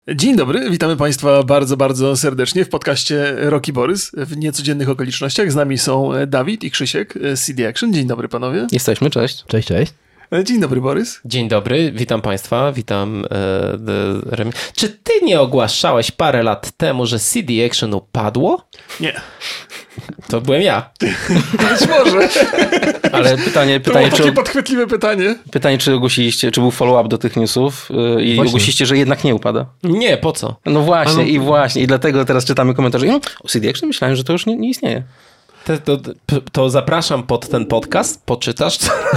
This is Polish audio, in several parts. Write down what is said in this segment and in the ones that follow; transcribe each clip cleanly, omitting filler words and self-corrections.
Dzień dobry, witamy Państwa bardzo, bardzo serdecznie w podcaście Roki Borys w niecodziennych okolicznościach. Z nami są Dawid i Krzysiek z CD Action. Dzień dobry panowie. Jesteśmy, cześć. Cześć, cześć. Dzień dobry Borys. Dzień dobry, witam Państwa, witam Remi. Czy ty nie ogłaszałeś parę lat temu, że CD Action upadło? Nie. To byłem ja. Być może. Ale pytanie, To było takie podchwytliwe pytanie. Pytanie, czy ogłosiliście, czy był follow-up do tych newsów i Właśnie. ogłosiliście, że jednak nie upada? Nie, po co? No właśnie, i dlatego teraz czytamy komentarze. O CD Action myślałem, że to już nie istnieje. To zapraszam pod ten podcast, poczytasz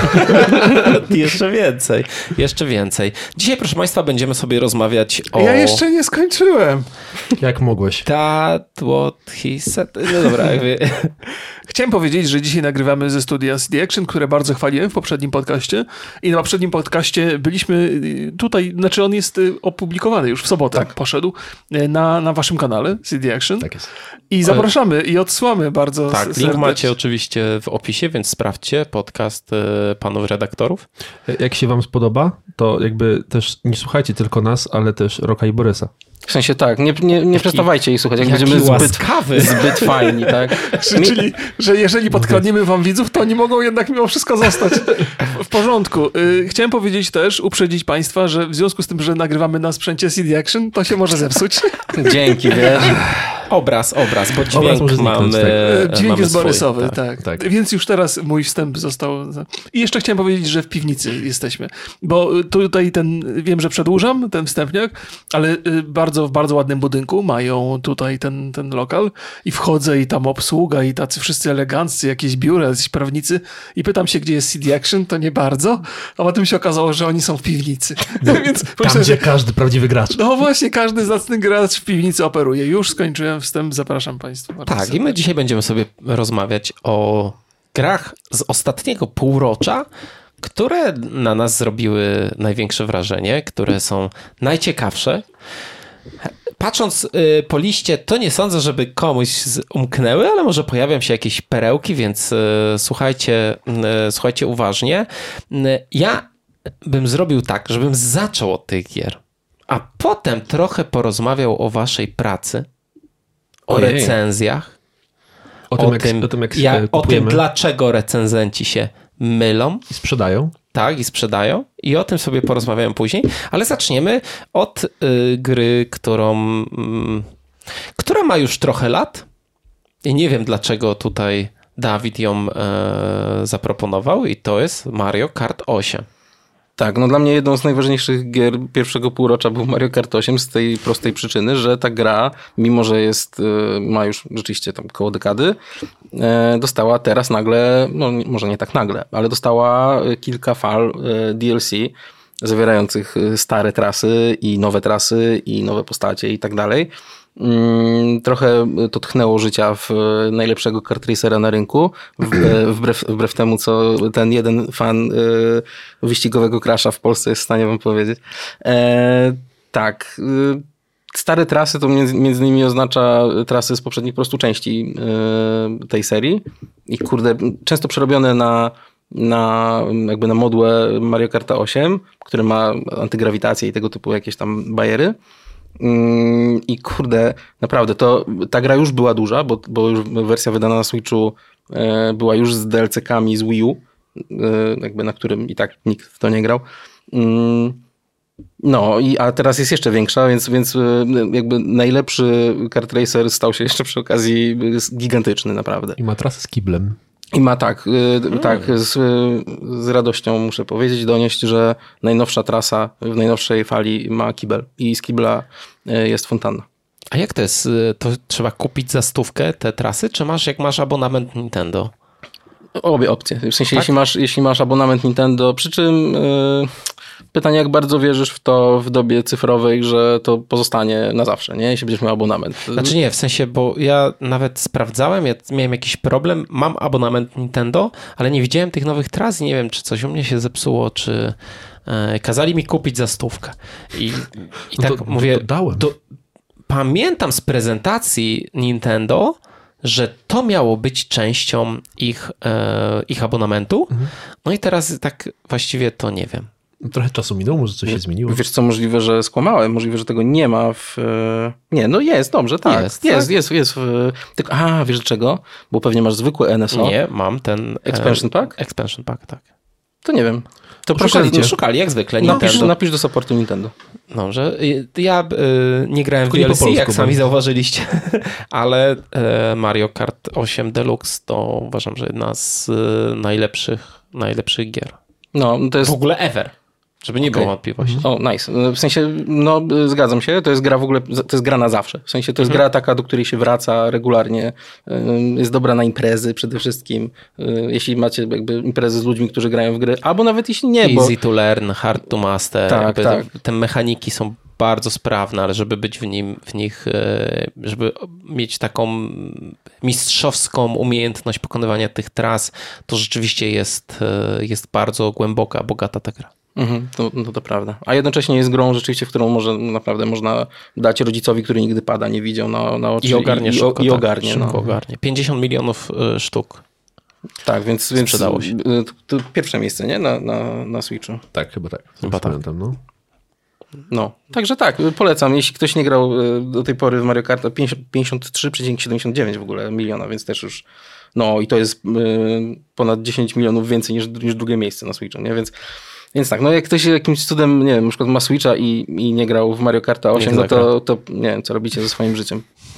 jeszcze więcej. Dzisiaj, proszę Państwa, będziemy sobie rozmawiać o... Ja jeszcze nie skończyłem. Jak mogłeś? That what he said. No dobra, Chciałem powiedzieć, że dzisiaj nagrywamy ze studia CD Action, które bardzo chwaliłem w poprzednim podcaście i na poprzednim podcaście byliśmy tutaj, znaczy on jest opublikowany już w sobotę, Tak. Poszedł na waszym kanale CD Action. Tak jest. I zapraszamy i odsyłamy bardzo tak, serdecznie. link macie oczywiście w opisie, więc sprawdźcie podcast panów redaktorów. Jak się wam spodoba, to jakby też nie słuchajcie tylko nas, ale też Roka i Borysa. W sensie tak, nie przestawajcie ich słuchać, jak jaki będziemy łaskawy. zbyt fajni, tak? Czyli, że jeżeli podkradniemy wam widzów, to oni mogą jednak mimo wszystko zostać w porządku. Chciałem powiedzieć też, uprzedzić Państwa, że w związku z tym, że nagrywamy na sprzęcie CD Action, to się może zepsuć. Dzięki, wiesz. Obraz, bo dźwięk Obraz może zniknąć, mamy. Dźwięk mamy jest swój, borysowy, tak. tak. Więc już teraz mój wstęp został... I jeszcze chciałem powiedzieć, że w piwnicy jesteśmy, bo tutaj wiem, że przedłużam ten wstępniak, ale w bardzo ładnym budynku mają tutaj ten lokal i wchodzę i tam obsługa i tacy wszyscy eleganccy, jakieś biura, jacyś prawnicy i pytam się, gdzie jest CD Action, to nie bardzo, a potem się okazało, że oni są w piwnicy. Więc Tam, gdzie każdy prawdziwy gracz. No właśnie, każdy zacny gracz w piwnicy operuje. Już skończyłem wstęp, zapraszam Państwa. bardzo Tak, i serdecznie. my dzisiaj będziemy sobie rozmawiać o grach z ostatniego półrocza, które na nas zrobiły największe wrażenie, które są najciekawsze. Patrząc po liście, to nie sądzę, żeby komuś umknęły, ale może pojawią się jakieś perełki, więc słuchajcie uważnie. Ja bym zrobił tak, żebym zaczął od tych gier, a potem trochę porozmawiał o waszej pracy, o Ojej. recenzjach, o tym, dlaczego recenzenci się mylą. i sprzedają. Tak, i sprzedają. I o tym sobie porozmawiamy później. Ale zaczniemy od gry, która ma już trochę lat. I nie wiem, dlaczego tutaj Dawid ją zaproponował. I to jest Mario Kart 8. Tak, no dla mnie jedną z najważniejszych gier pierwszego półrocza był Mario Kart 8 z tej prostej przyczyny, że ta gra, mimo że ma już rzeczywiście tam koło dekady, dostała teraz nagle, no może nie tak nagle, ale dostała kilka fal DLC zawierających stare trasy i nowe postacie i tak dalej. Trochę to tchnęło życia w najlepszego kart racera na rynku, wbrew temu, co ten jeden fan wyścigowego Crasha w Polsce jest w stanie wam powiedzieć. Tak, stare trasy to między innymi oznacza trasy z poprzednich po prostu części tej serii i kurde, często przerobione na modłę Mario Karta 8, który ma antygrawitację i tego typu jakieś tam bajery. I kurde, naprawdę, ta gra już była duża, bo już wersja wydana na Switchu była już z DLC-kami z Wii U, na którym i tak nikt w to nie grał. No, a teraz jest jeszcze większa, więc jakby najlepszy kart racer stał się jeszcze przy okazji gigantyczny, naprawdę. I ma trasę z kiblem. I ma tak, z radością muszę powiedzieć, donieść, że najnowsza trasa w najnowszej fali ma kibel i z kibla jest fontanna. A jak to jest? To trzeba kupić za 100 te trasy, czy jak masz abonament Nintendo? Obie opcje. W sensie, Tak? jeśli masz abonament Nintendo, przy czym pytanie, jak bardzo wierzysz w to w dobie cyfrowej, że to pozostanie na zawsze, nie? Jeśli będziesz miał abonament. Znaczy nie, w sensie, bo ja nawet sprawdzałem, ja miałem jakiś problem, mam abonament Nintendo, ale nie widziałem tych nowych tras i nie wiem, czy coś u mnie się zepsuło, czy kazali mi kupić za 100. I No tak mówię, dałem. pamiętam z prezentacji Nintendo, że to miało być częścią ich abonamentu, no i teraz tak właściwie to nie wiem. Trochę czasu minęło, może coś się zmieniło. Wiesz co, możliwe, że skłamałem, możliwe, że tego nie ma w... Nie, no jest, dobrze, tak. Jest. Wiesz dlaczego? Bo pewnie masz zwykły NSO. Nie, mam ten... Expansion Pack? Expansion Pack, tak. To nie wiem. To Szukali jak zwykle Nintendo. Napisz do supportu Nintendo. Dobrze. Ja nie grałem tylko w DLC, polsku, jak sami zauważyliście, ale Mario Kart 8 Deluxe to uważam, że jedna z najlepszych gier. No, to jest... W ogóle ever. Żeby nie było wątpliwości. O, nice. W sensie, no zgadzam się, to jest gra w ogóle, to jest gra na zawsze. W sensie to jest gra taka, do której się wraca regularnie. Jest dobra na imprezy przede wszystkim. Jeśli macie jakby imprezy z ludźmi, którzy grają w gry, albo nawet jeśli nie, bo... Easy to learn, hard to master. Tak. Te mechaniki są bardzo sprawne, ale żeby być w nich, żeby mieć taką mistrzowską umiejętność pokonywania tych tras, to rzeczywiście jest bardzo głęboka, bogata ta gra. To prawda. A jednocześnie jest grą rzeczywiście, w którą naprawdę można dać rodzicowi, który nigdy pada nie widział na oczy. I ogarnie szybko. I ogarnie. Szybko ogarnie. 50 milionów sztuk. Tak, więc sprzedało się. To pierwsze miejsce, nie? Na Switchu. Tak, chyba tak. Chyba tak. Pamiętam, no. No, także tak, polecam. Jeśli ktoś nie grał do tej pory w Mario Kart, 53,79 w ogóle miliona, więc też już... No i to jest ponad 10 milionów więcej niż drugie miejsce na Switchu, nie? Więc tak, no jak ktoś jakimś cudem, nie wiem, na przykład ma Switcha i nie grał w Mario Karta 8, no to nie wiem, co robicie ze swoim życiem.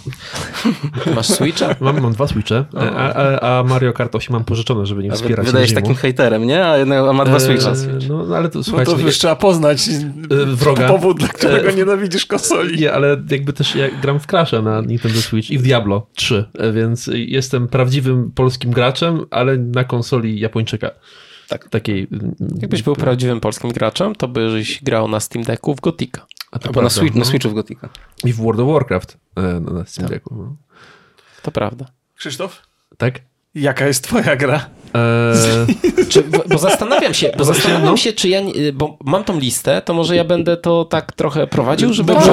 Masz Switcha? Mam 2 Switche, a Mario Kart 8 mam pożyczone, żeby nie wspierać. Wydajesz takim hejterem, nie? A ma 2 Switcha. No ale to słuchajcie... No to już trzeba poznać wroga. powód, dla którego nienawidzisz konsoli. Nie, ale jakby też ja gram w Crash'a na Nintendo Switch i w Diablo 3, więc jestem prawdziwym polskim graczem, ale na konsoli Japończyka. Tak. Takiej... Jakbyś był prawdziwym polskim graczem, to byś grał na Steam Decku w Gothica. Albo na Switchu w Gothica. I w World of Warcraft na Steam Decku. No. To prawda. Krzysztof? Tak? Jaka jest twoja gra? Bo zastanawiam się, czy ja, bo mam tą listę, to może ja będę to tak trochę prowadził, żeby było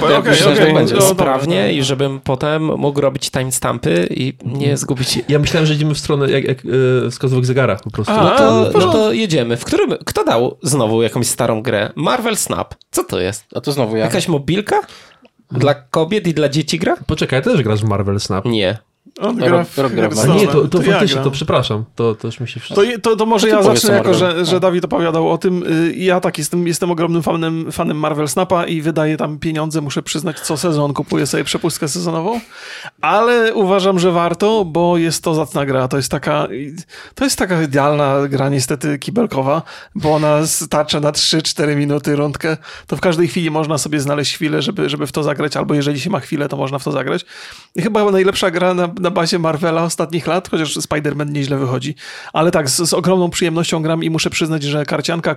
sprawnie i żebym potem mógł robić timestampy i nie zgubić. Ja myślałem, że idziemy w stronę jak wskazówek zegarach po prostu. No to jedziemy. Kto dał znowu jakąś starą grę? Marvel Snap. Co to jest? A to znowu ja. Jakaś mobilka? Dla kobiet i dla dzieci gra? Poczekaj, też grasz w Marvel Snap. Nie. On gra w A nie, to faktycznie, to przepraszam. To już mi się wszystko... To może ja zacznę, jako że Dawid opowiadał o tym. Ja tak jestem ogromnym fanem Marvel Snapa i wydaję tam pieniądze, muszę przyznać, co sezon kupuję sobie przepustkę sezonową, ale uważam, że warto, bo jest to zacna gra. To jest taka idealna gra niestety kibelkowa, bo ona starcza na 3-4 minuty rundkę. To w każdej chwili można sobie znaleźć chwilę, żeby w to zagrać, albo jeżeli się ma chwilę, to można w to zagrać. I chyba najlepsza gra na bazie Marvela ostatnich lat, chociaż Spider-Man nieźle wychodzi. Ale tak, z ogromną przyjemnością gram i muszę przyznać, że karcianka,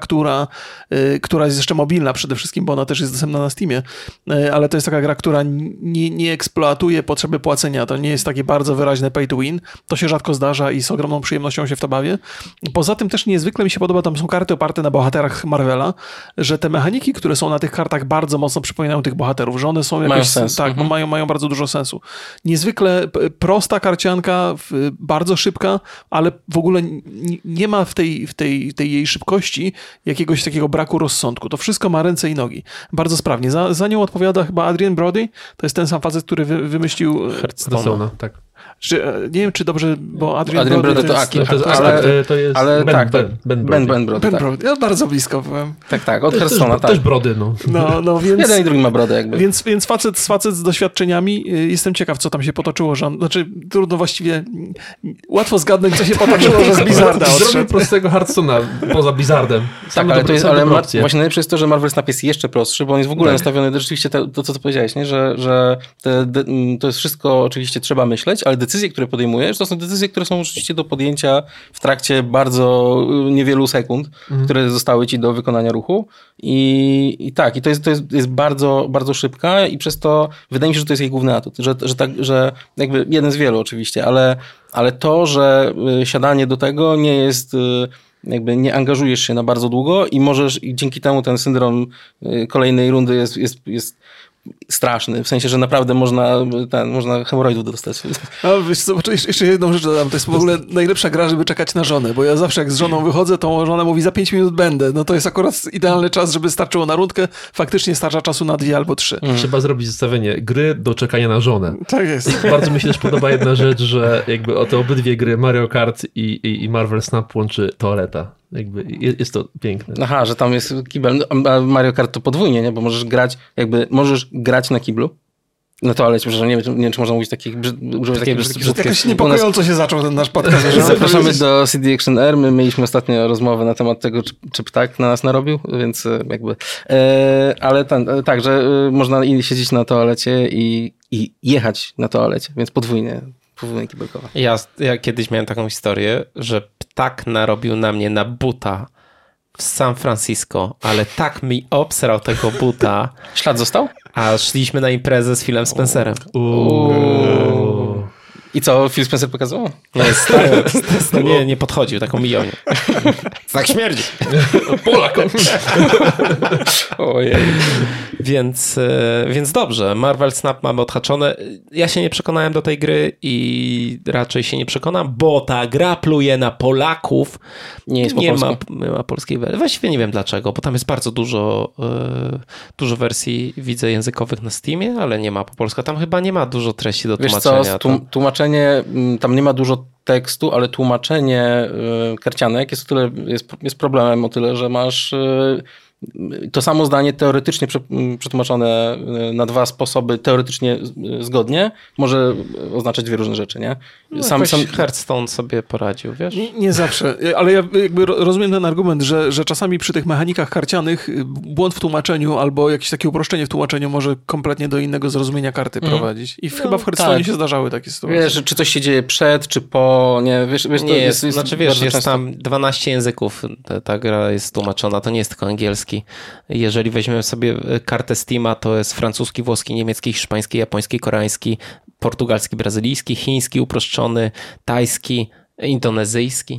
która jest jeszcze mobilna przede wszystkim, bo ona też jest dostępna na Steamie, ale to jest taka gra, która nie eksploatuje potrzeby płacenia. To nie jest takie bardzo wyraźne pay to win. To się rzadko zdarza i z ogromną przyjemnością się w to bawię. Poza tym też niezwykle mi się podoba, tam są karty oparte na bohaterach Marvela, że te mechaniki, które są na tych kartach, bardzo mocno przypominają tych bohaterów, że one są jakoś... Mają sens. Tak, mają bardzo dużo sensu. Niezwykle prosta karcianka, bardzo szybka, ale w ogóle nie ma w tej jej szybkości jakiegoś takiego braku rozsądku. To wszystko ma ręce i nogi. Bardzo sprawnie. Za nią odpowiada chyba Adrian Brody. To jest ten sam facet, który wymyślił Hearthstone'a, tak. Nie wiem, czy dobrze, bo Adrian Brody to jest... Ale tak, Ben Brody. Ja bardzo blisko byłem. Tak, od Hearthstone'a, tak. Też Brody, no. No więc... Jeden i drugi ma brodę jakby. Więc facet z doświadczeniami, jestem ciekaw, co tam się potoczyło, że on, znaczy trudno właściwie, łatwo zgadnąć, co się potoczyło, że z Blizzarda odszedł. Zrobił prostego Hearthstone'a poza Blizzardem. Tak, ale właśnie najlepsze jest to, że Marvel Snap jest jeszcze prostszy, bo on jest w ogóle nastawiony rzeczywiście to, co powiedziałeś, nie? Że to jest wszystko, oczywiście trzeba myśleć, ale decyzje, które podejmujesz, to są decyzje, które są oczywiście do podjęcia w trakcie bardzo niewielu sekund, które zostały ci do wykonania ruchu i to jest bardzo, bardzo szybka i przez to wydaje mi się, że to jest jej główny atut, że jakby jeden z wielu oczywiście, ale to, że siadanie do tego nie jest jakby nie angażujesz się na bardzo długo i możesz i dzięki temu ten syndrom kolejnej rundy jest straszny, w sensie, że naprawdę można hemoroidów dostać. A wiesz co, jeszcze jedną rzecz dodam, to jest w ogóle najlepsza gra, żeby czekać na żonę, bo ja zawsze jak z żoną wychodzę, to żona mówi za 5 minut będę, no to jest akurat idealny czas, żeby starczyło na rundkę, faktycznie starcza czasu na 2 albo 3. Trzeba zrobić zestawienie gry do czekania na żonę. Tak jest. Bardzo mi się też podoba jedna rzecz, że jakby o te obydwie gry Mario Kart i Marvel Snap łączy toaleta. Jakby jest to piękne. Aha, że tam jest kibel, a Mario Kart to podwójnie, nie? Bo możesz grać na kiblu. Na toalecie, przepraszam, nie wiem, czy można mówić takich używać takich brzydkich. Jakoś niepokojąco się zaczął ten nasz podcast. Zapraszamy do CD Action R. My mieliśmy ostatnio rozmowę na temat tego, czy ptak na nas narobił, więc jakby... ale tak, że można siedzieć na toalecie i jechać na toalecie, więc podwójnie kibelkowa. Ja kiedyś miałem taką historię, że ptak narobił na mnie na buta w San Francisco, ale tak mi obsrał tego buta. Ślad został? A szliśmy na imprezę z Philem Spencerem. I co Phil Spencer pokazał? Nie podchodził, taką mijonią. Tak śmierdzi. Polak! Ojej. Więc dobrze, Marvel Snap mamy odhaczone. Ja się nie przekonałem do tej gry i raczej się nie przekonam, bo ta gra pluje na Polaków. Nie ma polskiej wersji. Właściwie nie wiem dlaczego, bo tam jest bardzo dużo wersji, widzę, językowych na Steamie, ale nie ma po polsku. Tam chyba nie ma dużo treści do tłumaczenia. Wiesz co, tłumaczenie, tam nie ma dużo tekstu, ale tłumaczenie karcianek jest problemem o tyle, że masz to samo zdanie teoretycznie przetłumaczone na 2 sposoby, teoretycznie zgodnie, może oznaczać 2 różne rzeczy, nie? Sam Hearthstone sobie poradził, wiesz? Nie zawsze, ale ja jakby rozumiem ten argument, że czasami przy tych mechanikach karcianych błąd w tłumaczeniu albo jakieś takie uproszczenie w tłumaczeniu może kompletnie do innego zrozumienia karty prowadzić. I chyba w Hearthstone się zdarzały takie sytuacje. Wiesz, czy coś się dzieje przed, czy po, nie, wiesz, nie, jest tam 12 języków, ta gra jest tłumaczona, to nie jest tylko angielski. Jeżeli weźmiemy sobie kartę Steama, to jest francuski, włoski, niemiecki, hiszpański, japoński, koreański, portugalski, brazylijski, chiński, uproszczony, tajski, indonezyjski.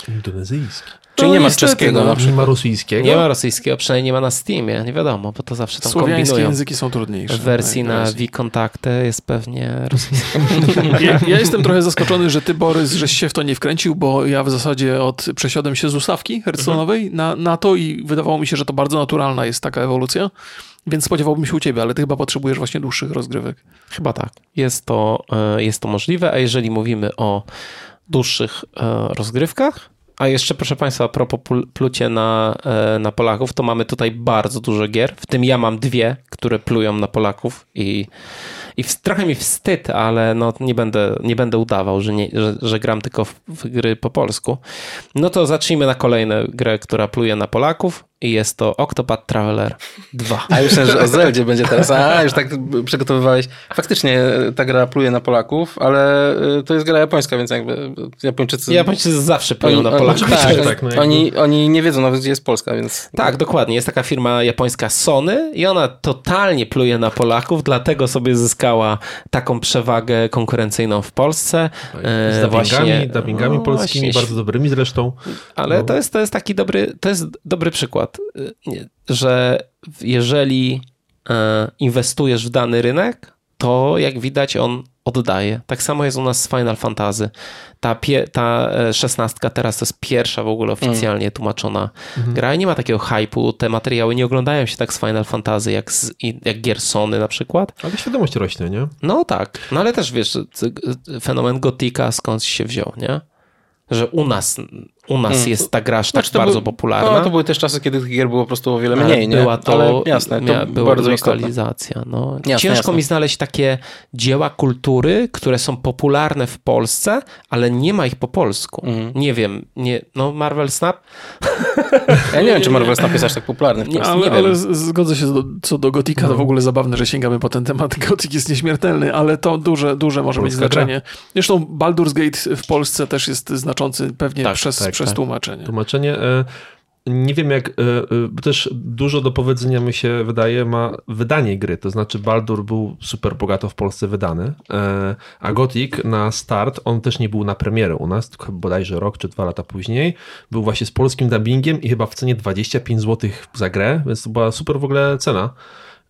Czyli nie ma czeskiego na przykład. Nie ma rosyjskiego? Nie ma rosyjskiego, przynajmniej nie ma na Steamie, nie wiadomo, bo to zawsze tam kombinują. Słowiańskie języki są trudniejsze. W wersji na Wii-Kontaktę jest pewnie rosyjski. Ja jestem trochę zaskoczony, że ty, Borys, żeś się w to nie wkręcił, bo ja w zasadzie przesiadłem się z ustawki hearthstone'owej na to i wydawało mi się, że to bardzo naturalna jest taka ewolucja, więc spodziewałbym się u ciebie, ale ty chyba potrzebujesz właśnie dłuższych rozgrywek. Chyba tak. Jest to możliwe, a jeżeli mówimy o dłuższych rozgrywkach, a jeszcze, proszę Państwa, a propos plucie na Polaków, to mamy tutaj bardzo dużo gier, w tym ja mam 2, które plują na Polaków i trochę mi wstyd, ale no nie będę udawał, że gram tylko w gry po polsku. No to zacznijmy na kolejną grę, która pluje na Polaków i jest to Octopath Traveler 2. A już myślę, że o Zeldzie będzie teraz. Już tak przygotowywałeś. Faktycznie ta gra pluje na Polaków, ale to jest gra japońska, więc jakby Japończycy zawsze plują na Polaków. Oni nie wiedzą nawet, gdzie jest Polska, więc... Tak, dokładnie. Jest taka firma japońska Sony i ona totalnie pluje na Polaków, dlatego sobie zyskała taką przewagę konkurencyjną w Polsce. Z dubbingami polskimi, bardzo dobrymi zresztą. Ale to jest taki dobry przykład, że jeżeli inwestujesz w dany rynek, to jak widać on oddaje. Tak samo jest u nas z Final Fantasy. Ta 16 teraz to jest pierwsza w ogóle oficjalnie tłumaczona gra i nie ma takiego hype'u. Te materiały nie oglądają się tak z Final Fantasy jak gier Sony na przykład. Ale świadomość rośnie, nie? No tak. No ale też wiesz, fenomen Gotika skąd się wziął, nie? Że u nas jest ta gra aż tak bardzo popularna. No, to były też czasy, kiedy tych gier było po prostu o wiele mniej, nie? Ale jasne, to była bardzo lokalizacja. No. Jasne, Ciężko mi znaleźć takie dzieła kultury, które są popularne w Polsce, ale nie ma ich po polsku. Nie wiem. Marvel Snap? Ja nie wiem, czy Marvel Snap jest aż tak popularny w Polsce. Ale zgodzę się co do Gotika, to w ogóle zabawne, że sięgamy po ten temat. Gotik jest nieśmiertelny, ale to duże może mieć znaczenie. Zresztą Baldur's Gate w Polsce też jest znaczący pewnie przez tłumaczenie. Tłumaczenie. Nie wiem jak, też dużo do powiedzenia mi się wydaje ma wydanie gry, to znaczy Baldur był super bogato w Polsce wydany, a Gothic na start, on też nie był na premierę u nas, tylko bodajże rok czy 2 lata później, był właśnie z polskim dubbingiem i chyba w cenie 25 zł za grę, więc to była super w ogóle cena.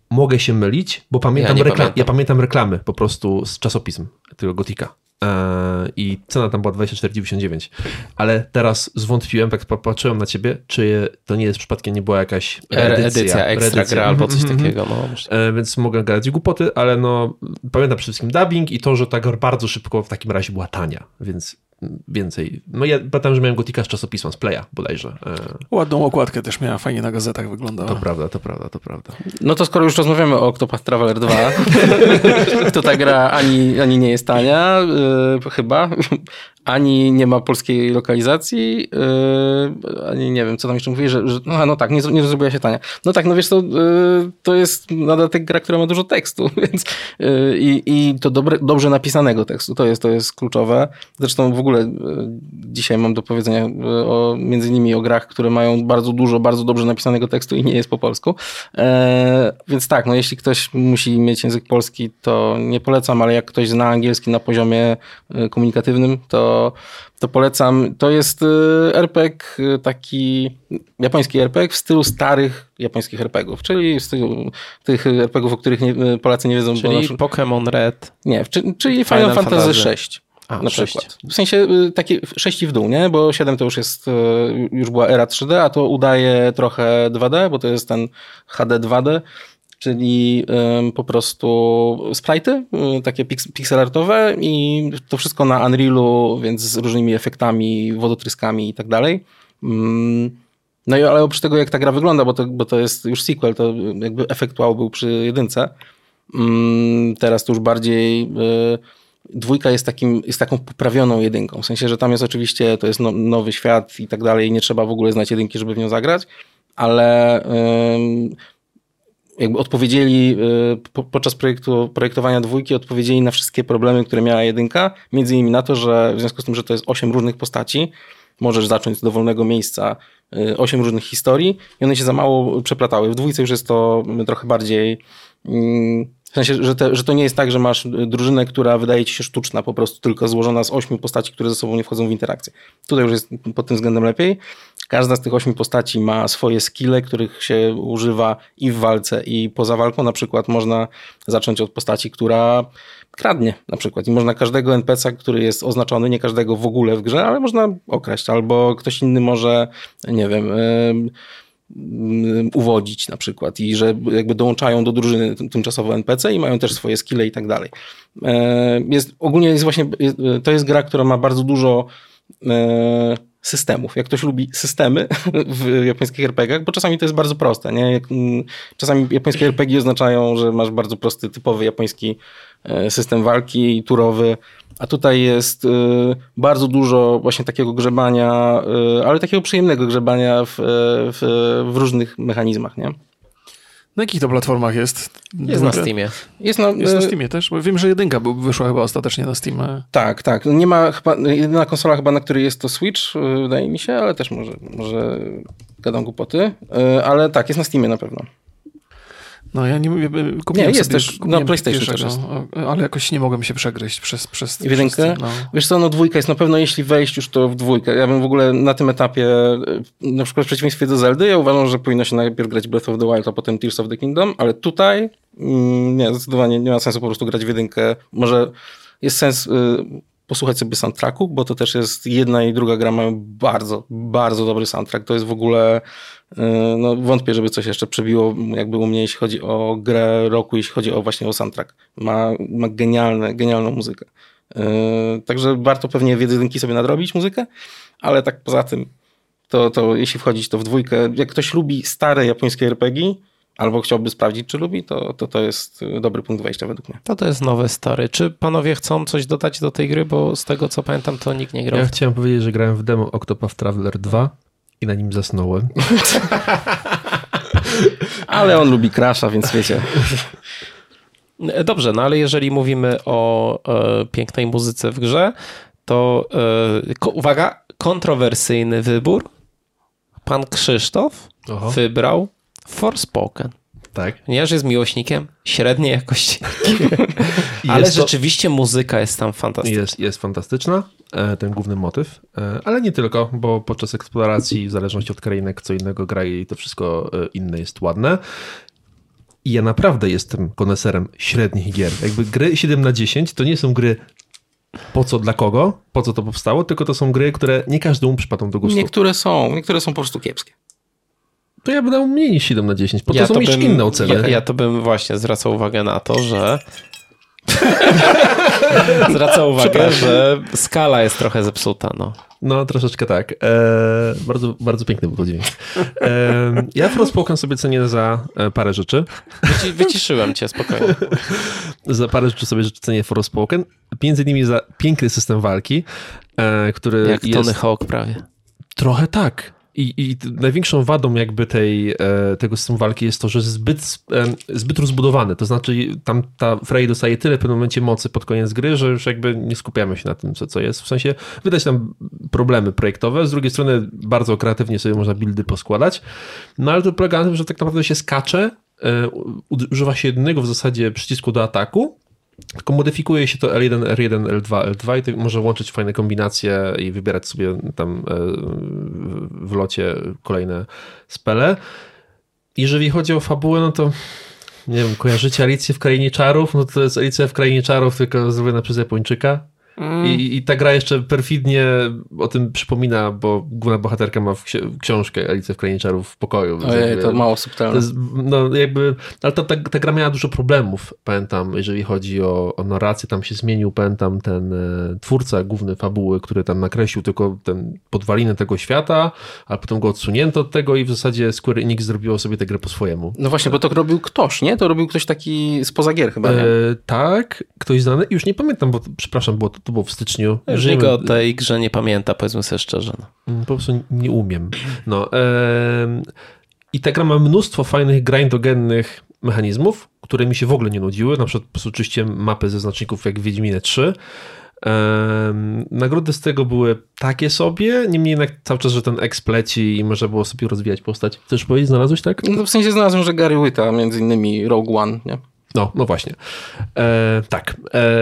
mogę się mylić, bo pamiętam pamiętam. Ja pamiętam reklamy po prostu z czasopism tego Gotika. I cena tam była 24,99. Ale teraz zwątpiłem, tak patrzyłem na ciebie, czy to nie jest przypadkiem, nie była jakaś edycja ekstra gra albo coś takiego. No. Więc mogę gadać głupoty, ale no pamiętam przede wszystkim dubbing i to, że ta gra bardzo szybko w takim razie była tania, więc więcej. No ja pamiętam, że miałem Gotika z czasopisma, z Playa bodajże. Ładną okładkę też miała, fajnie na gazetach wyglądała. To prawda. No to skoro już rozmawiamy o Octopath Traveler 2, to ta gra ani nie jest tania, chyba, ani nie ma polskiej lokalizacji, ani nie wiem, co tam jeszcze mówię, że no tak, nie zrobiła się tania. No tak, no wiesz, to jest na dodatek gra, która ma dużo tekstu, więc i to dobrze napisanego tekstu, to jest kluczowe. Zresztą w ogóle dzisiaj mam do powiedzenia między innymi o grach, które mają bardzo dobrze napisanego tekstu i nie jest po polsku. Więc tak, no jeśli ktoś musi mieć język polski, to nie polecam, ale jak ktoś zna angielski na poziomie komunikatywnym, to polecam. To jest RPG, taki japoński RPG w stylu starych japońskich RPGów, czyli w stylu tych RPGów, o których Polacy nie wiedzą. Czyli Pokémon Red. Nie, czyli Final Fantasy VI. Na 6. przykład. W sensie takie 6 i w dół, nie? Bo 7 to już była era 3D, a to udaje trochę 2D, bo to jest ten HD 2D, czyli po prostu sprite'y, takie pixelartowe i to wszystko na Unrealu, więc z różnymi efektami, wodotryskami i tak dalej. No i ale oprócz tego, jak ta gra wygląda, bo to jest już sequel, to jakby efekt wow był przy jedynce. Teraz to już bardziej... Dwójka jest taką poprawioną jedynką. W sensie, że tam jest oczywiście, to jest nowy świat i tak dalej. Nie trzeba w ogóle znać jedynki, żeby w nią zagrać, ale jakby odpowiedzieli podczas projektowania dwójki odpowiedzieli na wszystkie problemy, które miała jedynka. Między innymi na to, że w związku z tym, że to jest 8 różnych postaci, możesz zacząć z dowolnego miejsca 8 różnych historii i one się za mało przeplatały. W dwójce już jest to trochę bardziej... W sensie, że to nie jest tak, że masz drużynę, która wydaje ci się sztuczna, po prostu tylko złożona z 8 postaci, które ze sobą nie wchodzą w interakcję. Tutaj już jest pod tym względem lepiej. Każda z tych 8 postaci ma swoje skille, których się używa i w walce, i poza walką. Na przykład można zacząć od postaci, która kradnie na przykład. I można każdego NPC-a, który jest oznaczony, nie każdego w ogóle w grze, ale można okraść. Albo ktoś inny może, nie wiem... uwodzić na przykład i że jakby dołączają do drużyny tymczasowo NPC i mają też swoje skille i tak dalej. To jest gra, która ma bardzo dużo systemów. Jak ktoś lubi systemy w japońskich RPGach, bo czasami to jest bardzo proste, nie? Czasami japońskie RPG oznaczają, że masz bardzo prosty, typowy japoński system walki, turowy, a tutaj jest bardzo dużo właśnie takiego grzebania, ale takiego przyjemnego grzebania w różnych mechanizmach, nie? Na jakich to platformach jest? Jest na Steamie. Jest na Steamie też? Bo wiem, że jedynka wyszła chyba ostatecznie na Steamie. Tak. Nie ma chyba, jedyna konsola chyba, na której jest to Switch, wydaje mi się, ale też może gadam głupoty. Ale tak, jest na Steamie na pewno. No ja nie kupiłem jest sobie, też, no PlayStation też jest. Ale jakoś nie mogłem się przegryźć przez jedynkę. No. Wiesz co, no dwójka jest na pewno, jeśli wejść już to w dwójkę. Ja bym w ogóle na tym etapie, na przykład w przeciwieństwie do Zeldy, ja uważam, że powinno się najpierw grać Breath of the Wild, a potem Tears of the Kingdom, ale tutaj nie, zdecydowanie nie ma sensu po prostu grać w jedynkę. Może jest sens posłuchać sobie soundtracku, bo to też jest jedna i druga gra mają bardzo, bardzo dobry soundtrack. To jest w ogóle, no wątpię, żeby coś jeszcze przebiło jakby u mnie, jeśli chodzi o grę roku, jeśli chodzi właśnie o soundtrack. Ma genialną muzykę. Także warto pewnie w jedynki sobie nadrobić muzykę, ale tak poza tym, to jeśli wchodzić to w dwójkę, jak ktoś lubi stare japońskie RPG, albo chciałby sprawdzić, czy lubi, to jest dobry punkt wejścia według mnie. To jest nowe stary. Czy panowie chcą coś dodać do tej gry, bo z tego co pamiętam, to nikt nie grał. Ja chciałem powiedzieć, że grałem w demo Octopath Traveler 2 i na nim zasnąłem. Ale on lubi Crasha, więc wiecie. Dobrze, no ale jeżeli mówimy o pięknej muzyce w grze, to uwaga, kontrowersyjny wybór. Pan Krzysztof wybrał Forspoken. Tak. Ponieważ jest miłośnikiem średniej jakości. Ale rzeczywiście muzyka jest tam fantastyczna. Jest fantastyczna, ten główny motyw, ale nie tylko, bo podczas eksploracji, w zależności od krainek, co innego gra i to wszystko inne jest ładne. I ja naprawdę jestem koneserem średnich gier. Jakby gry 7/10 to nie są gry po co, dla kogo, po co to powstało, tylko to są gry, które nie każdemu przypadną do gustu. Niektóre są po prostu kiepskie. To ja bym dał mniej niż 7/10, bo to są jeszcze inne oceny. Ja to bym właśnie zwracał uwagę na to, że zwracał uwagę, że skala jest trochę zepsuta, no. No, troszeczkę tak. Bardzo, bardzo piękny był to dźwięk. Ja Forspoken sobie cenię za parę rzeczy. Wyciszyłem cię, spokojnie. Za parę rzeczy sobie cenię Forspoken. Między innymi za piękny system walki, który jak Tony Hawk prawie. Trochę tak. I największą wadą jakby tego systemu walki jest to, że jest zbyt rozbudowany. To znaczy tam ta Frey dostaje tyle w pewnym momencie mocy pod koniec gry, że już jakby nie skupiamy się na tym, co jest. W sensie wydać tam problemy projektowe. Z drugiej strony bardzo kreatywnie sobie można buildy poskładać. No ale to polega na tym, że tak naprawdę się skacze, używa się jednego w zasadzie przycisku do ataku, tylko modyfikuje się to L1, R1, L2, L2 i to może łączyć fajne kombinacje i wybierać sobie tam w locie kolejne spele. Jeżeli chodzi o fabułę, no to nie wiem, kojarzycie Alicję w Krainie Czarów? No to jest Alicja w Krainie Czarów, tylko zrobiona przez Japończyka. I ta gra jeszcze perfidnie o tym przypomina, bo główna bohaterka ma książkę Alicja w Krainie Czarów w pokoju. Ojej, to mało subtelne. Ale ta gra miała dużo problemów, pamiętam, jeżeli chodzi o narrację. Tam się zmienił, pamiętam, ten twórca główny fabuły, który tam nakreślił tylko ten podwaliny tego świata, ale potem go odsunięto od tego i w zasadzie Square Enix zrobiło sobie tę grę po swojemu. No właśnie, bo to robił ktoś, nie? To robił ktoś taki spoza gier chyba, nie? Tak, ktoś znany. Już nie pamiętam, bo przepraszam, to było w styczniu. Nikt o tej grze nie pamięta, powiedzmy sobie szczerze. No. Po prostu nie umiem. No, i ta gra ma mnóstwo fajnych, grindogennych mechanizmów, które mi się w ogóle nie nudziły. Na przykład po prostu czyściłem mapy ze znaczników jak w Wiedźminie 3. Nagrody z tego były takie sobie, niemniej jednak cały czas, że ten exp leci i można było sobie rozwijać postać. Chcesz powiedzieć, znalazłeś, tak? No w sensie znalazłem, że Gary Whitta, między innymi Rogue One, nie? No właśnie. Tak.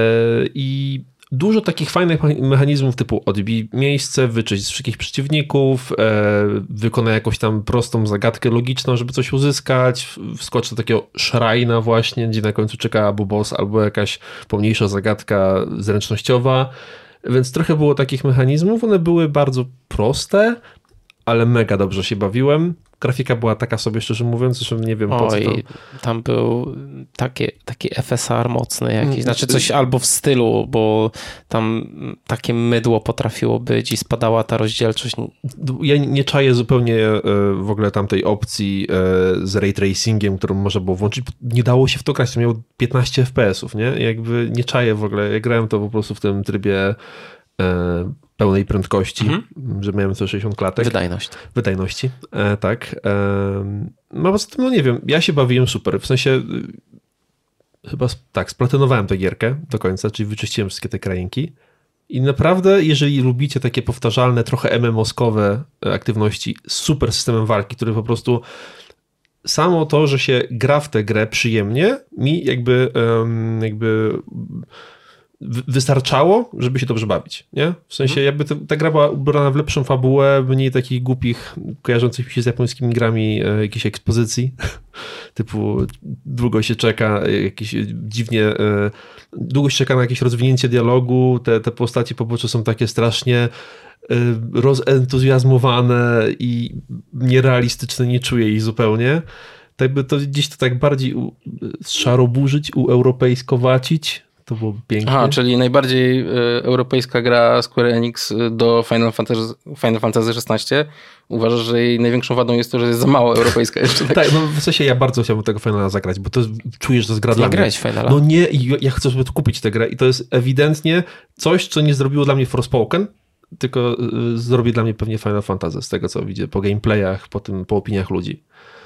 I dużo takich fajnych mechanizmów typu odbij miejsce, wyczyść z wszystkich przeciwników, wykonaj jakąś tam prostą zagadkę logiczną, żeby coś uzyskać, wskocz do takiego szrajna właśnie, gdzie na końcu czeka albo boss, albo jakaś pomniejsza zagadka zręcznościowa. Więc trochę było takich mechanizmów. One były bardzo proste, ale mega dobrze się bawiłem. Grafika była taka sobie, szczerze mówiąc, że nie wiem po co to. Tam był taki FSR mocny jakiś, znaczy coś albo w stylu, bo tam takie mydło potrafiło być i spadała ta rozdzielczość. Ja nie czaję zupełnie w ogóle tamtej opcji z ray tracingiem, którą można było włączyć. Nie dało się w to grać, to miało 15 FPS-ów, nie? Jakby nie czaję w ogóle. Ja grałem to po prostu w tym trybie pełnej prędkości, że miałem co 60 klatek. Wydajności, tak. No poza tym, no nie wiem, ja się bawiłem super, w sensie chyba tak, splatynowałem tę gierkę do końca, czyli wyczyściłem wszystkie te krainki i naprawdę, jeżeli lubicie takie powtarzalne, trochę MMO-skowe aktywności z super systemem walki, który po prostu samo to, że się gra w tę grę przyjemnie, mi jakby wystarczało, żeby się dobrze bawić, nie? W sensie jakby ta gra była ubrana w lepszą fabułę, mniej takich głupich, kojarzących się z japońskimi grami jakiejś ekspozycji, typu długo się czeka, długo się czeka na jakieś rozwinięcie dialogu, te postacie poboczne są takie strasznie rozentuzjazmowane i nierealistyczne, nie czuję ich zupełnie. Tak by to gdzieś to tak bardziej szaroburzyć, ueuropejskowacić. To było piękne. Aha, czyli najbardziej europejska gra Square Enix do Final Fantasy XVI. Uważasz, że jej największą wadą jest to, że jest za mało europejska jeszcze? Tak, no w sensie ja bardzo chciałbym tego Finala zagrać, bo to czujesz, że to jest gra dla mnie. Grać Finala. No nie, ja chcę sobie kupić tę grę i to jest ewidentnie coś, co nie zrobiło dla mnie Forspoken, tylko zrobi dla mnie pewnie Final Fantasy, z tego co widzę po gameplayach, po opiniach ludzi.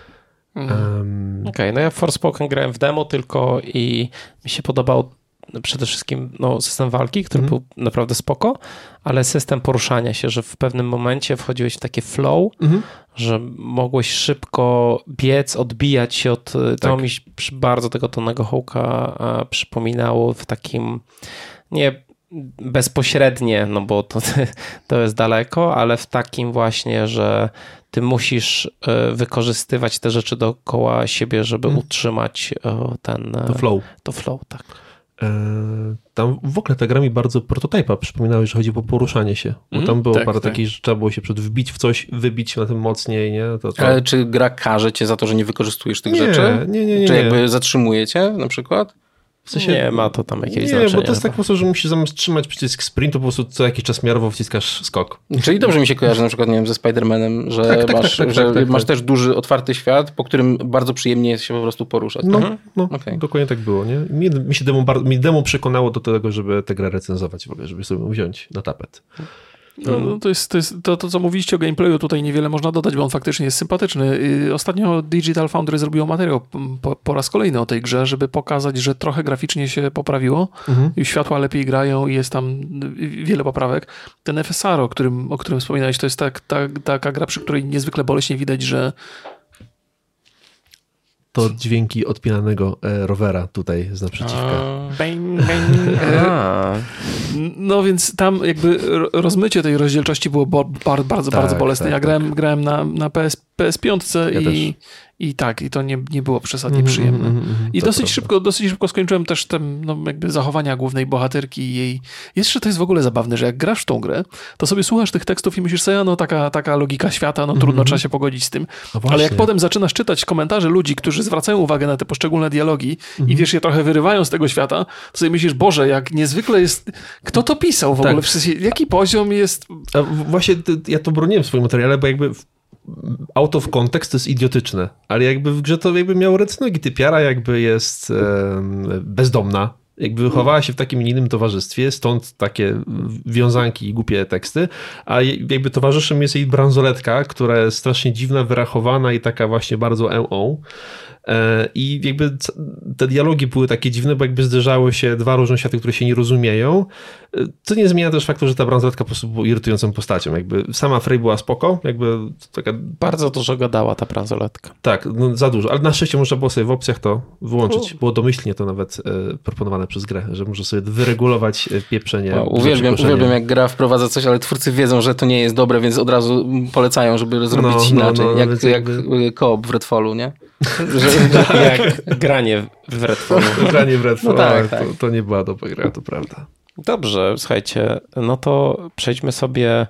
Okej, no ja w Forspoken grałem w demo tylko i mi się podobał przede wszystkim system walki, który był naprawdę spoko, ale system poruszania się, że w pewnym momencie wchodziłeś w takie flow, że mogłeś szybko biec, odbijać się od... To mi bardzo tego Tonego Hawka przypominało w takim... nie bezpośrednie, no bo to jest daleko, ale w takim właśnie, że ty musisz wykorzystywać te rzeczy dookoła siebie, żeby utrzymać To flow. Tak. Tam w ogóle ta gra mi bardzo prototypa przypominała, że chodzi o poruszanie się. Bo tam było parę takich, że trzeba było się wbić w coś, wybić na tym mocniej, nie? Ale czy gra karze cię za to, że nie wykorzystujesz tych rzeczy? Nie. Czy jakby zatrzymuje cię na przykład? W sensie, nie ma to tam jakiegoś znaczenia. Nie, bo to jest tak po prostu, że musisz zamiast trzymać przycisk sprint, to po prostu co jakiś czas miarowo wciskasz skok. Czyli dobrze mi się kojarzy na przykład, nie wiem, ze Spider-Manem, że masz też duży, otwarty świat, po którym bardzo przyjemnie jest się po prostu poruszać. Dokładnie tak było, nie? Mi demo przekonało do tego, żeby tę grę recenzować w ogóle, żeby sobie wziąć na tapet. To jest to, co mówiliście o gameplayu, tutaj niewiele można dodać, bo on faktycznie jest sympatyczny. Ostatnio Digital Foundry zrobiło materiał po raz kolejny o tej grze, żeby pokazać, że trochę graficznie się poprawiło i światła lepiej grają i jest tam wiele poprawek. Ten FSR, o którym wspominałeś, to jest taka gra, przy której niezwykle boleśnie widać, że To dźwięki odpinanego rowera tutaj z naprzeciwka. Bang, bang. No więc tam jakby rozmycie tej rozdzielczości było bardzo bolesne. Ja grałem na PS5 i to nie było przesadnie przyjemne. I dosyć szybko skończyłem też jakby zachowania głównej bohaterki i jej. Jeszcze to jest w ogóle zabawne, że jak grasz w tą grę, to sobie słuchasz tych tekstów i myślisz sobie, taka logika świata, trudno, trzeba się pogodzić z tym. Ale jak potem zaczynasz czytać komentarze ludzi, którzy zwracają uwagę na te poszczególne dialogi i wiesz, je trochę wyrywają z tego świata, to sobie myślisz, Boże, jak niezwykle jest... Kto to pisał w ogóle? W sensie, jaki poziom jest... A właśnie ja to broniłem w swoim materiale, bo jakby out of context to jest idiotyczne, ale jakby w grze to jakby miało ręce nogi. Typiara jakby jest bezdomna, jakby wychowała się w takim innym towarzystwie, stąd takie wiązanki i głupie teksty, a jakby towarzyszem jest jej bransoletka, która jest strasznie dziwna, wyrachowana i taka właśnie bardzo i jakby te dialogi były takie dziwne, bo jakby zderzały się dwa różne światy, które się nie rozumieją, co nie zmienia też faktu, że ta bransoletka po prostu była irytującą postacią. Jakby sama Frey była spoko, jakby taka... Bardzo dużo gadała ta bransoletka. Tak, za dużo, ale na szczęście można było sobie w opcjach to wyłączyć. Było domyślnie to nawet proponowane przez grę, że może sobie wyregulować pieprzenie. Uwielbiam jak gra wprowadza coś, ale twórcy wiedzą, że to nie jest dobre, więc od razu polecają, żeby zrobić inaczej. Jak co-op w Redfallu, nie? Jak granie w Redfallu. Granie w Redfallu, tak. to nie była dobra gra, to prawda. Dobrze, słuchajcie, no to przejdźmy sobie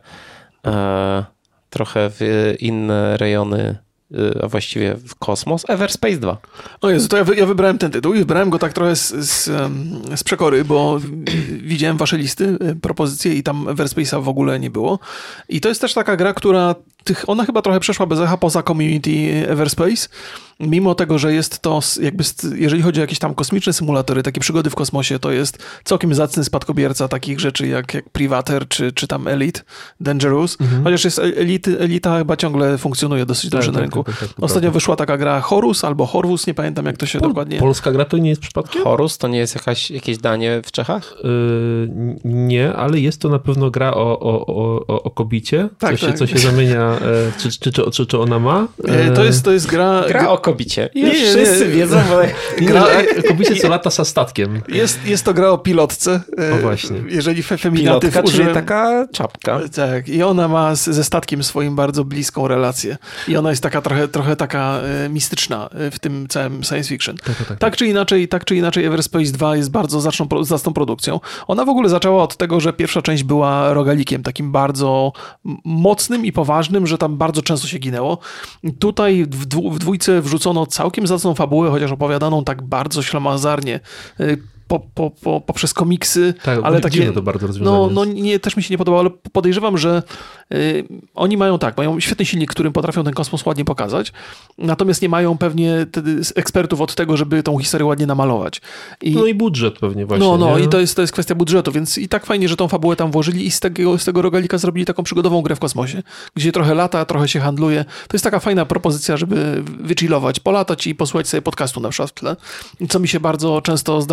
trochę w inne rejony, a właściwie w kosmos. Everspace 2. O Jezu, to ja wybrałem ten tytuł i wybrałem go tak trochę z przekory, bo widziałem wasze listy, propozycje i tam Everspace'a w ogóle nie było. I to jest też taka gra, która ona chyba trochę przeszła bez echa poza community Everspace, mimo tego, że jest to jakby, jeżeli chodzi o jakieś tam kosmiczne symulatory, takie przygody w kosmosie, to jest całkiem zacny spadkobierca takich rzeczy jak Privateer czy tam Elite Dangerous, chociaż jest Elita chyba ciągle funkcjonuje dosyć dobrze na rynku. Tak, ostatnio wyszła taka gra Horus albo Horwus, nie pamiętam jak to się dokładnie... Polska gra to nie jest przypadkiem? Horus to nie jest jakieś danie w Czechach? Nie, ale jest to na pewno gra o kobicie, co się zamienia, czy ona ma? To jest gra o kobicie. Wszyscy wiedzą, bo... Gra o kobicie, co lata sa statkiem. Jest to gra o pilotce. O właśnie. Jeżeli feminatyw pilotka, czyli taka czapka. Tak, i ona ma ze statkiem swoim bardzo bliską relację. I ona jest taka trochę taka mistyczna w tym całym science fiction. Tak czy inaczej Everspace 2 jest bardzo zacną produkcją. Ona w ogóle zaczęła od tego, że pierwsza część była rogalikiem, takim bardzo mocnym i poważnym, że tam bardzo często się ginęło. Tutaj w dwójce wrzucono całkiem zacną fabułę, chociaż opowiadaną tak bardzo ślamazarnie, poprzez komiksy, ale takie... to bardzo rozwiązanie też mi się nie podobało, ale podejrzewam, że oni mają świetny silnik, którym potrafią ten kosmos ładnie pokazać, natomiast nie mają pewnie ekspertów od tego, żeby tą historię ładnie namalować. I budżet pewnie właśnie. I to jest kwestia budżetu, więc i tak fajnie, że tą fabułę tam włożyli i z tego rogalika zrobili taką przygodową grę w kosmosie, gdzie trochę lata, trochę się handluje. To jest taka fajna propozycja, żeby wychillować, polatać i posłuchać sobie podcastu na przykład w tle, co mi się bardzo często zdarzało.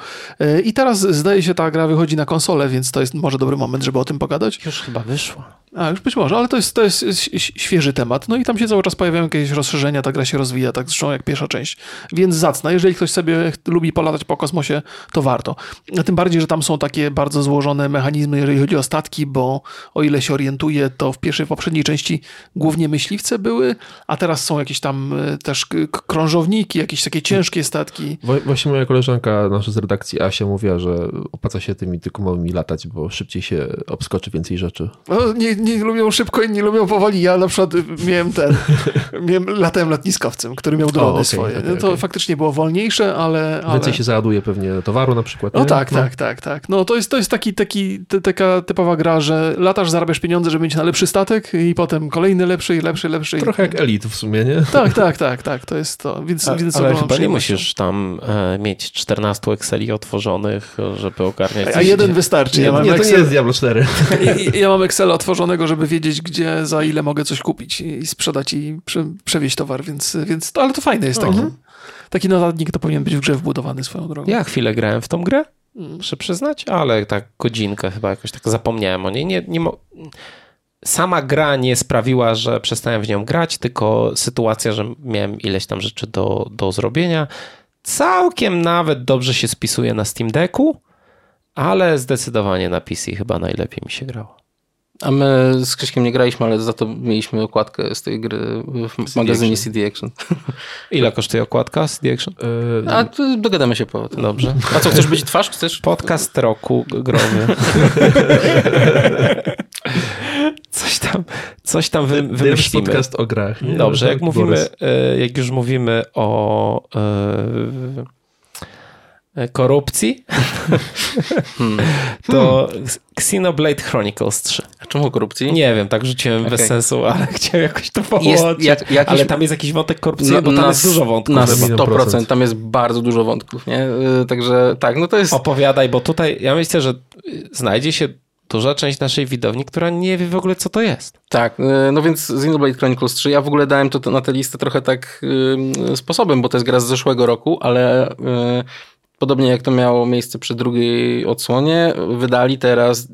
I teraz zdaje się ta gra wychodzi na konsolę, więc to jest może dobry moment, żeby o tym pogadać. Już chyba wyszła. A, już być może, ale to jest świeży temat. No i tam się cały czas pojawiają jakieś rozszerzenia, ta gra się rozwija, tak zresztą jak pierwsza część. Więc zacna. Jeżeli ktoś sobie lubi polatać po kosmosie, to warto. Tym bardziej, że tam są takie bardzo złożone mechanizmy, jeżeli chodzi o statki, bo o ile się orientuję, to w poprzedniej części głównie myśliwce były, a teraz są jakieś tam też krążowniki, jakieś takie ciężkie statki. Właśnie moja koleżanka nasza z redakcji Asia mówiła, że opłaca się tymi tykumowymi latać, bo szybciej się obskoczy więcej rzeczy. No, nie lubią szybko, inni lubią powoli. Ja na przykład latałem lotniskowcem, który miał drony swoje. Okay. To faktycznie było wolniejsze, ale... Więcej się załaduje pewnie towaru na przykład. No nie? tak. No to jest taka typowa gra, że latasz, zarabiasz pieniądze, żeby mieć na lepszy statek i potem kolejny lepszy. Trochę jak Elite w sumie, nie? Tak, to jest to. Więc ale chyba nie musisz tam mieć 14 Exceli otworzonych, żeby ogarniać. A jeden wystarczy. To nie jest Diablo 4. Ja mam Excela otworzonego, żeby wiedzieć, gdzie, za ile mogę coś kupić i sprzedać i przewieźć towar, więc ale to fajne jest taki. Taki notatnik to powinien być w grze wbudowany swoją drogą. Ja chwilę grałem w tą grę, muszę przyznać, ale tak godzinkę chyba jakoś tak zapomniałem o niej. Sama gra nie sprawiła, że przestałem w nią grać, tylko sytuacja, że miałem ileś tam rzeczy do zrobienia. Całkiem nawet dobrze się spisuje na Steam Decku, ale zdecydowanie na PC chyba najlepiej mi się grało. A my z Krzyśkiem nie graliśmy, ale za to mieliśmy okładkę z tej gry w magazynie CD Action. Ile kosztuje okładka CD Action? A to dogadamy się po tym. Dobrze. A co, chcesz być twarz? Chcesz? Podcast roku growy. Coś tam wymyślimy. Podcast o grach. Nie? Dobrze, Tak, jak już mówimy o korupcji, to Xenoblade Chronicles 3. A czemu o korupcji? Nie wiem, tak rzuciłem bez sensu, ale chciałem jakoś to połączyć. Ale tam jest jakiś wątek korupcyjny, bo tam jest dużo wątków. Na 100%, tam jest bardzo dużo wątków, nie? Także tak, no to jest... Opowiadaj, bo tutaj ja myślę, że znajdzie się duża część naszej widowni, która nie wie w ogóle, co to jest. Tak, no więc Xenoblade Chronicles 3, ja w ogóle dałem to na tę listę trochę tak sposobem, bo to jest gra z zeszłego roku, ale podobnie jak to miało miejsce przy drugiej odsłonie, wydali teraz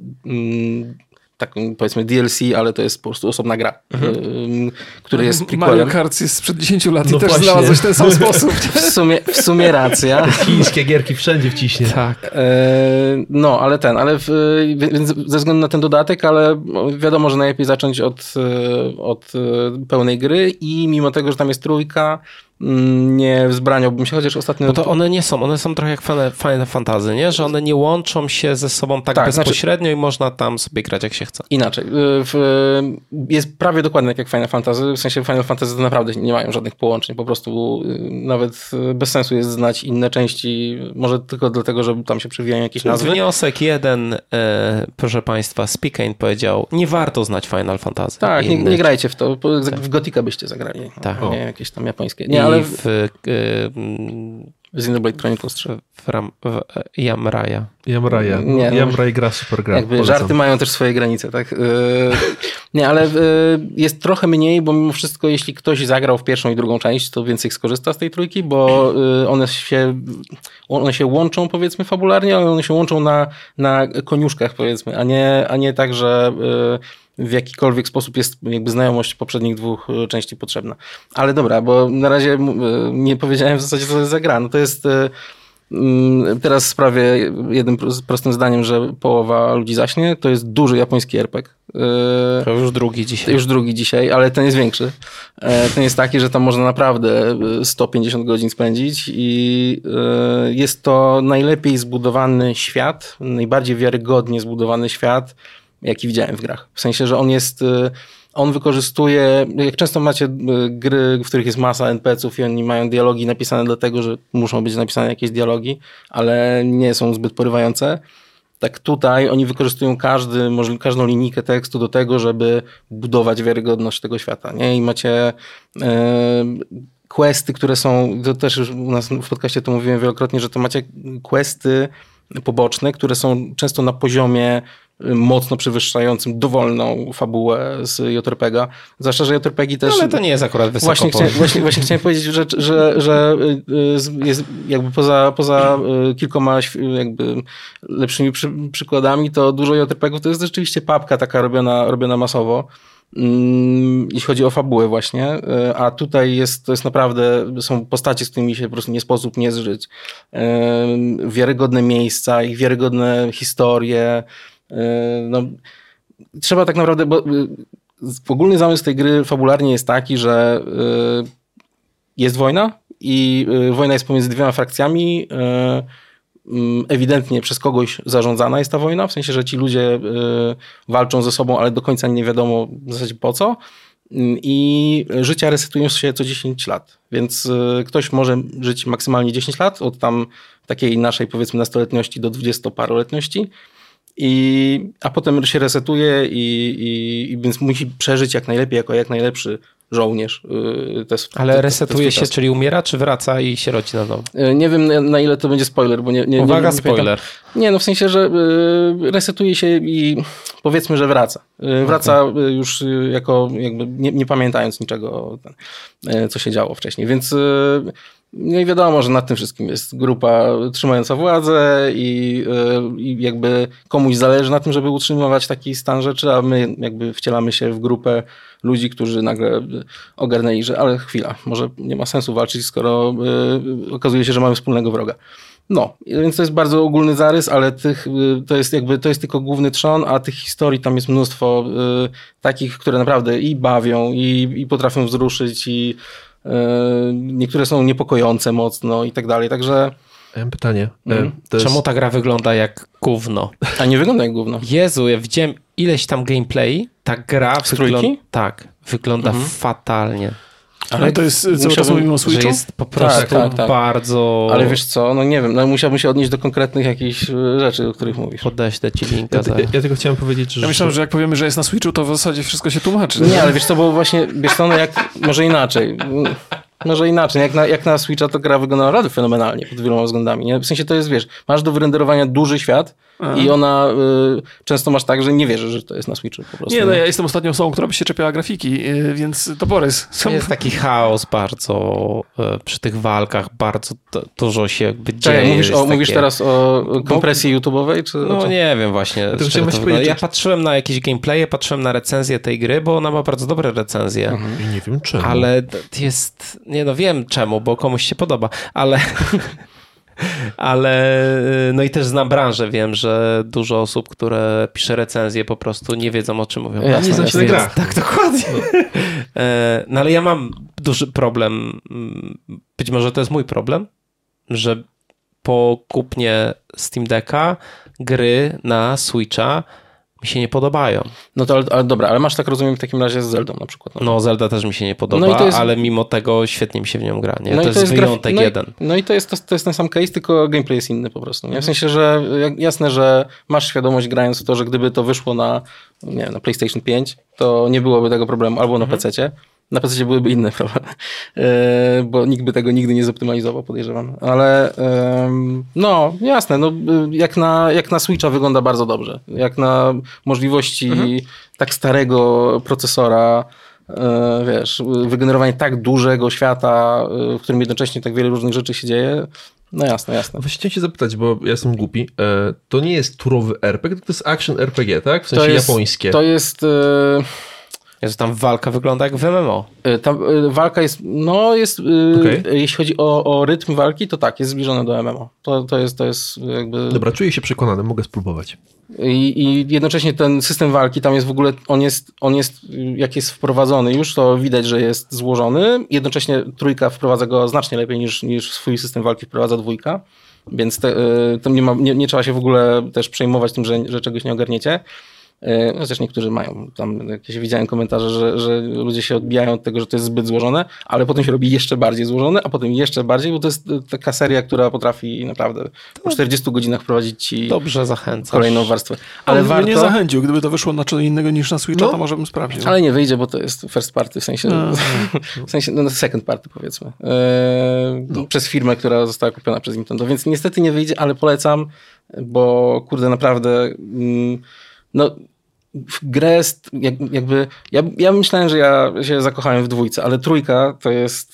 taką, powiedzmy, DLC, ale to jest po prostu osobna gra, który jest prequelem. Mario Kart jest sprzed 10 lat No i też właśnie. znalazłeś ten sam sposób. W sumie racja. Chińskie gierki wszędzie wciśnie. Tak. No, więc ze względu na ten dodatek, ale wiadomo, że najlepiej zacząć od pełnej gry i mimo tego, że tam jest trójka, nie wzbraniałbym się, chociaż ostatnio... Bo to one są trochę jak Final Fantasy, nie? Że one nie łączą się ze sobą tak bezpośrednio i można tam sobie grać jak się chce. Inaczej. Jest prawie dokładnie tak jak Final Fantasy, w sensie Final Fantasy to naprawdę nie mają żadnych połączeń, po prostu nawet bez sensu jest znać inne części, może tylko dlatego, że tam się przewijają jakieś nazwy. Wniosek jeden, proszę państwa, Spikane powiedział, nie warto znać Final Fantasy. Tak, nie grajcie w to, w Gotika byście zagrali. Tak. Nie jakieś tam japońskie. Nie, ale w Xenoblade Chronicles 3. w Yamraya. Yamraj gra, super gra. Jakby polecam. żarty mają też swoje granice, tak? Nie, ale jest trochę mniej, bo mimo wszystko, jeśli ktoś zagrał w pierwszą i drugą część, to więcej skorzysta z tej trójki, bo one się łączą, powiedzmy, fabularnie, ale one się łączą na koniuszkach, powiedzmy, a nie tak, że w jakikolwiek sposób jest jakby znajomość poprzednich dwóch części potrzebna. Ale dobra, bo na razie nie powiedziałem w zasadzie, co to jest za gra. No to jest... Teraz sprawię jednym prostym zdaniem, że połowa ludzi zaśnie. To jest duży japoński RPG. To już drugi dzisiaj. Ale ten jest większy. Ten jest taki, że tam można naprawdę 150 godzin spędzić i jest to najlepiej zbudowany świat, najbardziej wiarygodnie zbudowany świat, jaki widziałem w grach. W sensie, że on wykorzystuje, jak często macie gry, w których jest masa NPC-ów i oni mają dialogi napisane dlatego, że muszą być napisane jakieś dialogi, ale nie są zbyt porywające. Tak tutaj oni wykorzystują każdą linijkę tekstu do tego, żeby budować wiarygodność tego świata. Nie? I macie questy, które są, to też już u nas w podcaście to mówiłem wielokrotnie, że to macie questy poboczne, które są często na poziomie mocno przewyższającym dowolną fabułę z JRPG-a. Zwłaszcza, że JRPG też... Ale to nie jest akurat wysoko. Właśnie chciałem powiedzieć, że jest jakby poza kilkoma jakby lepszymi przykładami, to dużo JRPG-ów to jest rzeczywiście papka taka robiona masowo. Jeśli chodzi o fabułę właśnie, a tutaj to jest naprawdę, są postacie, z którymi się po prostu nie sposób nie zżyć. Wiarygodne miejsca, ich wiarygodne historie. No, trzeba tak naprawdę, bo ogólny zamysł tej gry fabularnie jest taki, że jest wojna i wojna jest pomiędzy dwiema frakcjami. Ewidentnie przez kogoś zarządzana jest ta wojna, w sensie, że ci ludzie walczą ze sobą, ale do końca nie wiadomo w zasadzie po co. I życia resetują się co 10 lat, więc ktoś może żyć maksymalnie 10 lat, od tam takiej naszej powiedzmy nastoletniości do 20-paroletności, a potem się resetuje i więc musi przeżyć jak najlepiej, jako jak najlepszy żołnierz. Ale resetuje się, czyli umiera, czy wraca i się rodzi na nowo? Nie wiem na ile to będzie spoiler, bo nie Uwaga, nie spoiler. Nie, no w sensie, że resetuje się i powiedzmy, że wraca. Wraca już jako jakby nie pamiętając niczego, co się działo wcześniej, więc no i wiadomo, że nad tym wszystkim jest grupa trzymająca władzę i jakby komuś zależy na tym, żeby utrzymywać taki stan rzeczy, a my jakby wcielamy się w grupę ludzi, którzy nagle ogarnęli, że ale chwila, może nie ma sensu walczyć, skoro okazuje się, że mamy wspólnego wroga. No, więc to jest bardzo ogólny zarys, ale to jest tylko główny trzon, a tych historii tam jest mnóstwo takich, które naprawdę i bawią, i potrafią wzruszyć, i niektóre są niepokojące mocno i tak dalej, także... Ja mam pytanie. Czemu ta gra wygląda jak gówno? A nie wygląda jak gówno. Jezu, ja widziałem ileś tam gameplay, ta gra wygląda fatalnie. Ale to jest cały czas mówimy o Switchu? Że jest po prostu bardzo... Ale wiesz co, no nie wiem, no musiałbym się odnieść do konkretnych jakichś rzeczy, o których mówisz. Podeślę ci linka. Ja tylko chciałem powiedzieć, że... Ja myślałem, że jak powiemy, że jest na Switchu, to w zasadzie wszystko się tłumaczy. Nie, ale wiesz co, bo właśnie, wiesz co, no może inaczej. Jak na Switcha to gra wygląda naprawdę fenomenalnie pod wieloma względami. Nie? W sensie to jest, wiesz, masz do wyrenderowania duży świat i ona często masz tak, że nie wierzysz, że to jest na Switchu po prostu. Nie, no ja jestem ostatnią osobą, która by się czepiała grafiki, więc to borys. Jest taki chaos bardzo przy tych walkach, bardzo dużo się jakby dzieje. Mówisz teraz o kompresji YouTube'owej? Czy no nie wiem właśnie. Ja patrzyłem na jakieś gameplaye, patrzyłem na recenzję tej gry, bo ona ma bardzo dobre recenzje. I nie wiem czemu. Ale jest... Nie no wiem czemu, bo komuś się podoba, ale no i też znam branżę, wiem, że dużo osób, które pisze recenzje po prostu nie wiedzą o czym mówią. Ja nie znam się na grach. Tak, dokładnie. No ale ja mam duży problem, być może to jest mój problem, że po kupnie Steam Decka gry na Switcha mi się nie podobają. No to ale dobra, ale masz tak rozumiem w takim razie z Zeldą na przykład. No Zelda też mi się nie podoba, ale mimo tego świetnie mi się w nią gra. Nie? No to jest wyjątek jeden. No i to jest ten sam case, tylko gameplay jest inny po prostu. Nie? W sensie, że jasne, że masz świadomość grając w to, że gdyby to wyszło na PlayStation 5, to nie byłoby tego problemu, albo na PC-cie. Na PC byłyby inne problemy, bo nikt by tego nigdy nie zoptymalizował, podejrzewam. Ale no, jasne, no, jak na Switcha wygląda bardzo dobrze. Jak na możliwości tak starego procesora, wiesz, wygenerowanie tak dużego świata, w którym jednocześnie tak wiele różnych rzeczy się dzieje. No jasne. Właśnie chciałem się zapytać, bo ja jestem głupi. To nie jest turowy RPG, to jest action RPG, tak? W sensie japońskie. To jest... Tam walka wygląda jak w MMO. Ta walka jest, jeśli chodzi o rytm walki, to tak, jest zbliżone do MMO. To jest jakby... Dobra, czuję się przekonany, mogę spróbować. I jednocześnie ten system walki, tam jest w ogóle, on jest, jak jest wprowadzony już, to widać, że jest złożony. Jednocześnie trójka wprowadza go znacznie lepiej niż swój system walki wprowadza dwójka. Więc nie trzeba się w ogóle też przejmować tym, że czegoś nie ogarniecie. Chociaż niektórzy mają, tam jakieś widziałem komentarze, że ludzie się odbijają od tego, że to jest zbyt złożone, ale potem się robi jeszcze bardziej złożone, a potem jeszcze bardziej, bo to jest taka seria, która potrafi naprawdę po 40 godzinach wprowadzić ci dobrze zachęcasz. Kolejną warstwę. Ale warto... nie zachęcił, gdyby to wyszło na co innego niż na Switcha, to może bym sprawdził. Ale nie wyjdzie, bo to jest first party, w sensie second party powiedzmy. Przez firmę, która została kupiona przez Nintendo, więc niestety nie wyjdzie, ale polecam, bo kurde naprawdę... no w grę jakby... Ja myślałem, że ja się zakochałem w 2, ale 3 to jest...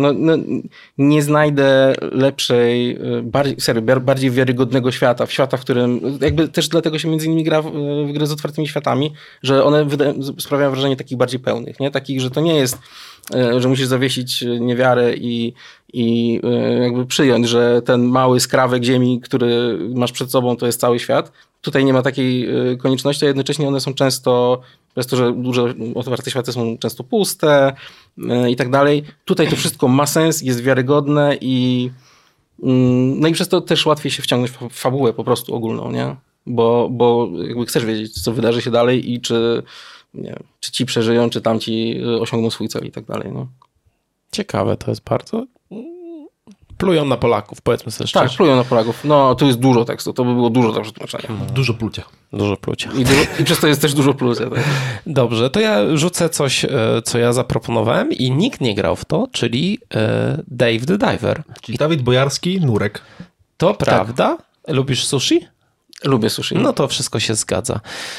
nie znajdę lepszej, bardziej wiarygodnego świata, w którym... Jakby też dlatego się między innymi gra w gry z otwartymi światami, że one sprawiają wrażenie takich bardziej pełnych, nie? Takich, że to nie jest, że musisz zawiesić niewiarę i jakby przyjąć, że ten mały skrawek ziemi, który masz przed sobą, to jest cały świat. Tutaj nie ma takiej konieczności, a jednocześnie one są często, przez to, że duże otwarte światy są często puste i tak dalej. Tutaj to wszystko ma sens, jest wiarygodne i no i przez to też łatwiej się wciągnąć w fabułę po prostu ogólną, nie? Bo jakby chcesz wiedzieć, co wydarzy się dalej i czy ci przeżyją, czy tamci osiągną swój cel i tak dalej. No. Ciekawe to jest bardzo. Plują na Polaków, powiedzmy sobie szczerze. Tak, plują na Polaków. No, tu jest dużo tekstu, to by było dużo do przetłumaczenia. Dużo plucia. Dużo plucia. I przez to jest też dużo plucia. Tak. Dobrze, to ja rzucę coś, co ja zaproponowałem i nikt nie grał w to, czyli Dave the Diver. Czyli Dawid Bojarski, Nurek. To prawda? Lubisz sushi? Lubię sushi. No to wszystko się zgadza.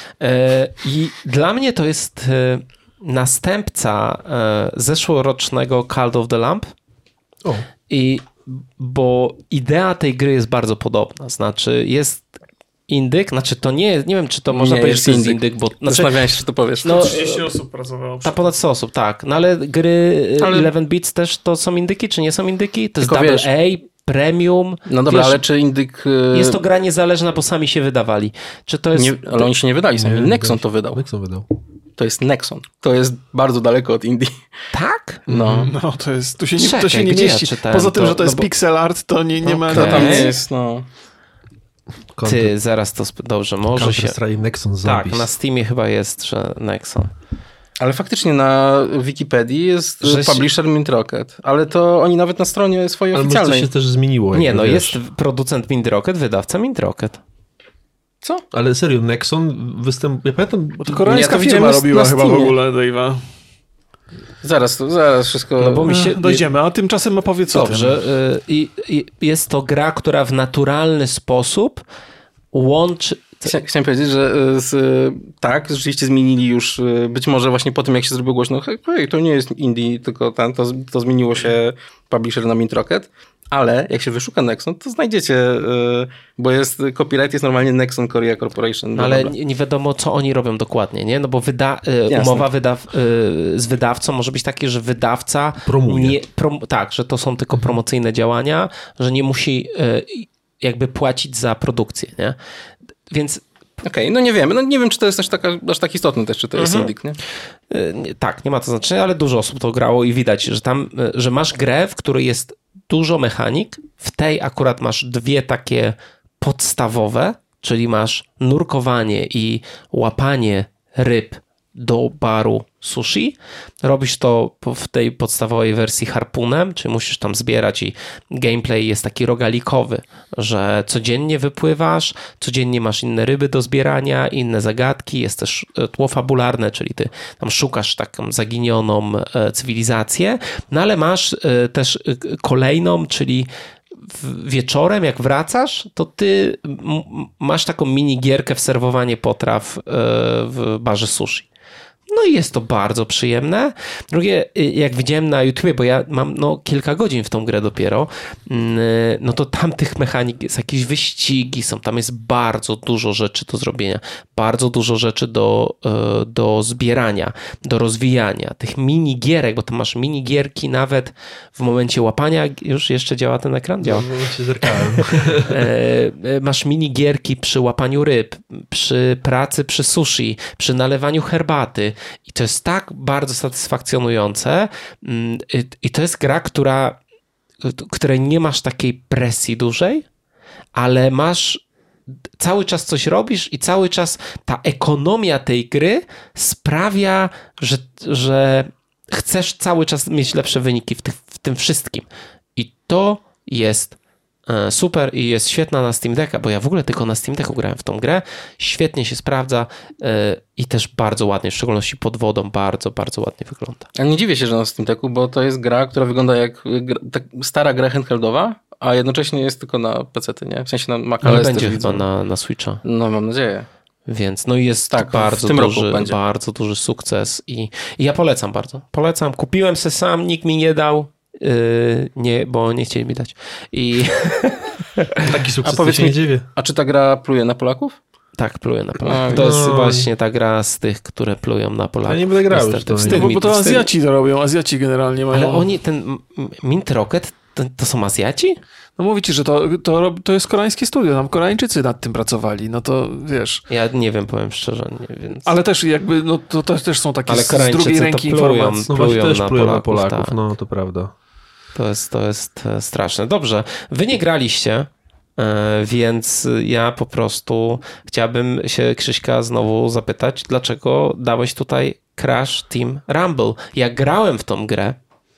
I dla mnie to jest następca zeszłorocznego Cult of the Lamp. O. Bo idea tej gry jest bardzo podobna. Znaczy jest indyk, znaczy to nie wiem, czy to można powiedzieć, że to jest indyk, bo... Zastanawiałem się, czy to powiesz. No, 30 osób pracowało. Ponad 100 osób, tak. No ale gry 11 Bits też to są indyki, czy nie są indyki? To jest AA, Premium. No dobra, ale czy indyk... Jest to gra niezależna, bo sami się wydawali. Czy to jest... ale oni się nie wydali sami. Nexon to wydał. Nexon wydał. To jest Nexon. To jest bardzo daleko od Indie. Tak? No. No to jest, to się nie mieści. Poza tym, że to jest pixel art, to nie ma... To tam nie jest, no... Ty, zaraz to... Dobrze, może się... Counter-Strike Nexon Zombies. Tak, na Steamie chyba jest, że Nexon. Ale faktycznie na Wikipedii jest publisher Mint Rocket, ale to oni nawet na stronie swojej oficjalnej... Ale to się też zmieniło. Nie, no wiesz. jest producent Mint Rocket, wydawca Mint Rocket. Co? Ale serio, Nexon ja pamiętam... Bo to koreańska to firma robiła na chyba w Steamie. ogóle Dave'a. Zaraz wszystko... No bo mi się... Dojdziemy, a tymczasem opowiedz o tym. Dobrze. Jest to gra, która w naturalny sposób łączy... Chciałem powiedzieć, że tak, rzeczywiście zmienili już, być może właśnie po tym, jak się zrobiło głośno, hej, to nie jest indie, tylko to zmieniło się publisher na Mint Rocket, ale jak się wyszuka Nexon, to znajdziecie, bo copyright jest normalnie Nexon Korea Corporation. Ale nie wiadomo, co oni robią dokładnie, nie? No bo umowa z wydawcą może być takie, że wydawca... Promuje. Tak, że to są tylko promocyjne działania, że nie musi jakby płacić za produkcję, nie? Więc... Okej, no nie wiemy. No nie wiem, czy to jest aż tak istotne też, czy to jest indyk, nie? Tak, nie ma to znaczenia, ale dużo osób to grało i widać, że masz grę, w której jest dużo mechanik. W tej akurat masz 2 takie podstawowe, czyli masz nurkowanie i łapanie ryb do baru sushi. Robisz to w tej podstawowej wersji harpunem, czyli musisz tam zbierać i gameplay jest taki rogalikowy, że codziennie wypływasz, codziennie masz inne ryby do zbierania, inne zagadki, jest też tło fabularne, czyli ty tam szukasz taką zaginioną cywilizację, no ale masz też kolejną, czyli wieczorem jak wracasz, to ty masz taką mini gierkę w serwowanie potraw w barze sushi. No i jest to bardzo przyjemne. Drugie, jak widziałem na YouTubie, bo ja mam kilka godzin w tą grę dopiero, no to tam tych mechanik jest, jakieś wyścigi są, tam jest bardzo dużo rzeczy do zrobienia, bardzo dużo rzeczy do zbierania, do rozwijania. Tych minigierek, bo tam masz minigierki nawet w momencie łapania, już jeszcze działa ten ekran? Działa. No, się zerkałem. Masz minigierki przy łapaniu ryb, przy pracy przy sushi, przy nalewaniu herbaty. I to jest tak bardzo satysfakcjonujące i to jest gra, której nie masz takiej presji dużej, ale cały czas coś robisz i cały czas ta ekonomia tej gry sprawia, że chcesz cały czas mieć lepsze wyniki w tym wszystkim. I to jest super i jest świetna na Steam Decka, bo ja w ogóle tylko na Steam Decku grałem w tą grę. Świetnie się sprawdza i też bardzo ładnie, w szczególności pod wodą, bardzo, bardzo ładnie wygląda. Ale nie dziwię się, że na Steam Decku, bo to jest gra, która wygląda jak stara gra handheldowa, a jednocześnie jest tylko na PC-ty, nie? W sensie na Mac OS. Ale będzie chyba na Switcha. No mam nadzieję. Więc no jest Tak, w bardzo tym roku będzie. bardzo duży sukces i ja polecam bardzo. Polecam. Kupiłem se sam, nikt mi nie dał. Nie, bo nie chcieli mi dać. I Taki sukces, A powiedz to się nie mi- dziwię. A czy ta gra pluje na Polaków? tak, pluję na Polaków. No, To jest no. właśnie ta gra z tych, które plują na Polaków. Ja nie będę grał już Niestety, to. wstyd Bo mi, to wstyd. Azjaci to robią, Azjaci generalnie mają... Ale oni, ten Mint Rocket, to są Azjaci? No mówi ci, że to jest koreańskie studio, tam Koreańczycy nad tym pracowali, no to wiesz... Ja nie wiem, powiem szczerze, nie, więc... Ale też jakby, no to też są takie Ale z Koreańczycy drugiej to ręki plują. informacje. No właśnie też plują na Polaków, Polaków, tak. no to prawda. To jest straszne. Dobrze, wy nie graliście, więc ja po prostu chciałbym się Krzyśka znowu zapytać, dlaczego dałeś tutaj Crash Team Rumble? Ja grałem w tą grę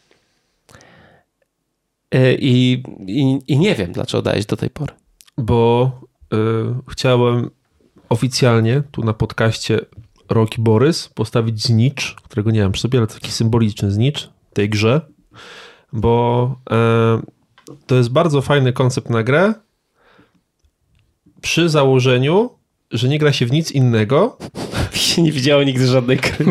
i nie wiem, dlaczego dałeś do tej pory. Bo chciałem oficjalnie tu na podcaście Rocky Borys postawić znicz, którego nie mam przy sobie, ale taki symboliczny znicz w tej grze, bo to jest bardzo fajny koncept na grę przy założeniu, że nie gra się w nic innego. Nie widziało nigdy żadnej gry.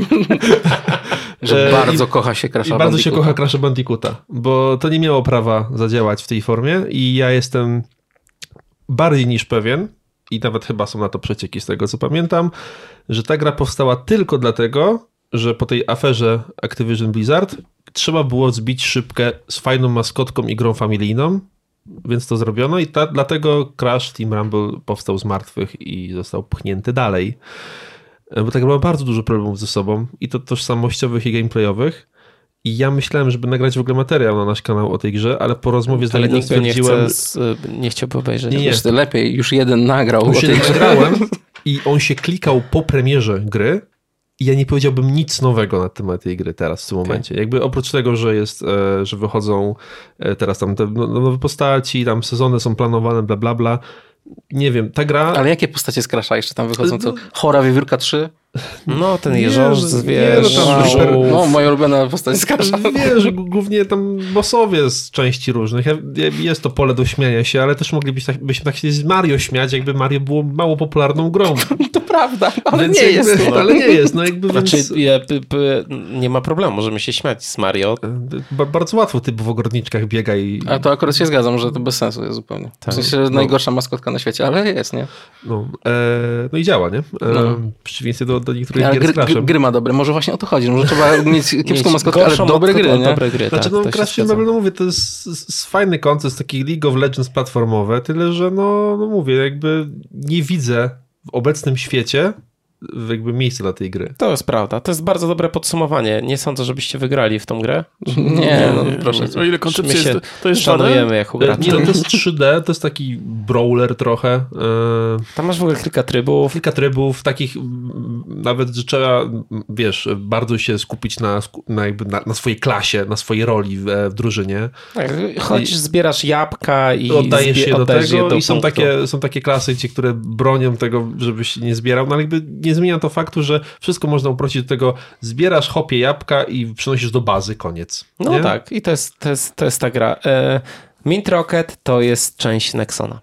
Że bardzo kocha się Crash'a I bardzo się Bandicoota. kocha Crash'a Bandicoota, bo to nie miało prawa zadziałać w tej formie i ja jestem bardziej niż pewien, i nawet chyba są na to przecieki z tego co pamiętam, że ta gra powstała tylko dlatego, że po tej aferze Activision Blizzard trzeba było zbić szybkę z fajną maskotką i grą familijną, więc to zrobiono i dlatego Crash Team Rumble powstał z martwych i został pchnięty dalej. Bo ta gra ma bardzo dużo problemów ze sobą i to tożsamościowych i gameplayowych. I ja myślałem, żeby nagrać w ogóle materiał na nasz kanał o tej grze, ale po rozmowie z Ale Dawidem nikt go stwierdziłem... nie chciałby obejrzeć. Nie, Wiesz, to lepiej, już jeden nagrał Już o się tej grze. nagrałem i on się klikał po premierze gry i ja nie powiedziałbym nic nowego na temat tej gry teraz w tym momencie. Jakby oprócz tego, że jest, że wychodzą teraz tam te nowe postaci, tam sezony są planowane, bla bla bla. Nie wiem, ta gra... Ale jakie postacie z Crash'a jeszcze tam wychodzą? Co? Chora Wiewiórka 3? No, ten Nie, jeżołz, nie, wiesz... no tam super- No, moja ulubiona postać z Crash'a. Wiesz, głównie tam bossowie z części różnych. Jest to pole do śmiania się, ale też moglibyśmy tak się z Mario śmiać, jakby Mario było mało popularną grą. To prawda, ale Więc nie jakby, jest. Ale nie jest, no jakby Znaczy, więc... nie ma problemu, możemy się śmiać z Mario. Bardzo łatwo typ w ogrodniczkach biega i... A to akurat się zgadzam, że to bez sensu jest zupełnie. W sensie najgorsza maskotka na świecie, ale jest, nie? No i działa, nie? W przeciwieństwie do niektórych Ale gier z Crashem. gry ma dobre, może właśnie o to chodzi. Może trzeba mieć kiepską maskotkę, ale gorszą dobre maskotkę, gry, nie? Dobre gry, Znaczy, tak, no to się Crash zgadzam. Team mówię, to jest fajny koncept, taki League of Legends platformowe, tyle, że no mówię, jakby nie widzę w obecnym świecie jakby miejsca dla tej gry. To jest prawda. To jest bardzo dobre podsumowanie. Nie sądzę, żebyście wygrali w tą grę. Nie, no proszę. O ile koncepcja My się jest... To jest szanujemy jako Nie, gracze. to jest 3D, to jest taki brawler trochę. Tam masz w ogóle kilka trybów. Kilka trybów, takich nawet, że trzeba, wiesz, bardzo się skupić na swojej klasie, na swojej roli w drużynie. Tak, chodzisz, zbierasz jabłka i Oddajesz je do oddajesz tego do i są punktu. takie klasy, które bronią tego, żebyś nie zbierał, no ale jakby nie zmienia to faktu, że wszystko można uprościć do tego, zbierasz hopie jabłka i przynosisz do bazy, koniec. No nie? tak, i to jest ta gra. Mint Rocket to jest część Nexona.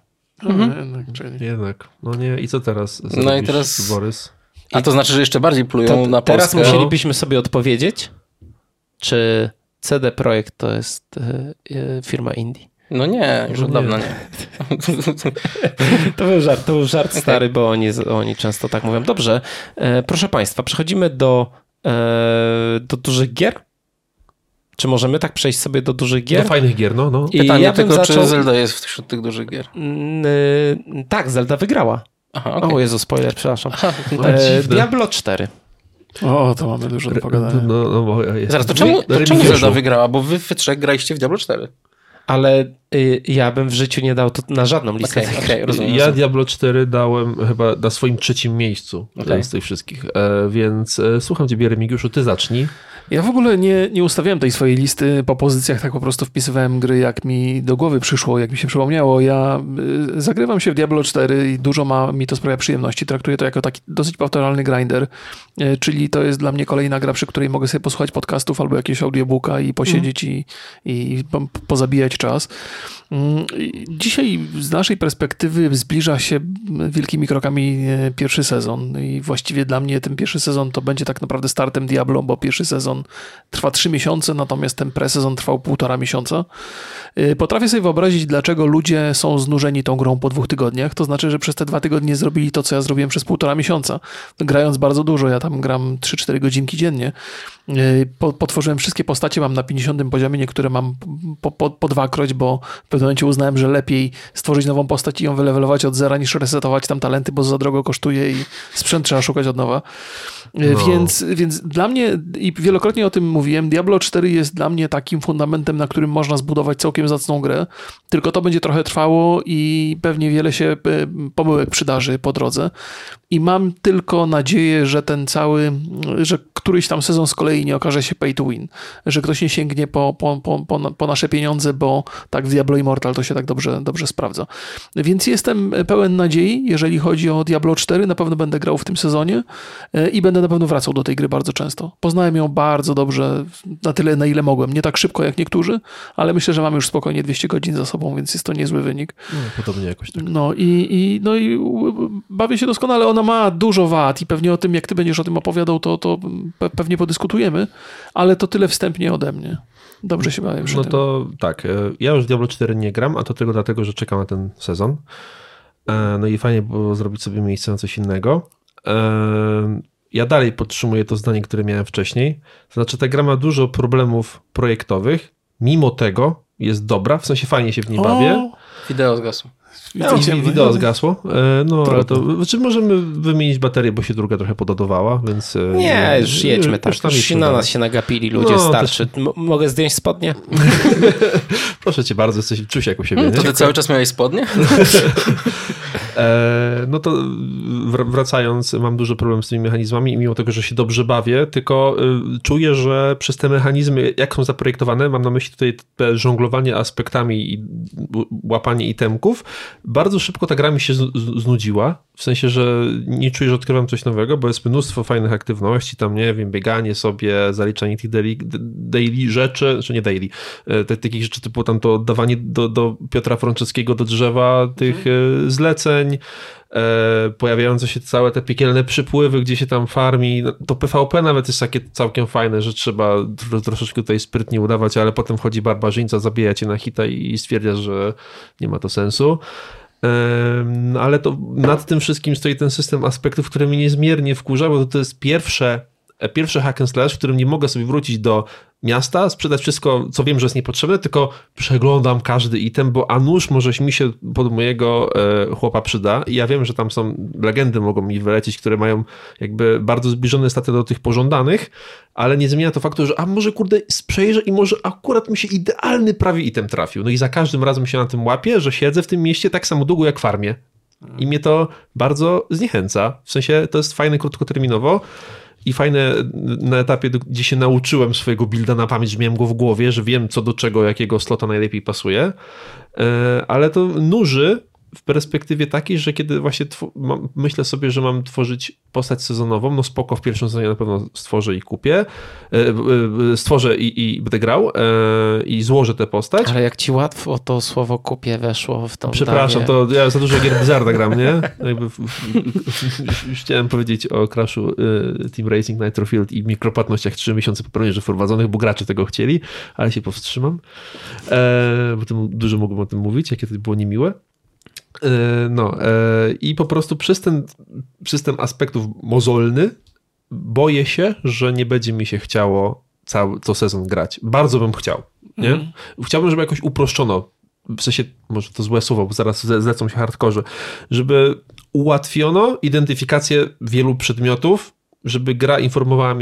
Jednak, no nie, i co teraz No i zrobisz, teraz- Borys? A to znaczy, że jeszcze bardziej plują na Teraz Polskę. musielibyśmy sobie odpowiedzieć, czy CD Projekt to jest firma indie. No nie, już No od nie. dawna nie. To był żart stary, bo oni często tak mówią. Dobrze, proszę Państwa, przechodzimy do dużych gier. Czy możemy tak przejść sobie do dużych gier? Do fajnych gier, no. I Pytanie ja bym tylko, zaczął... czy Zelda jest wśród tych dużych gier? Tak, Zelda wygrała. Aha, okej. O Jezu, spoiler, przepraszam. dziwne. Diablo 4. O, to mamy dużo do pogadania. No, bo jest. Zaraz, to czemu Remigiuszu. Zelda wygrała? Bo wy trzech graliście w Diablo 4. Ale ja bym w życiu nie dał to na żadną listę. Okej, rozumiem. Ja Diablo 4 dałem chyba na swoim trzecim miejscu Okej. z tych wszystkich, więc słucham ciebie, Remigiuszu, ty zacznij. Ja w ogóle nie ustawiałem tej swojej listy po pozycjach, tak po prostu wpisywałem gry, jak mi do głowy przyszło, jak mi się przypomniało. Ja zagrywam się w Diablo 4 i dużo mi to sprawia przyjemności. Traktuję to jako taki dosyć powtarzalny grinder, czyli to jest dla mnie kolejna gra, przy której mogę sobie posłuchać podcastów albo jakiegoś audiobooka i posiedzieć i pozabijać czas. Dzisiaj z naszej perspektywy zbliża się wielkimi krokami pierwszy sezon i właściwie dla mnie ten pierwszy sezon to będzie tak naprawdę startem Diablo, bo pierwszy sezon trwa 3 miesiące, natomiast ten presezon trwał 1,5 miesiąca. Potrafię sobie wyobrazić, dlaczego ludzie są znużeni tą grą po 2 tygodniach. To znaczy, że przez te 2 tygodnie zrobili to, co ja zrobiłem przez 1,5 miesiąca. Grając bardzo dużo, ja tam gram 3-4 godzinki dziennie. Potworzyłem wszystkie postacie, mam na 50 poziomie, niektóre mam po 2-kroć, bo w pewnym momencie uznałem, że lepiej stworzyć nową postać i ją wylewelować od zera, niż resetować tam talenty, bo za drogo kosztuje i sprzęt trzeba szukać od nowa. Więc dla mnie, i wielokrotnie o tym mówiłem, Diablo 4 jest dla mnie takim fundamentem, na którym można zbudować całkiem zacną grę, tylko to będzie trochę trwało i pewnie wiele się pomyłek przydarzy po drodze i mam tylko nadzieję, że że któryś tam sezon z kolei nie okaże się pay to win, że ktoś nie sięgnie po nasze pieniądze, bo tak w Diablo Immortal to się tak dobrze sprawdza. Więc jestem pełen nadziei, jeżeli chodzi o Diablo 4, na pewno będę grał w tym sezonie i będę na pewno wracał do tej gry bardzo często. Poznałem ją bardzo dobrze, na tyle, na ile mogłem. Nie tak szybko jak niektórzy, ale myślę, że mam już spokojnie 200 godzin za sobą, więc jest to niezły wynik. Podobnie jakoś tak. No i bawię się doskonale. Ona ma dużo wad i pewnie o tym, jak ty będziesz o tym opowiadał, to pewnie podyskutujemy, ale to tyle wstępnie ode mnie. Dobrze się bawię przy tym. To tak, ja już w Diablo 4 nie gram, a to tylko dlatego, że czekam na ten sezon. No i fajnie było zrobić sobie miejsce na coś innego. Ja dalej podtrzymuję to zdanie, które miałem wcześniej. To znaczy, ta gra ma dużo problemów projektowych, mimo tego jest dobra, w sensie fajnie się w niej bawię. Wideo zgasło. Wideo zgasło. No, ale to, czy możemy wymienić baterię, bo się druga trochę pododowała, więc... Nie, już jedźmy tak. Już na nas się nagapili ludzie starszy. Mogę zdjąć spodnie? Proszę cię bardzo, czuj się jak u siebie. To ty cały czas miałeś spodnie? No to wracając, mam duży problem z tymi mechanizmami i mimo tego, że się dobrze bawię, tylko czuję, że przez te mechanizmy, jak są zaprojektowane, mam na myśli tutaj te żonglowanie aspektami i łapanie itemków, bardzo szybko ta gra mi się znudziła, w sensie, że nie czuję, że odkrywam coś nowego, bo jest mnóstwo fajnych aktywności, tam nie wiem, bieganie sobie, zaliczanie tych daily rzeczy, czy nie daily, takich rzeczy typu tam to oddawanie do Piotra Franceskiego do drzewa tych zleceń, pojawiające się całe te piekielne przypływy, gdzie się tam farmi, to PvP nawet jest takie całkiem fajne, że trzeba troszeczkę tutaj sprytnie udawać, ale potem wchodzi barbarzyńca, zabija cię na hita i stwierdza, że nie ma to sensu. Ale to nad tym wszystkim stoi ten system aspektów, który mnie niezmiernie wkurza, bo to jest pierwsze hack and slash, w którym nie mogę sobie wrócić do miasta, sprzedać wszystko, co wiem, że jest niepotrzebne, tylko przeglądam każdy item, bo a nuż może mi się pod mojego chłopa przyda i ja wiem, że tam są legendy, mogą mi wylecieć, które mają jakby bardzo zbliżone staty do tych pożądanych, ale nie zmienia to faktu, że a może kurde przejrzę i może akurat mi się idealny prawie item trafił. No i za każdym razem się na tym łapię, że siedzę w tym mieście tak samo długo jak w farmie. I mnie to bardzo zniechęca. W sensie to jest fajne krótkoterminowo, i fajne na etapie, gdzie się nauczyłem swojego builda na pamięć, że miałem go w głowie, że wiem co do czego, jakiego slota najlepiej pasuje, ale to nuży w perspektywie takiej, że kiedy właśnie myślę sobie, że mam tworzyć postać sezonową, no spoko, w pierwszym sezonie na pewno stworzę i kupię, stworzę i będę grał i złożę tę postać. Ale jak ci łatwo to słowo kupię weszło w tą Przepraszam, to ja za dużo gier Blizzarda gram, nie? Jakby już chciałem powiedzieć o Crashu Team Racing Nitro Field i mikropłatnościach 3 miesiące popełnień wprowadzonych, bo gracze tego chcieli, ale się powstrzymam, bo tym dużo mogłem o tym mówić, jakie to było niemiłe. I po prostu przez ten system aspektów mozolny boję się, że nie będzie mi się chciało co sezon grać. Bardzo bym chciał, nie? Chciałbym, żeby jakoś uproszczono, w sensie, może to złe słowo, bo zaraz zlecą się hardkorze, żeby ułatwiono identyfikację wielu przedmiotów, żeby gra informowała mnie, że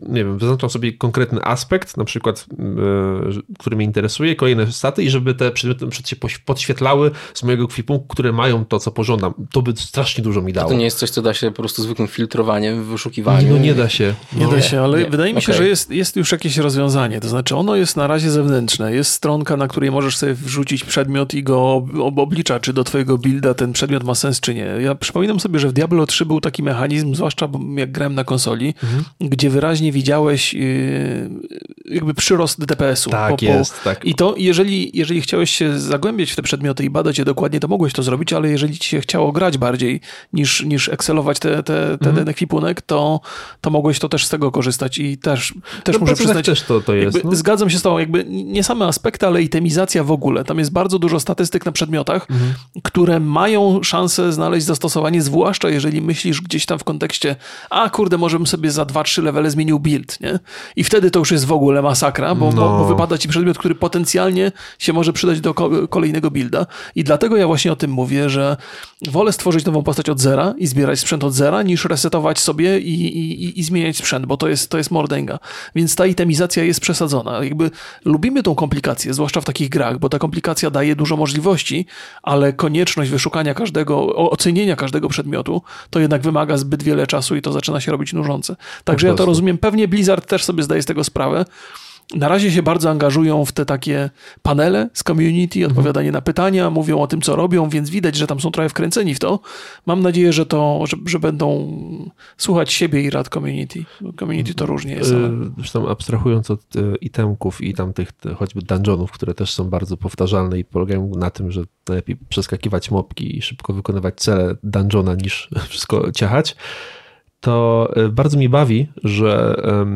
nie wiem, wyznaczam sobie konkretny aspekt, na przykład, który mnie interesuje, kolejne staty i żeby te przedmioty się podświetlały z mojego ekwipunku, które mają to, co pożądam. To by strasznie dużo mi dało. To nie jest coś, co da się po prostu zwykłym filtrowaniem, wyszukiwaniem? No nie da się. Nie da się, ale wydaje mi się, że jest już jakieś rozwiązanie. To znaczy ono jest na razie zewnętrzne. Jest stronka, na której możesz sobie wrzucić przedmiot i go oblicza, czy do twojego builda ten przedmiot ma sens, czy nie. Ja przypominam sobie, że w Diablo 3 był taki mechanizm, zwłaszcza jak grałem na konsoli, gdzie wyraźnie widziałeś jakby przyrost DPS-u. Tak, jest. Tak. I to, jeżeli chciałeś się zagłębiać w te przedmioty i badać je dokładnie, to mogłeś to zrobić, ale jeżeli ci się chciało grać bardziej niż excelować ten ekwipunek, to mogłeś to też z tego korzystać i też muszę przyznać, też to jest. Zgadzam się z tobą, jakby nie same aspekty, ale itemizacja w ogóle. Tam jest bardzo dużo statystyk na przedmiotach, które mają szansę znaleźć zastosowanie, zwłaszcza jeżeli myślisz gdzieś tam w kontekście, kurde, może bym sobie za 2-3 levele zmienił build, nie? I wtedy to już jest w ogóle masakra, bo wypada ci przedmiot, który potencjalnie się może przydać do kolejnego builda. I dlatego ja właśnie o tym mówię, że wolę stworzyć nową postać od zera i zbierać sprzęt od zera, niż resetować sobie i zmieniać sprzęt, bo to jest mordęga. Więc ta itemizacja jest przesadzona. Jakby lubimy tą komplikację, zwłaszcza w takich grach, bo ta komplikacja daje dużo możliwości, ale konieczność wyszukania ocenienia każdego przedmiotu, to jednak wymaga zbyt wiele czasu i to zaczyna się robić nużące. Także ja to rozumiem. Pewnie Blizzard też sobie zdaje z tego sprawę. Na razie się bardzo angażują w te takie panele z community, odpowiadanie na pytania, mówią o tym, co robią, więc widać, że tam są trochę wkręceni w to. Mam nadzieję, że będą słuchać siebie i rad community. Community to różnie jest. Zresztą abstrahując od itemków i tam tych choćby dungeonów, które też są bardzo powtarzalne i polegają na tym, że najlepiej przeskakiwać mopki i szybko wykonywać cele dungeona niż wszystko ciachać, to bardzo mi bawi, że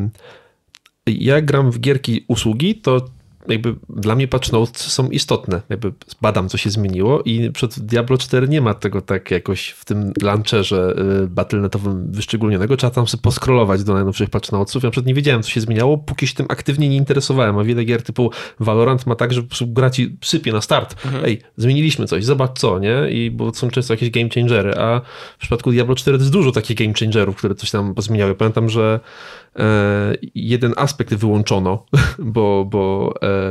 ja gram w gierki usługi, to jakby dla mnie patch notes są istotne. Jakby badam, co się zmieniło i przed Diablo 4 nie ma tego tak jakoś w tym launcherze battlenetowym wyszczególnionego. Trzeba tam sobie poscrollować do najnowszych patch notesów. Ja na przykład nie wiedziałem, co się zmieniało, póki się tym aktywnie nie interesowałem. A wiele gier typu Valorant ma tak, że gra ci sypie na start. Ej, zmieniliśmy coś, zobacz co, nie? Bo są często jakieś game changery, a w przypadku Diablo 4 to jest dużo takich game changerów, które coś tam pozmieniały. Pamiętam, że jeden aspekt wyłączono, bo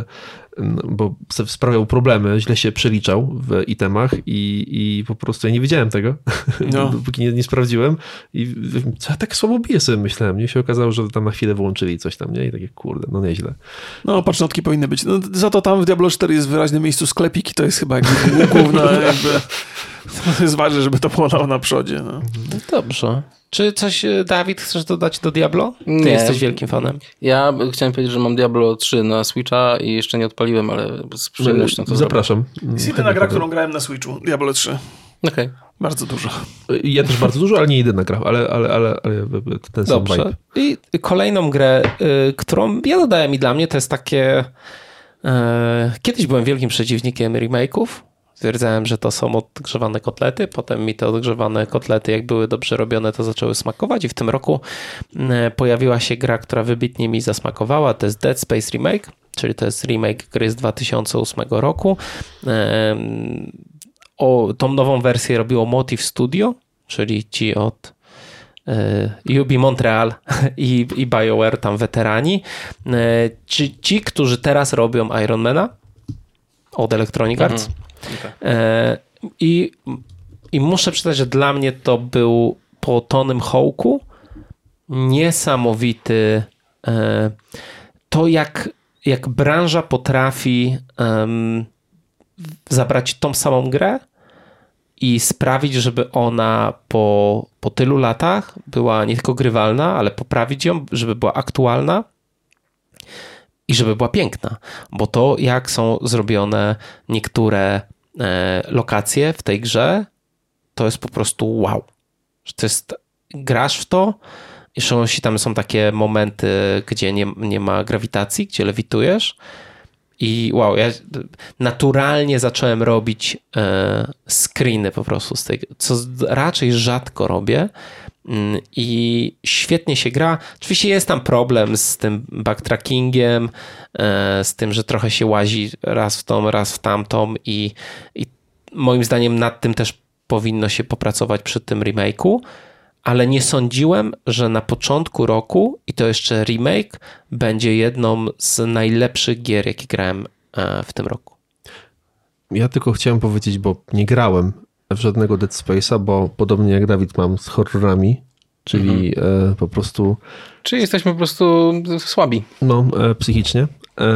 sprawiał problemy, źle się przeliczał w itemach i po prostu ja nie wiedziałem tego, dopóki nie sprawdziłem i co ja tak słabo biję sobie myślałem, nie? Się okazało, że tam na chwilę wyłączyli coś tam, nie? I takie kurde, no nieźle. No, patchnotki powinny być. No, za to tam w Diablo 4 jest w wyraźnym miejscu sklepik i to jest chyba główna jakby... To jest ważne, żeby to było na przodzie. No. Dobrze. Czy coś, Dawid, chcesz dodać do Diablo? Ty jesteś wielkim fanem. Ja chciałem powiedzieć, że mam Diablo 3 na Switcha i jeszcze nie odpaliłem, ale z przyjemnością to zapraszam. Jest jedyna gra, którą grałem na Switchu. Diablo 3. Okej. Bardzo dużo. Ja też bardzo dużo, ale nie jedyna gra, ale ten sam vibe. I kolejną grę, którą ja dodałem i dla mnie to jest takie... Kiedyś byłem wielkim przeciwnikiem remake'ów. Stwierdzałem, że to są odgrzewane kotlety, potem mi te odgrzewane kotlety, jak były dobrze robione, to zaczęły smakować i w tym roku pojawiła się gra, która wybitnie mi zasmakowała, to jest Dead Space Remake, czyli to jest remake gry z 2008 roku. Tą nową wersję robiło Motive Studio, czyli ci od Ubi Montreal i BioWare, tam weterani. Ci, którzy teraz robią Ironmana od Electronic Arts. I muszę przyznać, że dla mnie to był po Tonym Hawku niesamowity to, jak branża potrafi zabrać tą samą grę i sprawić, żeby ona po tylu latach była nie tylko grywalna, ale poprawić ją, żeby była aktualna i żeby była piękna. Bo to, jak są zrobione niektóre lokacje w tej grze, to jest po prostu wow. To jest, grasz w to i szczególnie tam są takie momenty, gdzie nie ma grawitacji, gdzie lewitujesz i wow, ja naturalnie zacząłem robić screeny po prostu z tej, co raczej rzadko robię i świetnie się gra. Oczywiście jest tam problem z tym backtrackingiem, z tym, że trochę się łazi raz w tą, raz w tamtą i moim zdaniem nad tym też powinno się popracować przy tym remake'u, ale nie sądziłem, że na początku roku, i to jeszcze remake, będzie jedną z najlepszych gier, jakie grałem w tym roku. Ja tylko chciałem powiedzieć, bo nie grałem w żadnego Dead Space'a, bo podobnie jak Dawid mam z horrorami, czyli po prostu... Czyli jesteśmy po prostu słabi. No, psychicznie.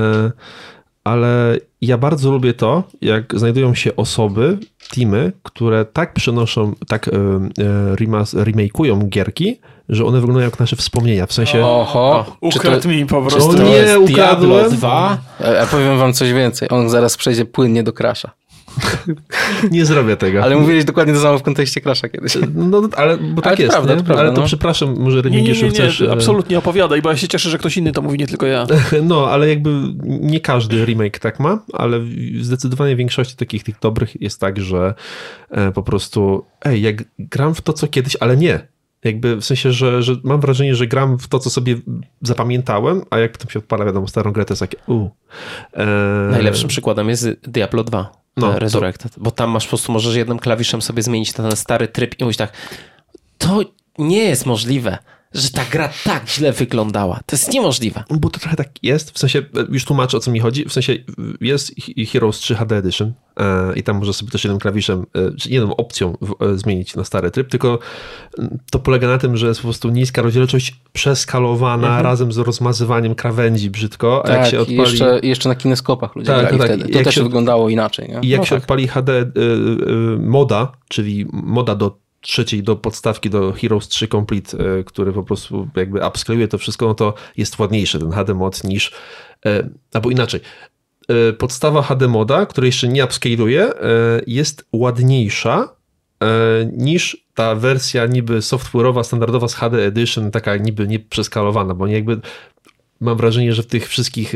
Ale ja bardzo lubię to, jak znajdują się osoby, teamy, które tak przenoszą, tak remake'ują gierki, że one wyglądają jak nasze wspomnienia. W sensie... Ukradł mi po prostu. To nie ukradłem. Diablo 2? Ja powiem wam coś więcej. On zaraz przejdzie płynnie do Crasha. Nie zrobię tego. Ale mówiłeś dokładnie to samo w kontekście Crasha kiedyś. No, ale bo tak to jest, prawda, nie? to prawda, Ale to no. przepraszam, może Remigiuszu chcesz... absolutnie opowiadaj, bo ja się cieszę, że ktoś inny to mówi, nie tylko ja. No, ale jakby nie każdy remake tak ma, ale w zdecydowanej większości takich tych dobrych jest tak, że po prostu jak gram w to, co kiedyś, ale nie. Jakby w sensie, że mam wrażenie, że gram w to, co sobie zapamiętałem, a jak potem się odpala, wiadomo, starą grę, to jest takie Najlepszym przykładem jest Diablo 2. Resurrected, bo tam masz po prostu, możesz jednym klawiszem sobie zmienić ten stary tryb i mówić tak, to nie jest możliwe, że ta gra tak źle wyglądała. To jest niemożliwe. Bo to trochę tak jest, w sensie, już tłumaczę, o co mi chodzi, w sensie jest Heroes 3 HD Edition i tam możesz sobie też jednym klawiszem, jedną opcją zmienić na stary tryb, tylko to polega na tym, że jest po prostu niska rozdzielczość przeskalowana razem z rozmazywaniem krawędzi brzydko, a tak, jak się odpali... jeszcze na kineskopach ludzie grali wtedy. To też wyglądało inaczej. Nie? I jak się odpali HD moda, czyli moda do trzeciej, do podstawki, do Heroes 3 Complete, który po prostu jakby upscaluje to wszystko, no to jest ładniejszy ten HD mod niż, albo inaczej, podstawa HD moda, która jeszcze nie upscaluje, jest ładniejsza niż ta wersja niby software'owa, standardowa z HD Edition, taka niby nie przeskalowana, bo nie jakby mam wrażenie, że w tych wszystkich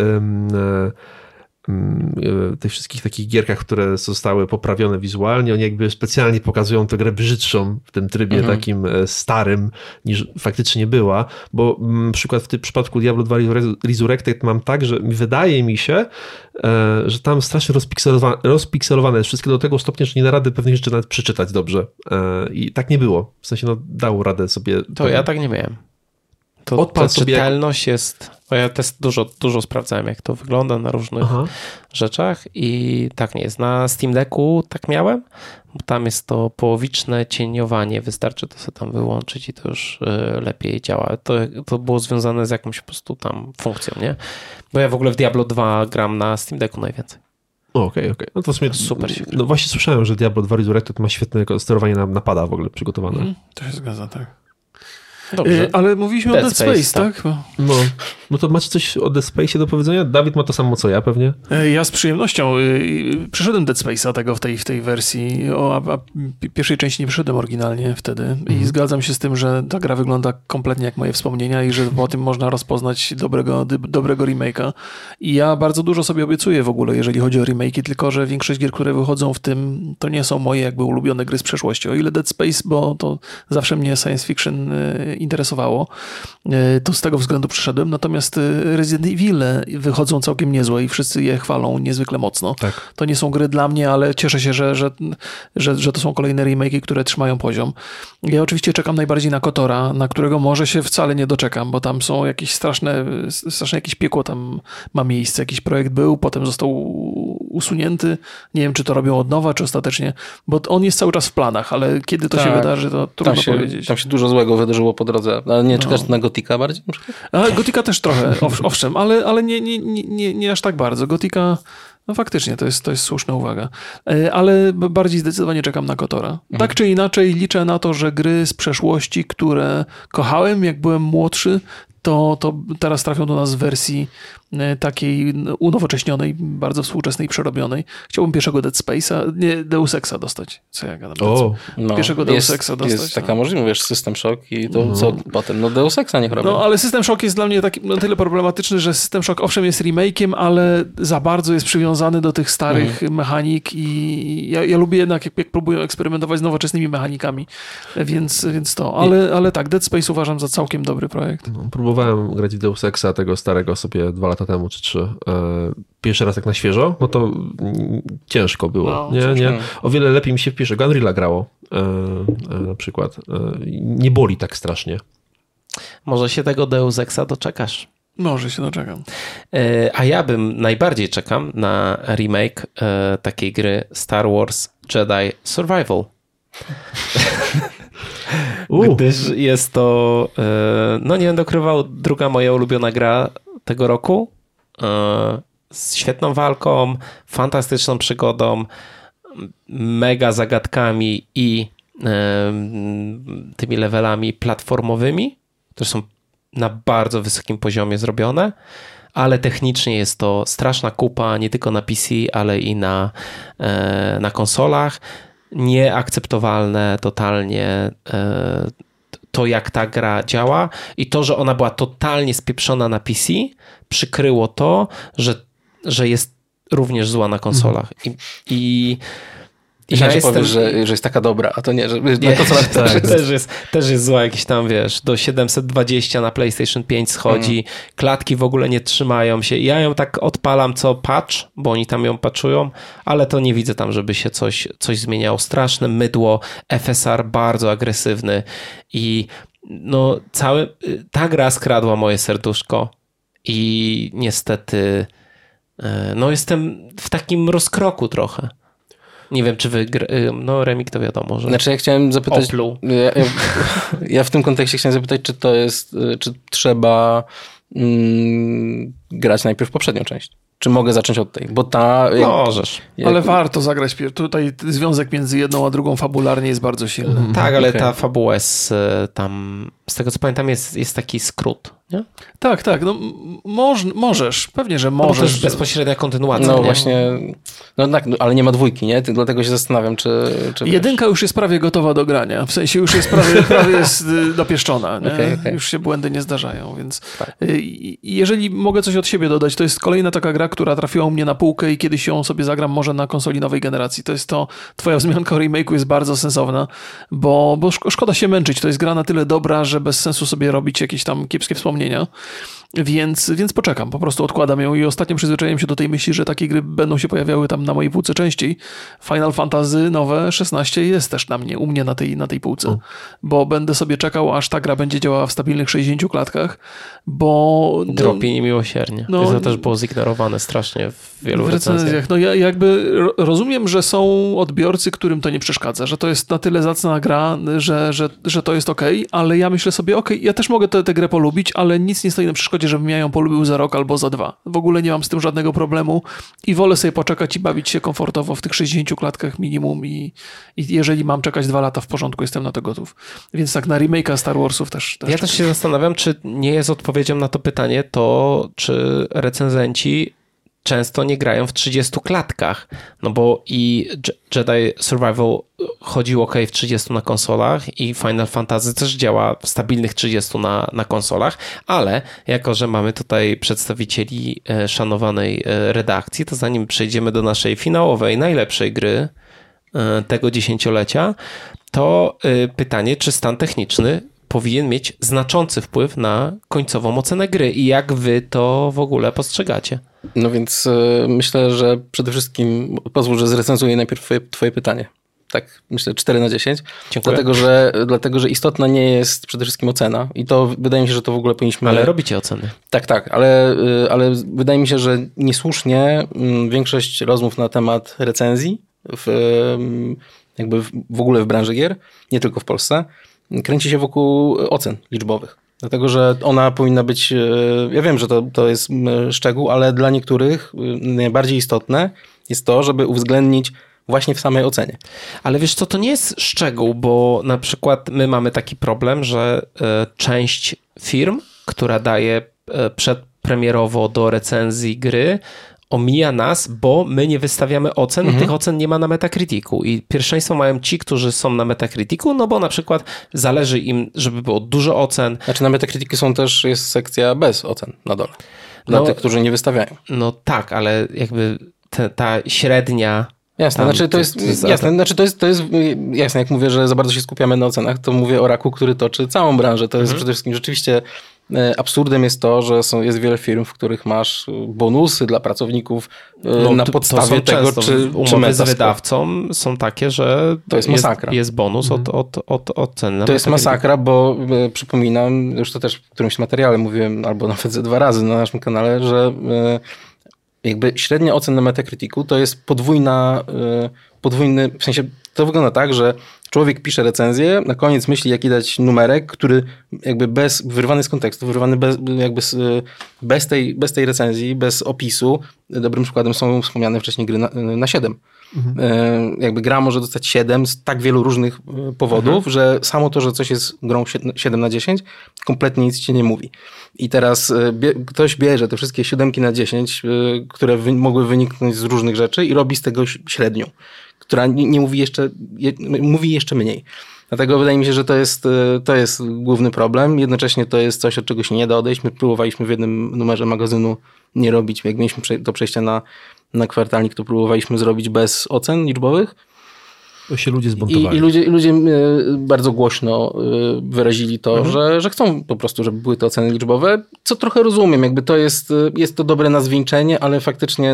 takich gierkach, które zostały poprawione wizualnie, oni jakby specjalnie pokazują tę grę brzydszą w tym trybie takim starym, niż faktycznie była, bo na przykład w tym przypadku Diablo 2 Resurrected mam tak, że wydaje mi się, że tam strasznie rozpikselowane jest wszystko do tego stopnia, że nie da rady pewnych rzeczy nawet przeczytać dobrze. I tak nie było. W sensie dało radę sobie... To ja tak nie miałem. Ta czytelność jest... Bo ja też dużo sprawdzałem, jak to wygląda na różnych rzeczach i tak nie jest. Na Steam Decku tak miałem, bo tam jest to połowiczne cieniowanie. Wystarczy to sobie tam wyłączyć i to już lepiej działa. To było związane z jakąś po prostu tam funkcją, nie? Bo ja w ogóle w Diablo 2 gram na Steam Decku najwięcej. Okej. No to w sumie super się gra. No właśnie słyszałem, że Diablo 2 Resurrected ma świetne sterowanie na pada w ogóle przygotowane. To się zgadza, tak. Dobrze. Ale mówiliśmy o Dead Space, tak? No to macie coś o Dead Space do powiedzenia? Dawid ma to samo co ja pewnie. Ja z przyjemnością przeszedłem Dead Space'a tego w tej wersji, a pierwszej części nie przeszedłem oryginalnie wtedy i zgadzam się z tym, że ta gra wygląda kompletnie jak moje wspomnienia i że po tym można rozpoznać dobrego remake'a. I ja bardzo dużo sobie obiecuję w ogóle, jeżeli chodzi o remake'i, tylko że większość gier, które wychodzą w tym, to nie są moje jakby ulubione gry z przeszłości. O ile Dead Space, bo to zawsze mnie science fiction interesowało, to z tego względu przeszedłem, natomiast Resident Evil wychodzą całkiem niezłe i wszyscy je chwalą niezwykle mocno. Tak. To nie są gry dla mnie, ale cieszę się, że to są kolejne remake'i, które trzymają poziom. Ja oczywiście czekam najbardziej na KOTORa, na którego może się wcale nie doczekam, bo tam są jakieś straszne jakieś piekło tam ma miejsce. Jakiś projekt był, potem został usunięty. Nie wiem, czy to robią od nowa, czy ostatecznie, bo on jest cały czas w planach, ale kiedy to się wydarzy, to trudno powiedzieć. Tam się dużo złego wydarzyło po drodze. Ale nie czekasz na Gotika bardziej? A Gotika też trochę, owszem, ale nie aż tak bardzo. Gotika, no faktycznie, to jest słuszna uwaga. Ale bardziej zdecydowanie czekam na KOTORa. Tak czy inaczej liczę na to, że gry z przeszłości, które kochałem, jak byłem młodszy, to teraz trafią do nas w wersji takiej unowocześnionej, bardzo współczesnej, przerobionej. Chciałbym pierwszego Dead Space'a, nie, Deus Exa dostać. Co ja gadam? Pierwszego Deus Exa dostać. Jest taka możliwość, wiesz, System Shock i to co potem? No Deus Exa niech robią. No ale System Shock jest dla mnie taki na tyle problematyczny, że System Shock owszem jest remake'iem, ale za bardzo jest przywiązany do tych starych mechanik i ja lubię jednak, jak próbują eksperymentować z nowoczesnymi mechanikami, więc to. Ale tak, Dead Space uważam za całkiem dobry projekt. No, próbowałem grać w Deus Exa, tego starego sobie 2 lata temu czy 3. Pierwszy raz tak na świeżo, no to ciężko było. No, nie. O wiele lepiej mi się w pierwszego Unreal'a grało. na przykład nie boli tak strasznie. Może się tego Deus Exa doczekasz. Może się doczekam. A ja najbardziej czekam na remake takiej gry Star Wars Jedi Survival. Gdyż jest to, no nie będę ukrywał, druga moja ulubiona gra tego roku. Z świetną walką, fantastyczną przygodą, mega zagadkami i tymi levelami platformowymi, które są na bardzo wysokim poziomie zrobione, ale technicznie jest to straszna kupa, nie tylko na PC, ale i na konsolach. Nieakceptowalne totalnie to, jak ta gra działa i to, że ona była totalnie spieprzona na PC, przykryło to, że jest również zła na konsolach. I Myślałem, że powiesz, że jest taka dobra, a to nie, że na konsolach też jest zła, jakieś tam, wiesz, do 720 na PlayStation 5 schodzi, klatki w ogóle nie trzymają się. Ja ją tak odpalam co patch, bo oni tam ją patchują, ale to nie widzę tam, żeby się coś zmieniało. Straszne mydło, FSR bardzo agresywny i no ta gra skradła moje serduszko i niestety no jestem w takim rozkroku trochę. Nie wiem, czy no Remik to wiadomo, że... Znaczy ja chciałem zapytać... Ja w tym kontekście chciałem zapytać, czy to jest... Czy trzeba grać najpierw poprzednią część? Czy mogę zacząć od tej? Bo ta... Możesz. Ale warto zagrać. Tutaj związek między jedną a drugą fabularnie jest bardzo silny. Tak, ale ta fabuła jest tam... Z tego co pamiętam jest taki skrót, nie? Tak. No, możesz. Pewnie, że możesz. No, to jest bezpośrednia kontynuacja. No nie? właśnie. No tak, ale nie ma dwójki, nie? Dlatego się zastanawiam, czy jedynka już jest prawie gotowa do grania. W sensie już jest prawie jest dopieszczona. Nie? Okay. Już się błędy nie zdarzają, więc jeżeli mogę coś od siebie dodać, to jest kolejna taka gra, która trafiła u mnie na półkę i kiedyś ją sobie zagram może na konsoli nowej generacji. To jest to, twoja wzmianka o remake'u jest bardzo sensowna, bo szkoda się męczyć. To jest gra na tyle dobra, że bez sensu sobie robić jakieś tam kiepskie wspomnienia. Więc poczekam, po prostu odkładam ją i ostatnio przyzwyczaiłem się do tej myśli, że takie gry będą się pojawiały tam na mojej półce częściej. Final Fantasy nowe 16 jest też u mnie na tej półce, bo będę sobie czekał, aż ta gra będzie działała w stabilnych 60 klatkach, bo... Dropi niemiłosiernie. To też było zignorowane strasznie w wielu recenzjach. No ja jakby rozumiem, że są odbiorcy, którym to nie przeszkadza, że to jest na tyle zacna gra, że to jest okej, ale ja myślę sobie, ja też mogę tę grę polubić, ale nic nie stoi na przeszkodzie, żebym ja ją polubił za rok albo za 2. W ogóle nie mam z tym żadnego problemu i wolę sobie poczekać i bawić się komfortowo w tych 60 klatkach minimum i jeżeli mam czekać 2 lata w porządku, jestem na to gotów. Więc tak na remake'a Star Warsów też ja też się zastanawiam, czy nie jest odpowiedzią na to pytanie to, czy recenzenci często nie grają w 30 klatkach, no bo i Jedi Survival chodził ok w 30 na konsolach i Final Fantasy też działa w stabilnych 30 na konsolach, ale jako, że mamy tutaj przedstawicieli szanowanej redakcji, to zanim przejdziemy do naszej finałowej, najlepszej gry tego dziesięciolecia, to pytanie, czy stan techniczny powinien mieć znaczący wpływ na końcową ocenę gry i jak wy to w ogóle postrzegacie? No więc myślę, że przede wszystkim pozwól, że zrecenzuję najpierw twoje pytanie. Tak, myślę 4/10. Dziękuję. Dlatego, że istotna nie jest przede wszystkim ocena i to wydaje mi się, że to w ogóle powinniśmy... Ale robicie oceny. Tak, ale wydaje mi się, że niesłusznie większość rozmów na temat recenzji w ogóle w branży gier, nie tylko w Polsce, kręci się wokół ocen liczbowych. Dlatego, że ona powinna być, ja wiem, że to jest szczegół, ale dla niektórych najbardziej istotne jest to, żeby uwzględnić właśnie w samej ocenie. Ale wiesz co, to nie jest szczegół, bo na przykład my mamy taki problem, że część firm, która daje przedpremierowo do recenzji gry, omija nas, bo my nie wystawiamy ocen i tych ocen nie ma na Metacriticu. I pierwszeństwo mają ci, którzy są na Metacriticu, no bo na przykład zależy im, żeby było dużo ocen. Znaczy na Metacriticu jest sekcja bez ocen na dole. Dla tych, którzy nie wystawiają. No tak, ale jakby ta średnia... Jasne, to jest jasne, jak mówię, że za bardzo się skupiamy na ocenach, to mówię o raku, który toczy całą branżę. To jest przede wszystkim rzeczywiście Absurdem jest to, że jest wiele firm, w których masz bonusy dla pracowników na podstawie tego, czy umowy z wydawcą są takie, że to jest masakra. Jest bonus od ceny. To jest masakra, bo przypominam, już to też w którymś materiale mówiłem, albo nawet ze 2 razy na naszym kanale, że jakby średnia ocena na Metacriticu to jest podwójny, w sensie to wygląda tak, że człowiek pisze recenzję, na koniec myśli, jaki dać numerek, który jakby wyrwany z kontekstu, wyrwany bez tej recenzji, bez opisu. Dobrym przykładem są wspomniane wcześniej gry na 7. Jakby gra może dostać 7 z tak wielu różnych powodów, że samo to, że coś jest grą 7 na 10, kompletnie nic ci nie mówi. I teraz ktoś bierze te wszystkie 7 na 10, które mogły wyniknąć z różnych rzeczy i robi z tego średnią, która nie mówi mówi jeszcze mniej. Dlatego wydaje mi się, że to jest główny problem. Jednocześnie to jest coś, od czego się nie da odejść. My próbowaliśmy w jednym numerze magazynu nie robić, jak mieliśmy do przejścia na kwartalnik, to próbowaliśmy zrobić bez ocen liczbowych. To się ludzie zbuntowali. I ludzie bardzo głośno wyrazili to, że chcą po prostu, żeby były te oceny liczbowe, co trochę rozumiem. Jakby to jest to dobre na zwieńczenie, ale faktycznie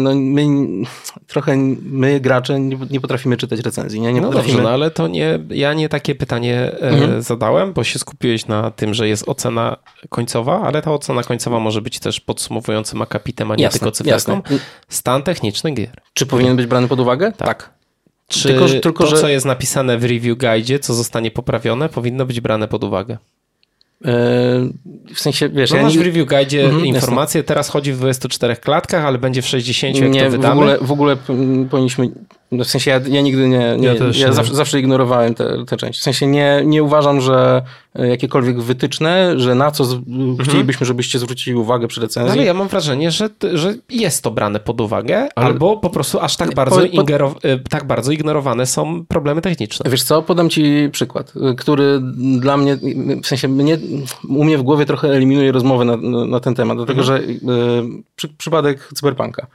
my gracze nie potrafimy czytać recenzji. Nie potrafimy. Dobrze, ale to ja nie takie pytanie zadałem, bo się skupiłeś na tym, że jest ocena końcowa, ale ta ocena końcowa może być też podsumowującym akapitem, a nie tylko cyferką. Stan techniczny gier. Czy powinien być brany pod uwagę? Tak. Czy to, co jest napisane w review guide, co zostanie poprawione, powinno być brane pod uwagę? W sensie, wiesz... masz w review guide informacje, teraz chodzi w 24 klatkach, ale będzie w 60, jak to wydamy? W ogóle powinniśmy... W sensie ja nigdy ja zawsze ignorowałem tę część. W sensie nie uważam, że jakiekolwiek wytyczne, że na co chcielibyśmy, żebyście zwrócili uwagę przy recenzji. Ale ja mam wrażenie, że jest to brane pod uwagę, albo po prostu aż tak bardzo ignorowane są problemy techniczne. Wiesz co, podam ci przykład, który dla mnie, w sensie u mnie w głowie trochę eliminuje rozmowę na ten temat, dlatego że przypadek Cyberpunka.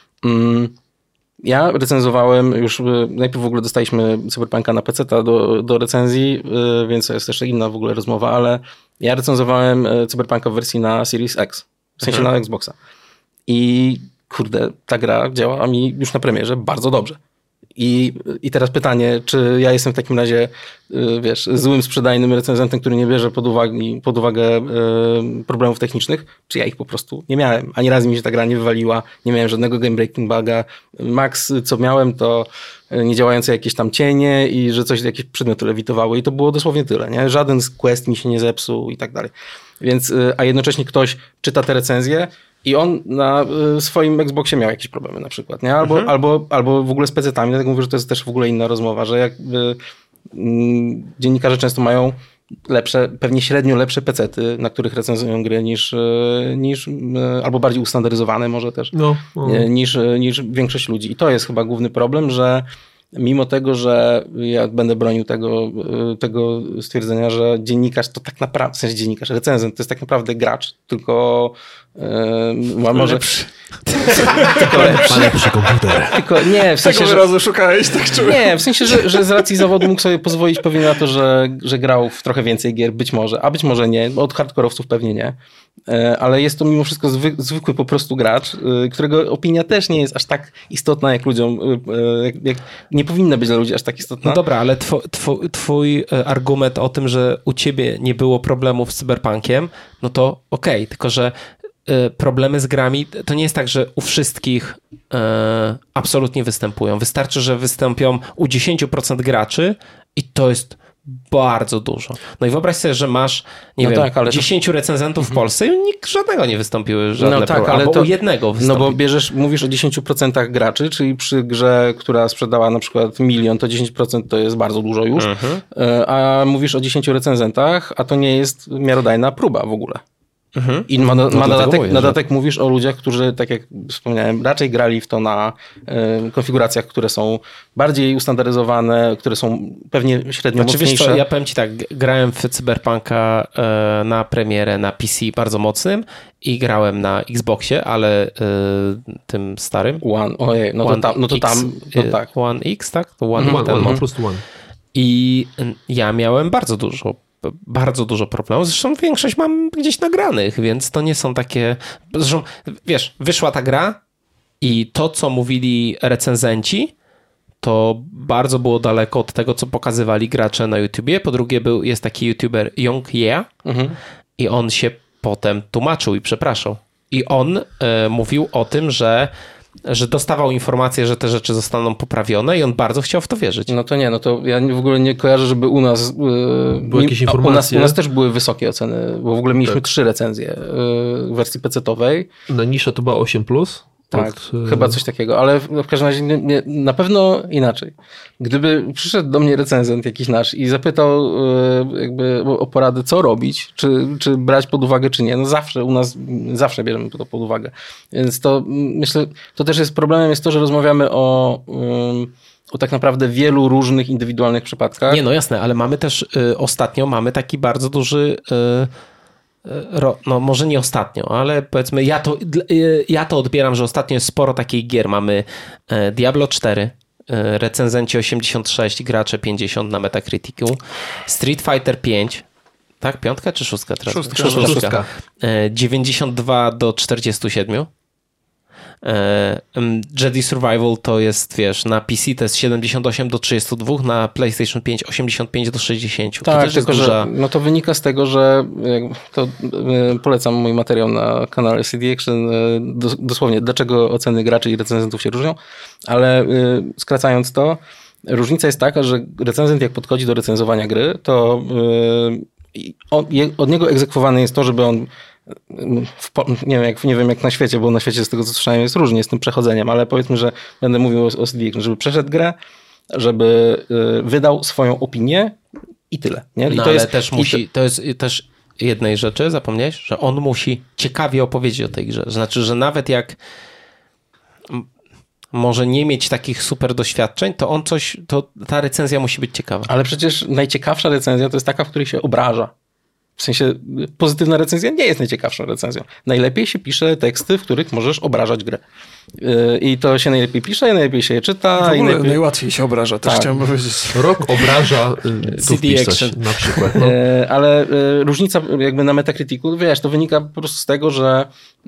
Ja recenzowałem już, najpierw w ogóle dostaliśmy Cyberpunka na PC-ta do recenzji, więc to jest jeszcze inna w ogóle rozmowa, ale ja recenzowałem Cyberpunka w wersji na Series X, w sensie na Xboxa. I kurde, ta gra działa mi już na premierze bardzo dobrze. I teraz pytanie, czy ja jestem w takim razie, wiesz, złym sprzedajnym recenzentem, który nie bierze pod uwagę problemów technicznych, czy ja ich po prostu nie miałem. Ani razu mi się ta gra nie wywaliła, nie miałem żadnego game breaking buga. Max, co miałem, to niedziałające jakieś tam cienie i że jakieś przedmioty lewitowały i to było dosłownie tyle, nie? Żaden z quest mi się nie zepsuł i tak dalej. Więc, a jednocześnie ktoś czyta te recenzje i on na swoim Xboxie miał jakieś problemy na przykład, nie? Albo w ogóle z PC-tami, dlatego mówię, że to jest też w ogóle inna rozmowa, że jakby dziennikarze często mają pewnie średnio lepsze PC-ty, na których recenzują gry niż albo bardziej ustandaryzowane może też, niż większość ludzi. I to jest chyba główny problem, że mimo tego, że ja będę bronił tego stwierdzenia, że dziennikarz to tak naprawdę, w sensie dziennikarz, recenzent to jest tak naprawdę gracz, tylko może... Tylko lepszy komputer. Tylko nie, w sensie, tego wyrazu szukałeś, tak czułem. Nie, w sensie, że z racji zawodu mógł sobie pozwolić pewnie na to, że grał w trochę więcej gier, być może, a być może nie, bo od hardkorowców pewnie nie. Ale jest to mimo wszystko zwykły po prostu gracz, którego opinia też nie jest aż tak istotna jak ludziom, jak nie powinna być dla ludzi aż tak istotna. No dobra, ale twój argument o tym, że u ciebie nie było problemów z Cyberpunkiem, no to okej, tylko że problemy z grami to nie jest tak, że u wszystkich absolutnie występują. Wystarczy, że wystąpią u 10% graczy i to jest bardzo dużo. No i wyobraź sobie, że masz, nie wiem, tak, 10 recenzentów w Polsce i nikt żadnego nie wystąpiły, żadne albo u jednego wystąpi. No bo mówisz o 10% graczy, czyli przy grze, która sprzedała na przykład 1 000 000, to 10% to jest bardzo dużo już, a mówisz o 10 recenzentach, a to nie jest miarodajna próba w ogóle. I na dodatek mówisz o ludziach, którzy, tak jak wspomniałem, raczej grali w to na konfiguracjach, które są bardziej ustandaryzowane, które są pewnie średnio mocniejsze. Wiesz co, ja powiem ci tak, grałem w Cyberpunka na premierę na PC bardzo mocnym i grałem na Xboxie, ale tym starym. Tak. One X, tak? To One plus One. I ja miałem bardzo dużo bardzo dużo problemów. Zresztą większość mam gdzieś nagranych, więc to nie są takie... Zresztą, wiesz, wyszła ta gra i to, co mówili recenzenci, to bardzo było daleko od tego, co pokazywali gracze na YouTubie. Po drugie, jest taki YouTuber Young Yeah i on się potem tłumaczył i przepraszał. I on mówił o tym, że dostawał informację, że te rzeczy zostaną poprawione i on bardzo chciał w to wierzyć. No to ja w ogóle nie kojarzę, żeby u nas były jakieś informacje. U nas też były wysokie oceny, bo w ogóle mieliśmy 3 recenzje w wersji PC-owej. Na niszę to była 8+. Tak, chyba coś takiego, ale w każdym razie na pewno inaczej. Gdyby przyszedł do mnie recenzent jakiś nasz i zapytał jakby o poradę, co robić, czy brać pod uwagę, czy nie, no zawsze u nas, zawsze bierzemy to pod uwagę. Więc to myślę, to też jest problemem, jest to, że rozmawiamy o tak naprawdę wielu różnych indywidualnych przypadkach. Nie, no jasne, ale mamy też ostatnio taki bardzo duży... No może nie ostatnio, ale powiedzmy ja to odbieram, że ostatnio jest sporo takich gier. Mamy Diablo 4, recenzenci 86, gracze 50 na Metacriticu, Street Fighter 5, tak? 5 czy 6 teraz? 6. 92 do 47. Jedi Survival to jest, wiesz, na PC to jest 78 do 32, na PlayStation 5 85 do 60. Tak, to też tylko jest duża... że no to wynika z tego, że to polecam mój materiał na kanale CD Action, dosłownie dlaczego oceny graczy i recenzentów się różnią, ale skracając to, różnica jest taka, że recenzent jak podchodzi do recenzowania gry, to od niego egzekwowany jest to, żeby on nie wiem jak na świecie, bo na świecie z tego co słyszałem jest różnie z tym przechodzeniem, ale powiedzmy, że będę mówił o CD Action, żeby przeszedł grę, żeby wydał swoją opinię i tyle. Nie? I no, to ale jest, to jest też jednej rzeczy, zapomniałeś, że on musi ciekawie opowiedzieć o tej grze. Znaczy, że nawet jak może nie mieć takich super doświadczeń, to ta recenzja musi być ciekawa. Ale przecież najciekawsza recenzja to jest taka, w której się obraża. W sensie pozytywna recenzja nie jest najciekawszą recenzją. Najlepiej się pisze teksty, w których możesz obrażać grę. I to się najlepiej pisze, najlepiej się je czyta. W ogóle najłatwiej się obraża, też chciałem powiedzieć. Rok obraża CD Action na przykład. No. Ale różnica jakby na Metacriticu, wiesz, to wynika po prostu z tego, że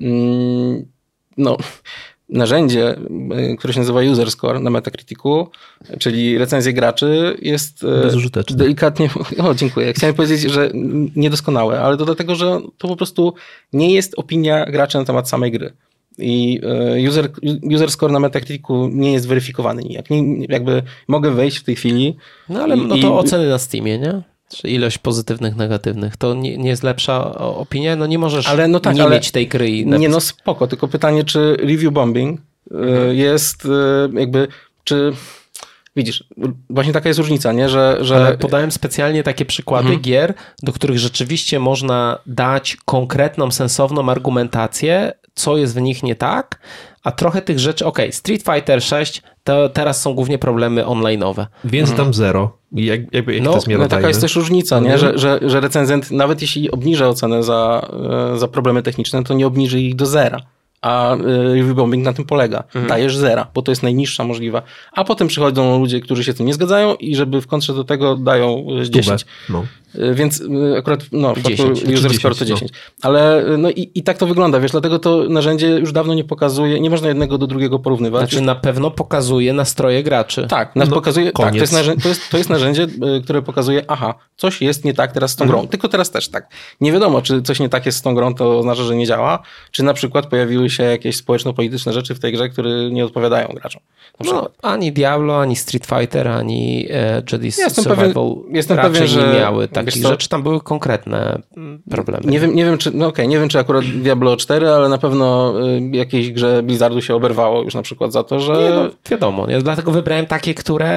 narzędzie, które się nazywa User Score na Metacriticu, czyli recenzje graczy, jest bezużyteczne. Delikatnie... O, dziękuję. Chciałem powiedzieć, że niedoskonałe, ale to dlatego, że to po prostu nie jest opinia graczy na temat samej gry. I user score na Metacriticu nie jest weryfikowany nijak. Jakby mogę wejść w tej chwili... No ale to oceny na Steamie, nie? Czy ilość pozytywnych, negatywnych. To nie jest lepsza opinia? No nie możesz mieć tej gry i napisać. Nie, no spoko, tylko pytanie, czy review bombing jest jakby, czy... Widzisz, właśnie taka jest różnica, nie? Że... Ale podałem specjalnie takie przykłady gier, do których rzeczywiście można dać konkretną, sensowną argumentację, co jest w nich nie tak, a trochę tych rzeczy, Street Fighter 6, to teraz są głównie problemy online'owe. Więc dam 0. Jak to jest miarodajne? Taka jest też różnica, nie? Że recenzent, nawet jeśli obniża ocenę za problemy techniczne, to nie obniży ich do 0. A review bombing na tym polega. Dajesz 0, bo to jest najniższa możliwa. A potem przychodzą ludzie, którzy się z tym nie zgadzają i żeby w kontrze do tego dają 10. No. Więc akurat w 10, user score to 10. Ale i tak to wygląda, wiesz, dlatego to narzędzie już dawno nie pokazuje, nie można jednego do drugiego porównywać. Znaczy na pewno pokazuje nastroje graczy. Tak, pokazuje, to jest narzędzie, które pokazuje, coś jest nie tak teraz z tą grą. Tylko teraz też tak. Nie wiadomo, czy coś nie tak jest z tą grą, to oznacza, że nie działa, czy na przykład pojawiły się jakieś społeczno-polityczne rzeczy w tej grze, które nie odpowiadają graczom. Ani Diablo, ani Street Fighter, ani Jedi Survival jestem pewien, że nie miały takich rzeczy. Tam były konkretne problemy. Nie wiem, czy akurat Diablo 4, ale na pewno jakiejś grze Blizzardu się oberwało już na przykład za to, że... Nie, wiadomo, nie? Dlatego wybrałem takie,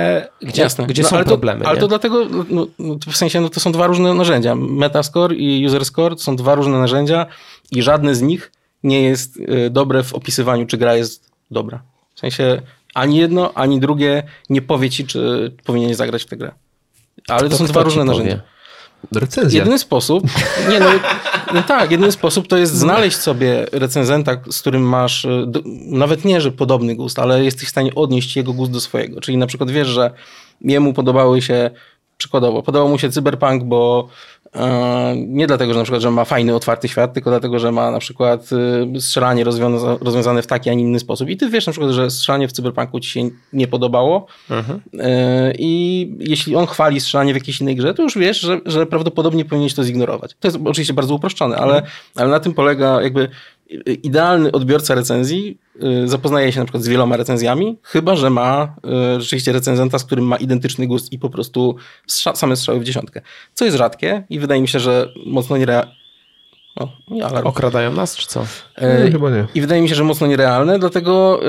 gdzie są problemy. Ale to dlatego, w sensie, to są dwa różne narzędzia. Metascore i User Score to są dwa różne narzędzia i żadne z nich nie jest dobre w opisywaniu, czy gra jest dobra. W sensie ani jedno, ani drugie nie powie ci, czy powinieneś zagrać w tę grę. Ale to są dwa różne narzędzia. Recenzja. Jedyny sposób, jedyny sposób to jest znaleźć sobie recenzenta, z którym masz nawet nie, że podobny gust, ale jesteś w stanie odnieść jego gust do swojego. Czyli na przykład wiesz, że jemu podobał mu się Cyberpunk, bo Nie dlatego, że na przykład, że ma fajny, otwarty świat, tylko dlatego, że ma na przykład strzelanie rozwiązane w taki, a nie inny sposób. I ty wiesz na przykład, że strzelanie w Cyberpunku ci się nie podobało i jeśli on chwali strzelanie w jakiejś innej grze, to już wiesz, że prawdopodobnie powinieneś to zignorować. To jest oczywiście bardzo uproszczone, ale na tym polega jakby idealny odbiorca recenzji zapoznaje się na przykład z wieloma recenzjami, chyba że ma rzeczywiście recenzenta, z którym ma identyczny gust i po prostu same strzały w dziesiątkę. Co jest rzadkie i wydaje mi się, że mocno Okradają nas, czy co? Chyba nie. I wydaje mi się, że mocno nierealne, dlatego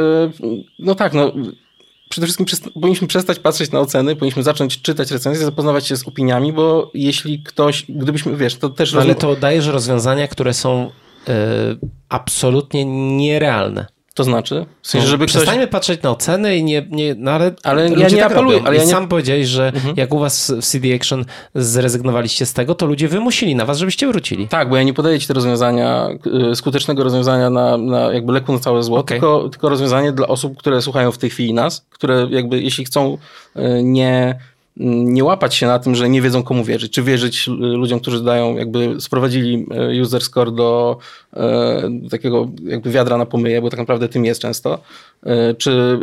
przede wszystkim powinniśmy przestać patrzeć na oceny, powinniśmy zacząć czytać recenzje, zapoznawać się z opiniami, bo jeśli gdybyśmy, wiesz, to też... Ale to dajesz rozwiązania, które są absolutnie nierealne. To znaczy? W sensie, żeby przestańmy patrzeć na oceny i ale ja nie apeluję. Ale sam powiedziałeś, że jak u was w CD Action zrezygnowaliście z tego, to ludzie wymusili na was, żebyście wrócili. Tak, bo ja nie podaję ci te rozwiązania, skutecznego rozwiązania na jakby leku na całe zło, tylko rozwiązanie dla osób, które słuchają w tej chwili nas, które jakby jeśli chcą nie łapać się na tym, że nie wiedzą komu wierzyć. Czy wierzyć ludziom, którzy sprowadzili user score do takiego jakby wiadra na pomyje, bo tak naprawdę tym jest często. Czy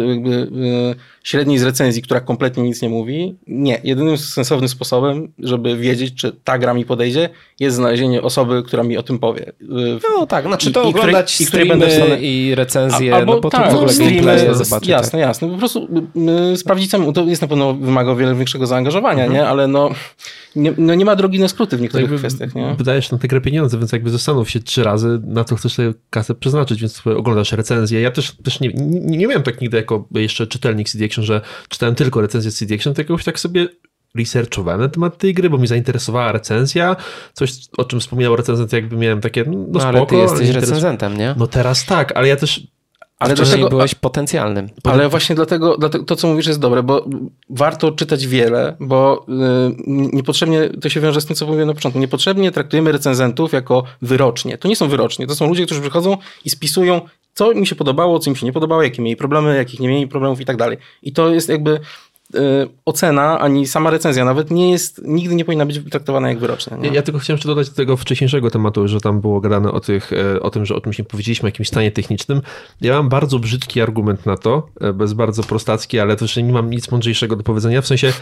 średniej z recenzji, która kompletnie nic nie mówi. Nie. Jedynym sensownym sposobem, żeby wiedzieć, czy ta gra mi podejdzie, jest znalezienie osoby, która mi o tym powie. No tak, znaczy to oglądać streamy i recenzje, albo bo to w ogóle gameplay zobaczyć. Jasne. Po prostu sprawdzić samemu. To jest na pewno wymaga o wiele większego zaangażowania, nie? Ale nie ma drogi na skróty w niektórych kwestiach, nie? Wydajesz na tę grę pieniądze, więc jakby zastanów się 3 razy, na co chcesz sobie kasę przeznaczyć, więc oglądasz recenzję. Ja też nie miałem tak nigdy jako jeszcze czytelnik CD Action, że czytałem tylko recenzję CD Action, tylko jakoś tak sobie researchowałem na temat tej gry, bo mnie zainteresowała recenzja, coś o czym wspomniał recenzent, jakby miałem takie, spoko. Ale ty jesteś recenzentem, nie? No teraz tak, ale ja też... Ale wcześniej byłeś potencjalnym. Ale właśnie dlatego to, co mówisz, jest dobre, bo warto czytać wiele, bo niepotrzebnie, to się wiąże z tym, co mówiłem na początku, niepotrzebnie traktujemy recenzentów jako wyrocznie. To nie są wyrocznie, to są ludzie, którzy przychodzą i spisują, co mi się podobało, co im się nie podobało, jakie mieli problemy, jakich nie mieli problemów i tak dalej. I to jest jakby ocena, ani sama recenzja nawet nigdy nie powinna być traktowana jak wyroczna. Nie? Ja tylko chciałem jeszcze dodać do tego wcześniejszego tematu, że tam było gadane o tym, że o czymś nie powiedzieliśmy, o jakimś stanie technicznym. Ja mam bardzo brzydki argument na to, bardzo prostacki, ale też nie mam nic mądrzejszego do powiedzenia. W sensie,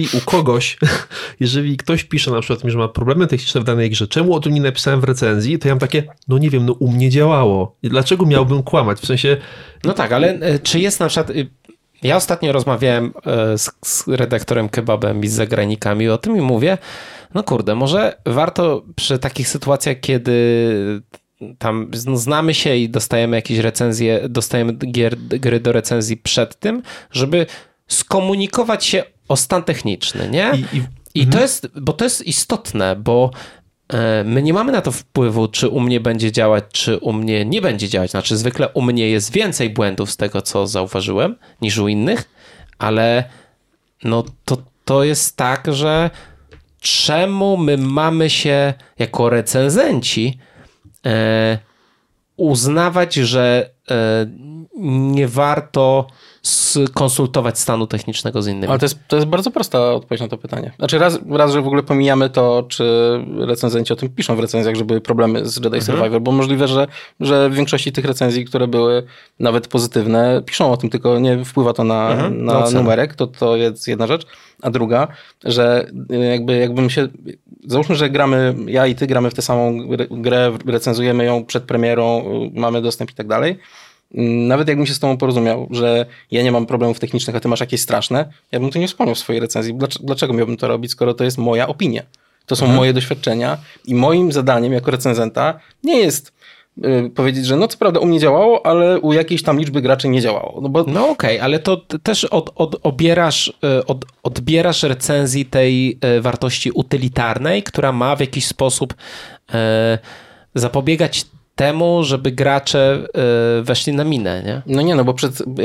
jeżeli ktoś pisze na przykład, że ma problemy techniczne w danej grze, czemu o tym nie napisałem w recenzji, to ja mam takie, nie wiem, u mnie działało. Dlaczego miałbym kłamać? W sensie... No tak, ale czy jest na przykład... Ja ostatnio rozmawiałem z redaktorem Kebabem i z zagranikami o tym i mówię, może warto przy takich sytuacjach, kiedy tam znamy się i dostajemy jakieś recenzje, dostajemy gry do recenzji przed tym, żeby skomunikować się o stan techniczny, nie? I to jest, bo to jest istotne, bo my nie mamy na to wpływu, czy u mnie będzie działać, czy u mnie nie będzie działać. Znaczy zwykle u mnie jest więcej błędów z tego, co zauważyłem, niż u innych, ale to jest tak, że czemu my mamy się jako recenzenci uznawać, że nie warto skonsultować stanu technicznego z innymi. Ale to jest bardzo prosta odpowiedź na to pytanie. Znaczy raz, że w ogóle pomijamy to, czy recenzenci o tym piszą w recenzjach, że były problemy z Jedi Survivor, bo możliwe, że w większości tych recenzji, które były nawet pozytywne, piszą o tym, tylko nie wpływa to na numerek, to jest jedna rzecz. A druga, że jakbym się... Załóżmy, że ja i ty gramy w tę samą grę, recenzujemy ją przed premierą, mamy dostęp i tak dalej. Nawet jakbym się z tobą porozumiał, że ja nie mam problemów technicznych, a ty masz jakieś straszne, ja bym to nie wspomniał w swojej recenzji. Dlaczego miałbym to robić, skoro to jest moja opinia? To są moje doświadczenia i moim zadaniem jako recenzenta nie jest powiedzieć, że co prawda u mnie działało, ale u jakiejś tam liczby graczy nie działało. Okej, ale to też odbierasz recenzji tej wartości utylitarnej, która ma w jakiś sposób zapobiegać temu, żeby gracze weszli na minę, nie? Bo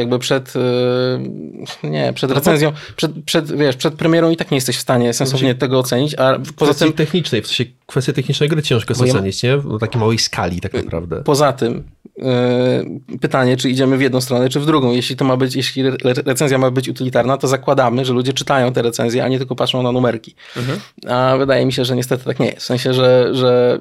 przed recenzją, przed premierą i tak nie jesteś w stanie sensownie tego ocenić, a poza tym... technicznej, w sensie kwestii technicznej gry ciężko jest ocenić, nie? Na takiej małej skali tak naprawdę. Poza tym pytanie, czy idziemy w jedną stronę, czy w drugą. Jeśli recenzja ma być utylitarna, to zakładamy, że ludzie czytają te recenzje, a nie tylko patrzą na numerki. A wydaje mi się, że niestety tak nie jest. W sensie, że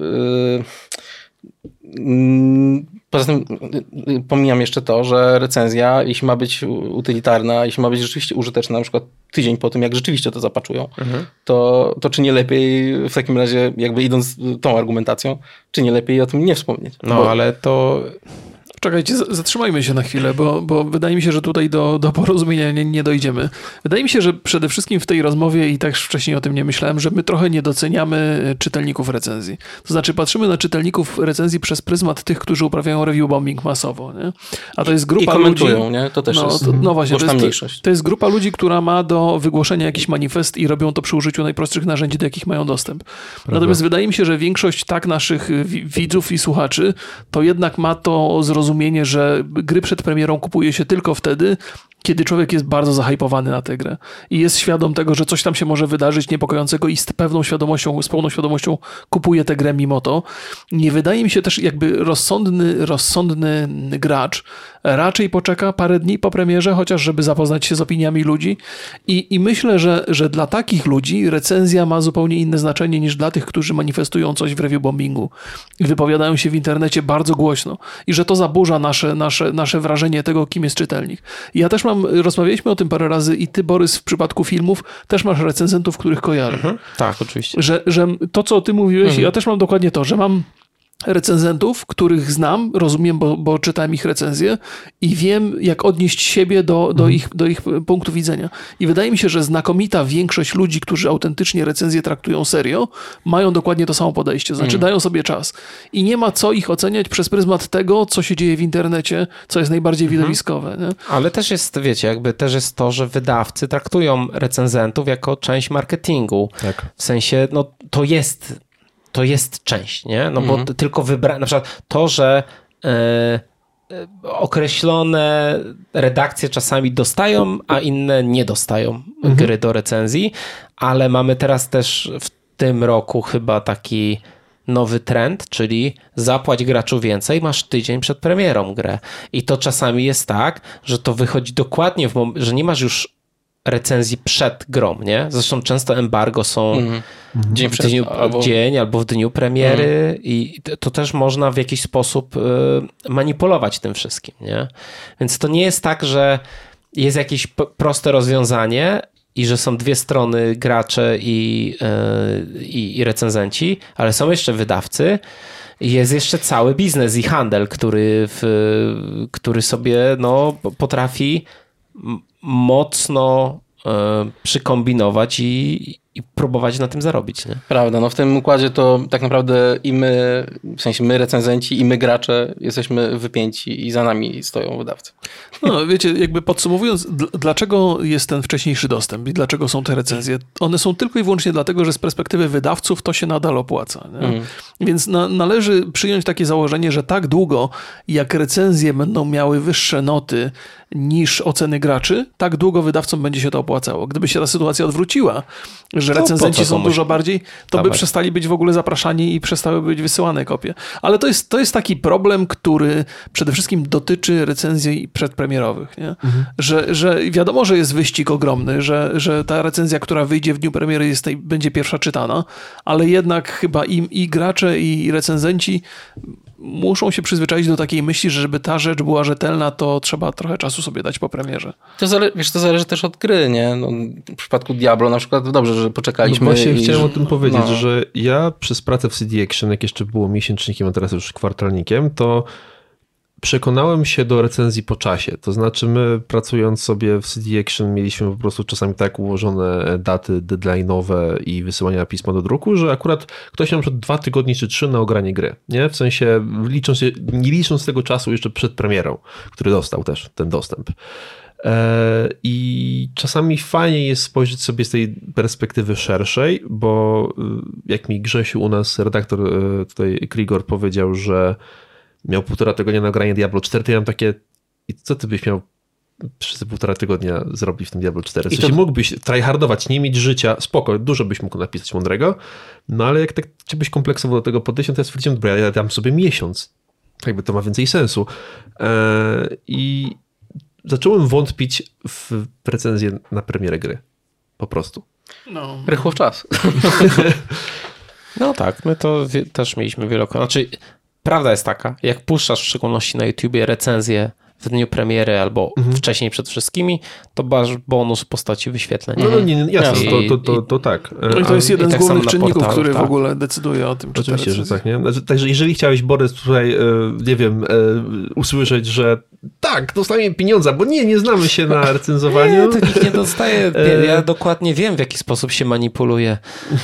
poza tym pomijam jeszcze to, że recenzja, jeśli ma być utylitarna, jeśli ma być rzeczywiście użyteczna, na przykład tydzień po tym, jak rzeczywiście to zapaczują, to czy nie lepiej w takim razie, jakby idąc tą argumentacją, czy nie lepiej o tym nie wspomnieć? Ale to... Czekajcie, zatrzymajmy się na chwilę, bo wydaje mi się, że tutaj do porozumienia nie dojdziemy. Wydaje mi się, że przede wszystkim w tej rozmowie, i tak wcześniej o tym nie myślałem, że my trochę nie doceniamy czytelników recenzji. To znaczy patrzymy na czytelników recenzji przez pryzmat tych, którzy uprawiają review bombing masowo. Nie? A to jest grupa ludzi... I komentują, ludzi, nie? To też jest właśnie, mniejszość. To jest grupa ludzi, która ma do wygłoszenia jakiś manifest i robią to przy użyciu najprostszych narzędzi, do jakich mają dostęp. Prawda. Natomiast wydaje mi się, że większość naszych widzów i słuchaczy to jednak ma to zrozumienie, że gry przed premierą kupuje się tylko wtedy, kiedy człowiek jest bardzo zahypowany na tę grę i jest świadom tego, że coś tam się może wydarzyć niepokojącego i z pełną świadomością kupuje tę grę mimo to. Nie wydaje mi się też jakby rozsądny gracz raczej poczeka parę dni po premierze, chociaż żeby zapoznać się z opiniami ludzi i myślę, że dla takich ludzi recenzja ma zupełnie inne znaczenie niż dla tych, którzy manifestują coś w review bombingu i wypowiadają się w internecie bardzo głośno i że to zaburza nasze wrażenie tego, kim jest czytelnik. Ja też rozmawialiśmy o tym parę razy i ty, Borys, w przypadku filmów też masz recenzentów, których kojarzę. Tak, oczywiście. Że to, co ty mówiłeś, ja też mam dokładnie to, że mam recenzentów, których znam, rozumiem, bo czytałem ich recenzje i wiem, jak odnieść siebie do ich punktu widzenia. I wydaje mi się, że znakomita większość ludzi, którzy autentycznie recenzje traktują serio, mają dokładnie to samo podejście. Znaczy dają sobie czas. I nie ma co ich oceniać przez pryzmat tego, co się dzieje w internecie, co jest najbardziej widowiskowe. Nie? Ale też jest, wiecie, też jest to, że wydawcy traktują recenzentów jako część marketingu. Tak. W sensie, to jest część, nie? No bo tylko na przykład to, że określone redakcje czasami dostają, a inne nie dostają gry do recenzji, ale mamy teraz też w tym roku chyba taki nowy trend, czyli zapłać graczu więcej, masz tydzień przed premierą grę. I to czasami jest tak, że to wychodzi dokładnie że nie masz już recenzji przed grą, nie? Zresztą często embargo są dzień albo w dniu premiery i to też można w jakiś sposób manipulować tym wszystkim, nie? Więc to nie jest tak, że jest jakieś proste rozwiązanie i że są dwie strony, gracze i recenzenci, ale są jeszcze wydawcy. Jest jeszcze cały biznes i handel, który sobie potrafi mocno przykombinować i próbować na tym zarobić. Nie? Prawda, w tym układzie to tak naprawdę i my, w sensie my recenzenci i my gracze jesteśmy wypięci i za nami stoją wydawcy. No wiecie, jakby podsumowując, dlaczego jest ten wcześniejszy dostęp i dlaczego są te recenzje? One są tylko i wyłącznie dlatego, że z perspektywy wydawców to się nadal opłaca. Nie? Więc należy przyjąć takie założenie, że tak długo jak recenzje będą miały wyższe noty niż oceny graczy, tak długo wydawcom będzie się to opłacało. Gdyby się ta sytuacja odwróciła, że recenzenci są dużo bardziej, to by przestali być w ogóle zapraszani i przestały być wysyłane kopie. Ale to jest taki problem, który przede wszystkim dotyczy recenzji przedpremierowych. Nie? Że wiadomo, że jest wyścig ogromny, że ta recenzja, która wyjdzie w dniu premiery będzie pierwsza czytana, ale jednak chyba i gracze i recenzenci muszą się przyzwyczaić do takiej myśli, że żeby ta rzecz była rzetelna, to trzeba trochę czasu sobie dać po premierze. To zależy też od gry, nie? W przypadku Diablo na przykład dobrze, że poczekaliśmy. Właśnie chciałem o tym powiedzieć, że ja przez pracę w CD Action, jak jeszcze było miesięcznikiem, a teraz już kwartalnikiem, to przekonałem się do recenzji po czasie. To znaczy my pracując sobie w CD Action mieliśmy po prostu czasami tak ułożone daty deadline'owe i wysyłania pisma do druku, że akurat ktoś miał przed 2 tygodnie czy 3 na ogranie gry. Nie? W sensie nie licząc tego czasu jeszcze przed premierą, który dostał też ten dostęp. I czasami fajnie jest spojrzeć sobie z tej perspektywy szerszej, bo jak mi Grzesiu u nas, redaktor tutaj Krigor powiedział, że miał 1,5 tygodnia na granie Diablo 4, to ja mam takie, i co ty byś miał przez 1,5 tygodnia zrobić w tym Diablo 4? W sensie mógłbyś tryhardować, nie mieć życia, spoko, dużo byś mógł napisać mądrego, no ale jak tak cię byś kompleksowo do tego podejść, to ja stwierdziłem, dobra, ja dam sobie miesiąc jakby to ma więcej sensu. I zacząłem wątpić w recenzję na premierę gry. Po prostu. No. Rychło w czas. No tak, my to też mieliśmy wielokrotnie. Znaczy, prawda jest taka, jak puszczasz w szczególności na YouTubie recenzję w dniu premiery albo wcześniej przed wszystkimi, to masz bonus w postaci wyświetleń. No nie, jasne, I- to tak. No i to jest jeden tak z głównych samo na czynników, portalu, który tak. w ogóle decyduje o tym, czy Oczywiście, te że recenzje- tak, nie? Znaczy, także jeżeli chciałeś, Borys, tutaj, nie wiem, usłyszeć, że tak, dostaniemy pieniądze, bo nie znamy się na recenzowaniu. Nie, to nikt nie dostaje. Ja dokładnie wiem, w jaki sposób się manipuluje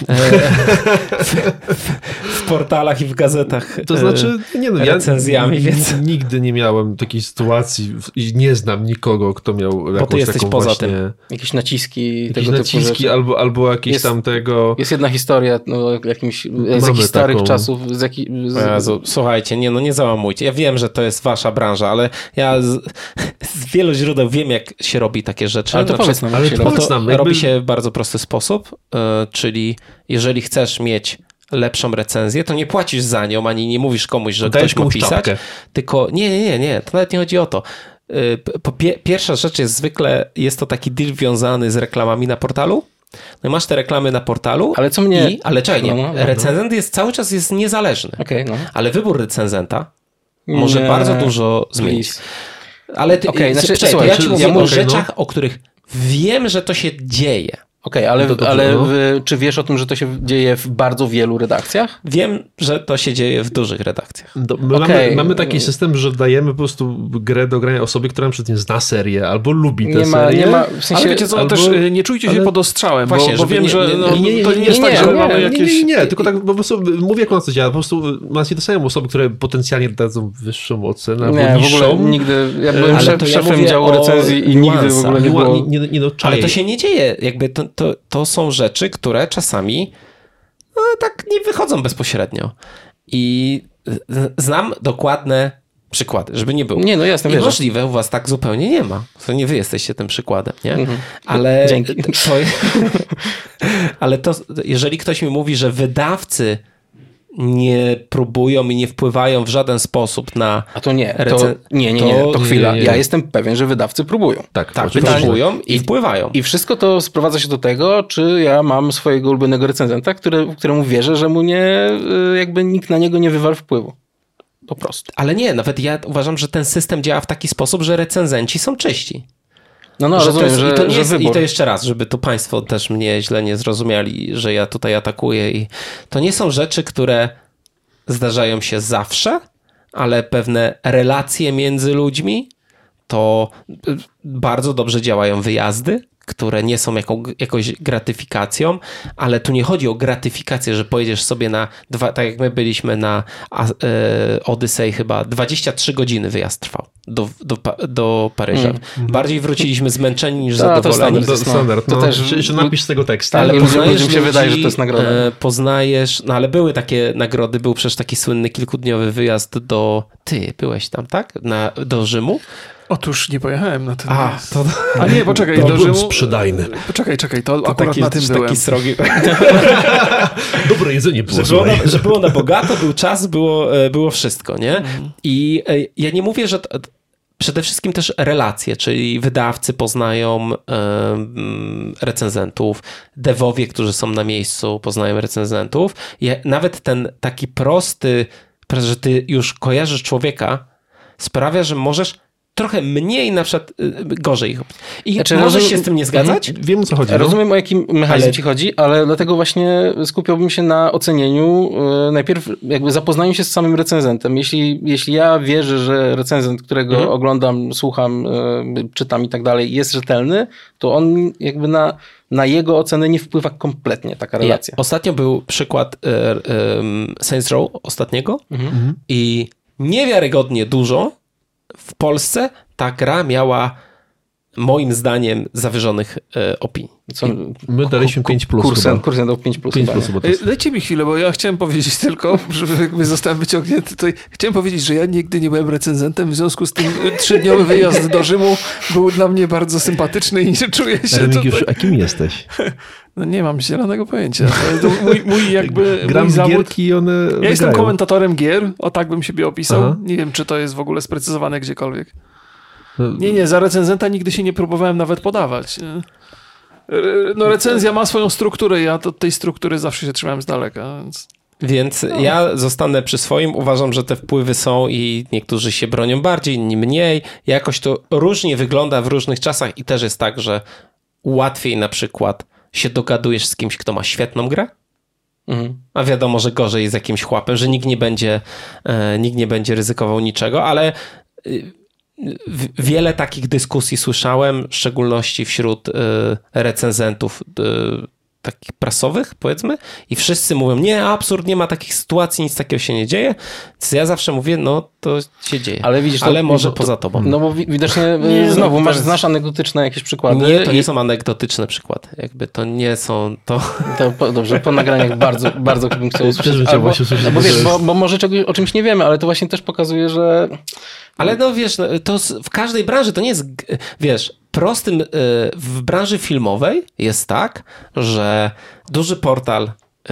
w portalach i w gazetach To znaczy, recenzjami, więc... Nigdy nie miałem takiej sytuacji i nie znam nikogo, kto miał jakąś ty jesteś taką poza właśnie... tym. Jakieś naciski Jakieś tego typu naciski rzeczy. albo jakieś Jest- tam tego... Jest jedna historia z Mamy jakichś starych taką. czasów. Jezu, słuchajcie, nie załamujcie. Ja wiem, że to jest wasza branża, ale ja z wielu źródeł wiem, jak się robi takie rzeczy. Ale to Na powiedz przykład- nam, ale jak się powiedz robi. To nam, jakby- robi się w bardzo prosty sposób, czyli jeżeli chcesz mieć lepszą recenzję, to nie płacisz za nią, ani nie mówisz komuś, że Dajesz ktoś ma komuś pisać, czapkę. tylko nie, to nawet nie chodzi o to. Pierwsza rzecz jest zwykle, jest to taki deal wiązany z reklamami na portalu. No i masz te reklamy na portalu, Ale co mnie... ale czekaj, nie, No. recenzent jest cały czas jest niezależny, Okej, no. ale wybór recenzenta może Nie, bardzo dużo zmienić. please. Ale ty, Okej, znaczy, czekaj, to słuchaj, ja ci mówię ja o mówię, rzeczach, o których wiem, że to się dzieje. Okej, ale, To dobrze, ale no. czy wiesz o tym, że to się dzieje w bardzo wielu redakcjach? Wiem, że to się dzieje w dużych redakcjach. My Okej. mamy taki system, że dajemy po prostu grę do grania osobie, która na przykład nie zna serię albo lubi tę Nie ma, serię. nie ma, w sensie... Ale wiecie co, albo- też nie czujcie się ale- pod ostrzałem, Właśnie, bo żeby wiem, nie- że nie- no, nie, to nie jest nie, tak, nie, że nie, mamy jakieś... Nie, tylko tak po prostu mówię, jak ona to działa. Po prostu nas nie dostają osoby, które potencjalnie dadzą wyższą ocenę albo Nie, w niższą. ogóle nigdy... Ja byłem Ale to ja szefem mówię działu o recenzji i nigdy w ogóle nie było... Nie Ale czaję. to się nie dzieje. Jakby to są rzeczy, które czasami tak nie wychodzą bezpośrednio. I znam dokładne przykłady, żeby nie było. Nie, no jasne, I wierzę. możliwe u was tak zupełnie nie ma. To nie wy jesteście tym przykładem, nie? Mhm. Ale Dzięki. ale to, jeżeli ktoś mi mówi, że wydawcy nie próbują i nie wpływają w żaden sposób na... A to nie, Recen- to chwila. nie. Ja jestem pewien, że wydawcy próbują. Tak, Tak, oczywiście. próbują i wpływają. I wszystko to sprowadza się do tego, czy ja mam swojego ulubionego recenzenta, któremu wierzę, że mu nie, jakby nikt na niego nie wywarł wpływu. Po prostu. Ale nie, nawet ja uważam, że ten system działa w taki sposób, że recenzenci są czyści. No, Że rozumiem, to jest, i to nie że jest, wybór. I to jeszcze raz, żeby tu państwo też mnie źle nie zrozumiali, że ja tutaj atakuję. I to nie są rzeczy, które zdarzają się zawsze, ale pewne relacje między ludźmi, to bardzo dobrze działają wyjazdy, które nie są jakąś gratyfikacją, ale tu nie chodzi o gratyfikację, że pojedziesz sobie na tak jak my byliśmy na Odyssey chyba 23 godziny wyjazd trwał do Paryża. Bardziej wróciliśmy zmęczeni niż zadowoleni. To standard. To No, też- że napisz tego tekstu. Ale No, ludziom się wydaje, że to jest nagroda. Poznajesz, no ale były takie nagrody, był przecież taki słynny kilkudniowy wyjazd ty byłeś tam, tak? Do Rzymu? Otóż nie pojechałem na ten A, wyjazd. to A nie, poczekaj, To do byłem Rzymu... sprzedajny. Poczekaj, to akurat taki, na tym byłem. taki srogi. Dobre jedzenie było. Że było na bogato, był czas, było wszystko, nie? I ja nie mówię, że przede wszystkim też relacje, czyli wydawcy poznają recenzentów, devowie, którzy są na miejscu, poznają recenzentów. Nawet ten taki prosty, że ty już kojarzysz człowieka, sprawia, że możesz trochę mniej na przykład gorzej. I Znaczy, możesz rozumiem- się z tym nie zgadzać? Wiem, o co chodzi. Rozumiem, o jakim mechanizm Ale- ci chodzi, ale dlatego właśnie skupiałbym się na ocenieniu, najpierw jakby zapoznaniu się z samym recenzentem. Jeśli ja wierzę, że recenzent, którego oglądam, słucham, czytam i tak dalej, jest rzetelny, to on jakby na jego ocenę nie wpływa kompletnie taka relacja. Ostatnio był przykład Saints Row ostatniego i niewiarygodnie dużo w Polsce ta gra miała moim zdaniem zawyżonych opinii. Co, My daliśmy 5+. Kursem dał 5+. 5+. chyba. Bo to jest... Dajcie mi chwilę, bo ja chciałem powiedzieć tylko, żeby jakby zostałem wyciągnięty tutaj. Chciałem powiedzieć, że ja nigdy nie byłem recenzentem, w związku z tym 3-dniowy wyjazd do Rzymu był dla mnie bardzo sympatyczny i nie czuję się Remigiusz, tutaj... a kim jesteś? No nie mam zielonego pojęcia. To mój jakby Gram mój w zawód... gierki i one Ja wygrają. jestem komentatorem gier, o tak bym siebie opisał. Aha. Nie wiem, czy to jest w ogóle sprecyzowane gdziekolwiek. Nie, za recenzenta nigdy się nie próbowałem nawet podawać. No recenzja ma swoją strukturę, ja od tej struktury zawsze się trzymałem z daleka, więc... Więc ja zostanę przy swoim. Uważam, że te wpływy są i niektórzy się bronią bardziej, inni mniej. Jakoś to różnie wygląda w różnych czasach i też jest tak, że łatwiej na przykład się dogadujesz z kimś, kto ma świetną grę, a wiadomo, że gorzej z jakimś chłapem, że nikt nie będzie ryzykował niczego, ale wiele takich dyskusji słyszałem, w szczególności wśród recenzentów takich prasowych, powiedzmy, i wszyscy mówią, nie, absurd, nie ma takich sytuacji, nic takiego się nie dzieje. Więc ja zawsze mówię, no to się dzieje. Ale widzisz, ale może poza tobą. No bo widocznie Nie, znowu no, znasz anegdotyczne jakieś przykłady. Nie, to nie są anegdotyczne przykłady. Jakby to nie są... Dobrze, po nagraniach bardzo bym chciał usłyszeć. Też bym chciał właśnie usłyszeć, bo wiesz, bo może o czymś nie wiemy, ale to właśnie też pokazuje, że... Ale no wiesz, to w każdej branży to nie jest, wiesz, prostym w branży filmowej jest tak, że duży portal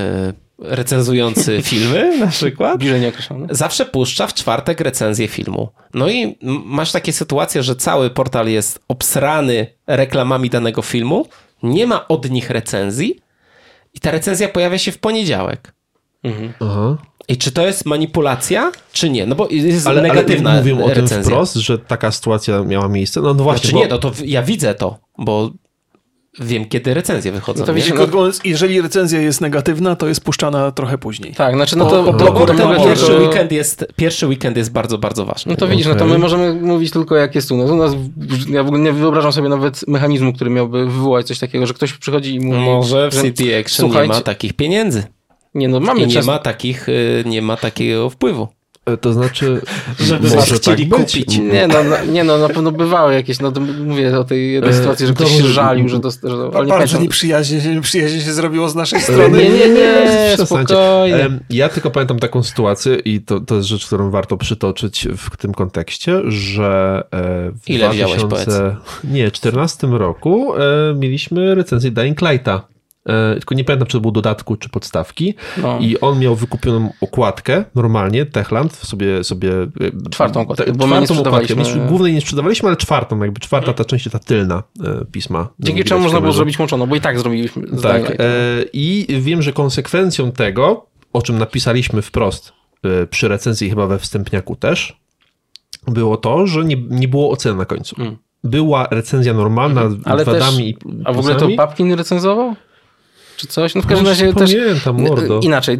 recenzujący filmy na przykład Bliżej nieokreślone. zawsze puszcza w czwartek recenzję filmu. No i masz takie sytuacje, że cały portal jest obsrany reklamami danego filmu, nie ma od nich recenzji i ta recenzja pojawia się w poniedziałek. Aha. I czy to jest manipulacja, czy nie? No bo jest Ale negatywna mówią o tym recenzja. wprost, że taka sytuacja miała miejsce. No właśnie, Znaczy nie, no to ja widzę to, bo wiem, kiedy recenzje wychodzą. No to nie? wiecie, Krótko mówiąc, jeżeli recenzja jest negatywna, to jest puszczana trochę później. Tak, znaczy no Bo to ten mogę pierwszy weekend jest bardzo, bardzo ważny. No to widzisz, no to Okej. my możemy mówić tylko jak jest u nas. Ja w ogóle nie wyobrażam sobie nawet mechanizmu, który miałby wywołać coś takiego, że ktoś przychodzi i mówi... Może w że, City Action nie słuchajcie, ma takich pieniędzy Nie no, i mamy nie ma takiego wpływu. To znaczy, Żeby może was chcieli tak być. kupić. Nie no, na pewno bywały jakieś, no to mówię o tej jednej sytuacji, że ktoś się dobrze. żalił, że ale nie Bardzo pamiętam. nieprzyjaźnie się zrobiło z naszej strony. Nie, Przestańcie. spokojnie. Ja tylko pamiętam taką sytuację i to jest rzecz, którą warto przytoczyć w tym kontekście, że w Ile wziąłeś, 2014 roku mieliśmy recenzję Dying Lighta. Tylko nie pamiętam, czy to był dodatku, czy podstawki. No. I on miał wykupioną okładkę, normalnie, Techland, sobie Czwartą okładkę, bo my nie czwartą okładkę. sprzedawaliśmy. Głównej nie sprzedawaliśmy, ale czwartą, jakby czwarta, ta część, ta tylna pisma. Dzięki Widać czemu w można było kamerze. zrobić łączoną, bo i tak zrobiliśmy. z Tak. Dying Lightem. I wiem, że konsekwencją tego, o czym napisaliśmy wprost przy recenzji, chyba we wstępniaku też, było to, że nie było oceny na końcu. Była recenzja normalna Ale z wadami też, i a w ogóle to plusami. Papkin recenzował? Czy coś? No w każdym Już razie też... pamiętam, mordo. Inaczej,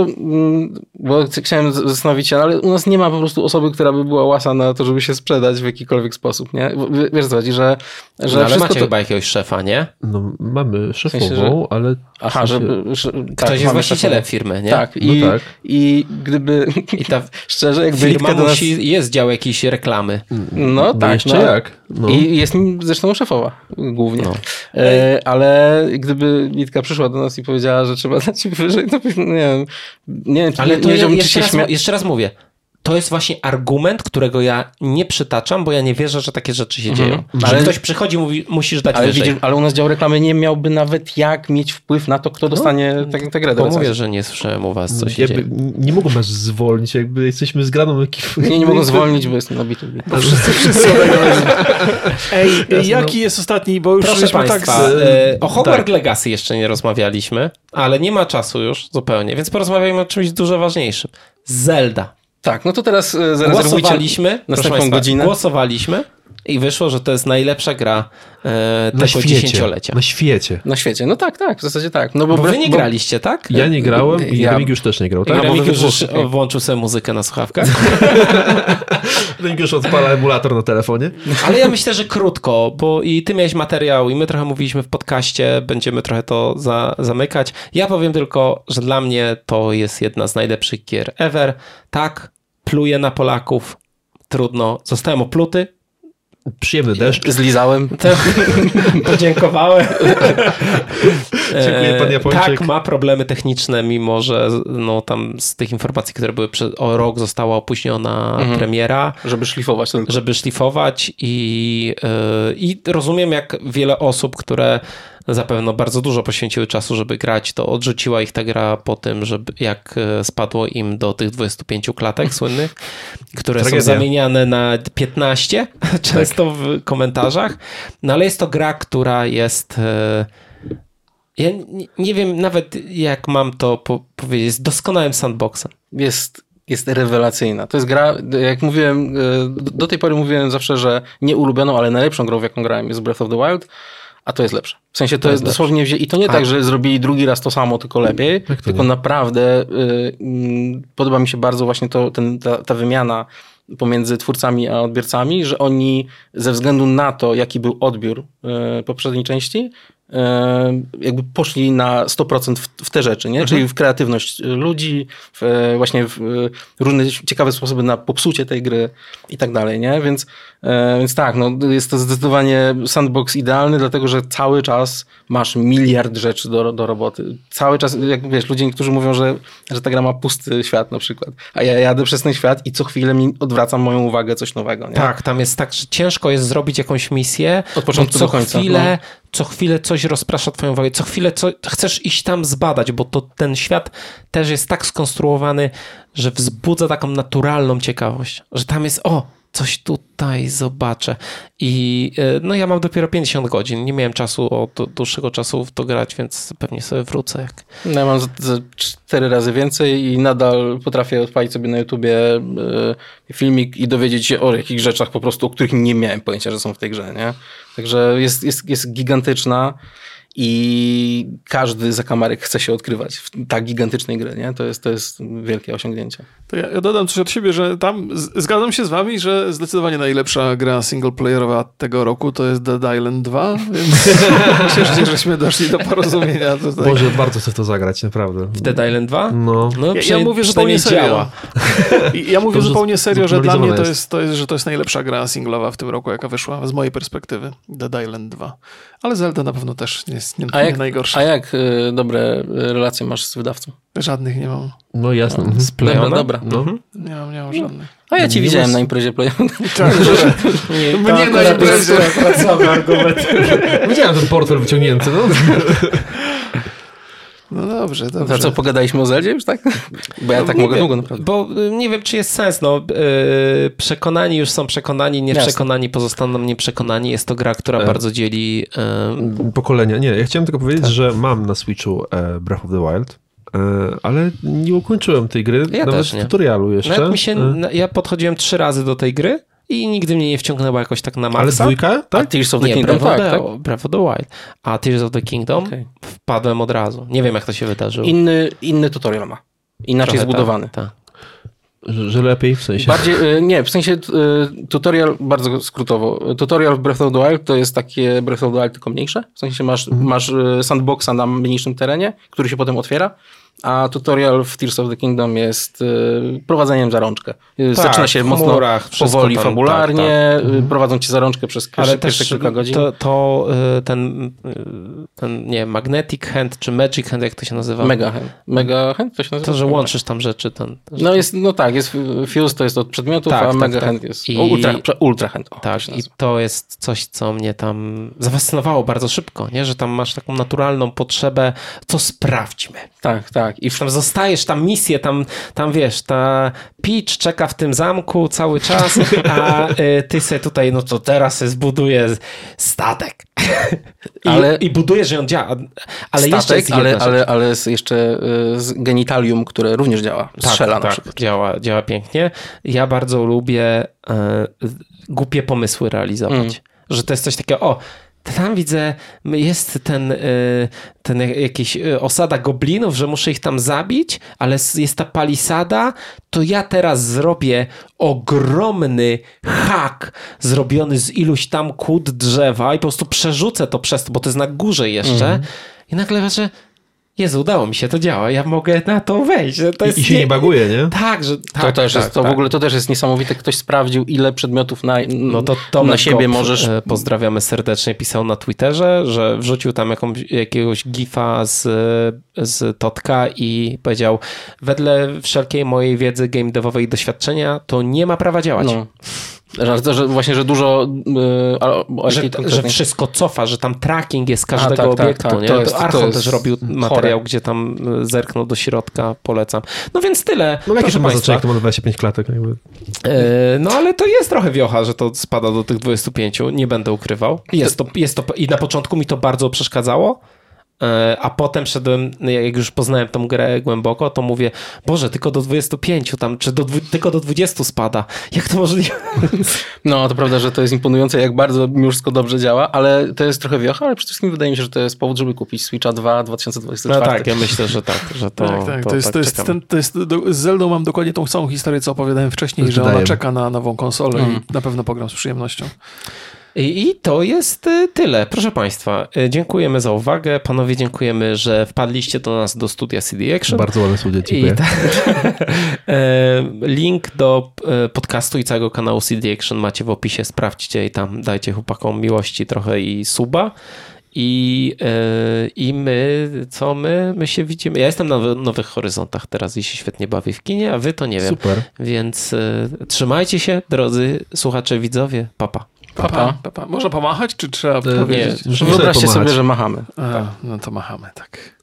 bo chciałem zastanowić się, ale u nas nie ma po prostu osoby, która by była łasa na to, żeby się sprzedać w jakikolwiek sposób, nie? Bo wiesz co chodzi, że No, ale wszystko macie to... chyba jakiegoś szefa, nie? No, mamy szefową, sensie, ale... Aha, w sensie- tak, Ktoś jest mamy właścicielem szefową. firmy, nie? Tak, No tak. i gdyby... I ta Szczerze, jakby firma Litka do nas... jest dział jakiejś reklamy. No tak, jeszcze no. jak? No. I jest nim zresztą szefowa głównie. No. Ale gdyby Litka przyszła do nas i powiedziała, że trzeba dać wyżej, to byśmy, nie wiem, Ale to nie wiedziałbym, czy jeszcze, się jeszcze raz mówię. To jest właśnie argument, którego ja nie przytaczam, bo ja nie wierzę, że takie rzeczy się dzieją. Że Ale- ktoś przychodzi i mówi, musisz dać Ale wyżej. widzisz, ale u nas dział reklamy nie miałby nawet jak mieć wpływ na to, kto dostanie tę grę do Bo mówię, recenzji. że nie słyszałem u was, co się Jakby dzieje. nie mogą nas zwolnić, jakby jesteśmy zgraną ekipą. Nie mogą zwolnić, bo jestem nabity. Ej, jaki jest ostatni, bo już Proszę żeśmy Państwa, tak... o Hogwarts Legacy jeszcze nie rozmawialiśmy, ale nie ma czasu już zupełnie, więc porozmawiajmy o czymś dużo ważniejszym. Zelda. Tak, no to teraz zarezerwujcie Głosowaliśmy, proszę następną Państwa, godzinę. głosowaliśmy i wyszło, że to jest najlepsza gra Na tego świecie. dziesięciolecia. Na świecie. Na świecie. No tak, w zasadzie tak. No Bo wy nie graliście, tak? Ja nie grałem i Ja- Remigiusz też nie grał, I tak? bo wy Remigiusz we już dwóch, włączył sobie muzykę na słuchawkach. Remigiusz odpala emulator na telefonie. Ale ja myślę, że krótko, bo i ty miałeś materiał i my trochę mówiliśmy w podcaście, będziemy trochę to zamykać. Ja powiem tylko, że dla mnie to jest jedna z najlepszych gier ever. Tak, pluję na Polaków, trudno, zostałem opluty. Przyjemny deszcz. Zlizałem. Podziękowałem. Dziękuję, pan Japończyk. Tak, ma problemy techniczne, mimo że no, tam z tych informacji, które były o rok, została opóźniona premiera, Żeby szlifować tylko. żeby szlifować i rozumiem, jak wiele osób, które zapewne bardzo dużo poświęciły czasu, żeby grać, to odrzuciła ich ta gra po tym, jak spadło im do tych 25 klatek słynnych, które Tragedia. są zamieniane na 15 często w komentarzach. No ale jest to gra, która jest... Ja nie wiem nawet jak mam to powiedzieć, jest doskonałym sandboxem. Jest rewelacyjna. To jest gra, jak mówiłem, do tej pory mówiłem zawsze, że nie ulubioną, ale najlepszą grą, w jaką grałem, jest Breath of the Wild, a to jest lepsze. W sensie to jest dosłownie i to nie tak, że zrobili drugi raz to samo, tylko lepiej, tylko naprawdę podoba mi się bardzo właśnie ta wymiana pomiędzy twórcami a odbiorcami, że oni ze względu na to, jaki był odbiór poprzedniej części, jakby poszli na 100% w te rzeczy, nie? Czyli w kreatywność ludzi, właśnie w różne ciekawe sposoby na popsucie tej gry i tak dalej, nie? Więc tak, no, jest to zdecydowanie sandbox idealny, dlatego że cały czas masz miliard rzeczy do roboty. Cały czas, jak wiesz, ludzie niektórzy mówią, że ta gra ma pusty świat na przykład, a ja jadę przez ten świat i co chwilę mi odwracam moją uwagę coś nowego, nie? Tak, tam jest tak, że ciężko jest zrobić jakąś misję, od początku do końca. Co chwilę coś rozprasza twoją uwagę, co chwilę chcesz iść tam zbadać, bo ten świat też jest tak skonstruowany, że wzbudza taką naturalną ciekawość, że tam jest, coś tutaj zobaczę. I no ja mam dopiero 50 godzin, nie miałem czasu od dłuższego czasu w to grać, więc pewnie sobie wrócę. No ja mam za 4 razy więcej i nadal potrafię odpalić sobie na YouTubie filmik i dowiedzieć się o jakichś rzeczach po prostu, o których nie miałem pojęcia, że są w tej grze, nie? Także jest gigantyczna i każdy zakamarek chce się odkrywać w tak gigantycznej grze, nie? To jest wielkie osiągnięcie. To ja dodam coś od siebie, że tam zgadzam się z wami, że zdecydowanie najlepsza gra singleplayerowa tego roku to jest Dead Island 2, więc cieszę się, żeśmy doszli do porozumienia tutaj. Boże, bardzo chcę w to zagrać, naprawdę. W Dead Island 2? No. Ja mówię zupełnie serio. Działa. Ja mówię zupełnie serio, że dla mnie zoptymalizowane to jest najlepsza gra singlowa w tym roku, jaka wyszła, z mojej perspektywy. Dead Island 2. Ale Zelda na pewno też nie jest nie najgorsza. A jak dobre relacje masz z wydawcą? Żadnych nie mam. No jasne. Z Playona? Dobra. No. Nie mam żadnych. A ja ci widziałem na imprezie Playona. Tak, mnie na imprezie. Widziałem ten portfel wyciągnięty, no. No dobrze. A co, pogadaliśmy o Zeldzie już, tak? Bo ja tak mogę długo naprawdę. Bo nie wiem, czy jest sens. Przekonani już są przekonani, nieprzekonani pozostaną nieprzekonani. Jest to gra, która bardzo dzieli... Pokolenia. Nie, ja chciałem tylko powiedzieć, że mam na Switchu Breath of the Wild, ale nie ukończyłem tej gry, Ja nawet też nie. w tutorialu jeszcze. Nawet ja podchodziłem 3 razy do tej gry i nigdy mnie nie wciągnęła jakoś tak na maksa. Ale 2, A tak? Tears of the Nie, Kingdom, Breath of the Wild. A Tears of the Kingdom wpadłem od razu. Nie wiem, jak to się wydarzyło. Inny tutorial ma. Inaczej Trochę zbudowany. Tak. Że lepiej w sensie. Bardziej, nie, w sensie tutorial, bardzo skrótowo, tutorial w Breath of the Wild to jest takie Breath of the Wild tylko mniejsze, w sensie masz sandboxa na mniejszym terenie, który się potem otwiera, a tutorial w Tears of the Kingdom jest prowadzeniem za rączkę. Zaczyna się mocno chmurach, powoli, tam, fabularnie, prowadzą cię za rączkę przez pierwsze kilka godzin. Ten nie wiem, Magnetic Hand czy Magic Hand, jak to się nazywa? Mega Hand to się nazywa? To, że łączysz tam rzeczy. Jest Fuse to jest od przedmiotów, a Mega Hand jest Ultra Hand. I to jest coś, co mnie tam zafascynowało bardzo szybko, nie? Że tam masz taką naturalną potrzebę, to sprawdźmy. Tak. I tam zostajesz, tam misję, tam wiesz, ta Peach czeka w tym zamku cały czas, a ty sobie tutaj, no to teraz sobie zbuduję statek. I budujesz, że on działa. Ale statek, jeszcze jest ale jest jeszcze z genitalium, które również działa. Strzela na przykład. Działa pięknie. Ja bardzo lubię głupie pomysły realizować. Że to jest coś takiego, tam widzę, jest ten jakiś osada goblinów, że muszę ich tam zabić, ale jest ta palisada, to ja teraz zrobię ogromny hak zrobiony z iluś tam kłód drzewa i po prostu przerzucę to przez to, bo to jest na górze jeszcze i nagle patrzę, Jezu, udało mi się, to działa, ja mogę na to wejść. To jest I się nie baguje, nie? Tak, że tak. To też jest, w ogóle to też jest niesamowite. Ktoś sprawdził, ile przedmiotów na siebie możesz. Pozdrawiamy serdecznie, pisał na Twitterze, że wrzucił tam jakiegoś gifa z Totka i powiedział, wedle wszelkiej mojej wiedzy game devowej i doświadczenia, to nie ma prawa działać. Że właśnie, że dużo... Że wszystko cofa, że tam tracking jest każdego obiektu. Tak, nie? Archon też robił materiał, gdzie tam zerknął do środka, polecam. No więc tyle. No jakie to ma Państwa. znaczenie, jak to ma 25 klatek? Jakby. No ale to jest trochę wiocha, że to spada do tych 25, nie będę ukrywał. Jest to i na początku mi to bardzo przeszkadzało, a potem szedłem, jak już poznałem tą grę głęboko, to mówię, Boże, tylko do 25 tam, czy tylko do 20 spada. Jak to możliwe? No, to prawda, że to jest imponujące, jak bardzo mimo wszystko dobrze działa, ale to jest trochę wiocha, ale przede wszystkim wydaje mi się, że to jest powód, żeby kupić Switcha 2 2024. No tak, ja myślę, że tak. Że to z Zeldą mam dokładnie tą samą historię, co opowiadałem wcześniej, że ona czeka na nową konsolę i na pewno pogram z przyjemnością. I to jest tyle. Proszę Państwa, dziękujemy za uwagę. Panowie, dziękujemy, że wpadliście do nas do studia CD Action. Bardzo ładne studia, dziękuję. Link do podcastu i całego kanału CD Action macie w opisie. Sprawdźcie i tam dajcie chłopakom miłości trochę i suba. I my się widzimy. Ja jestem na Nowych Horyzontach teraz i się świetnie bawię w kinie, a wy to nie wiem. Super. Więc trzymajcie się, drodzy słuchacze, widzowie. Papa. Można pomachać, czy trzeba powiedzieć? Wyobraźcie sobie, że machamy. No to machamy, tak.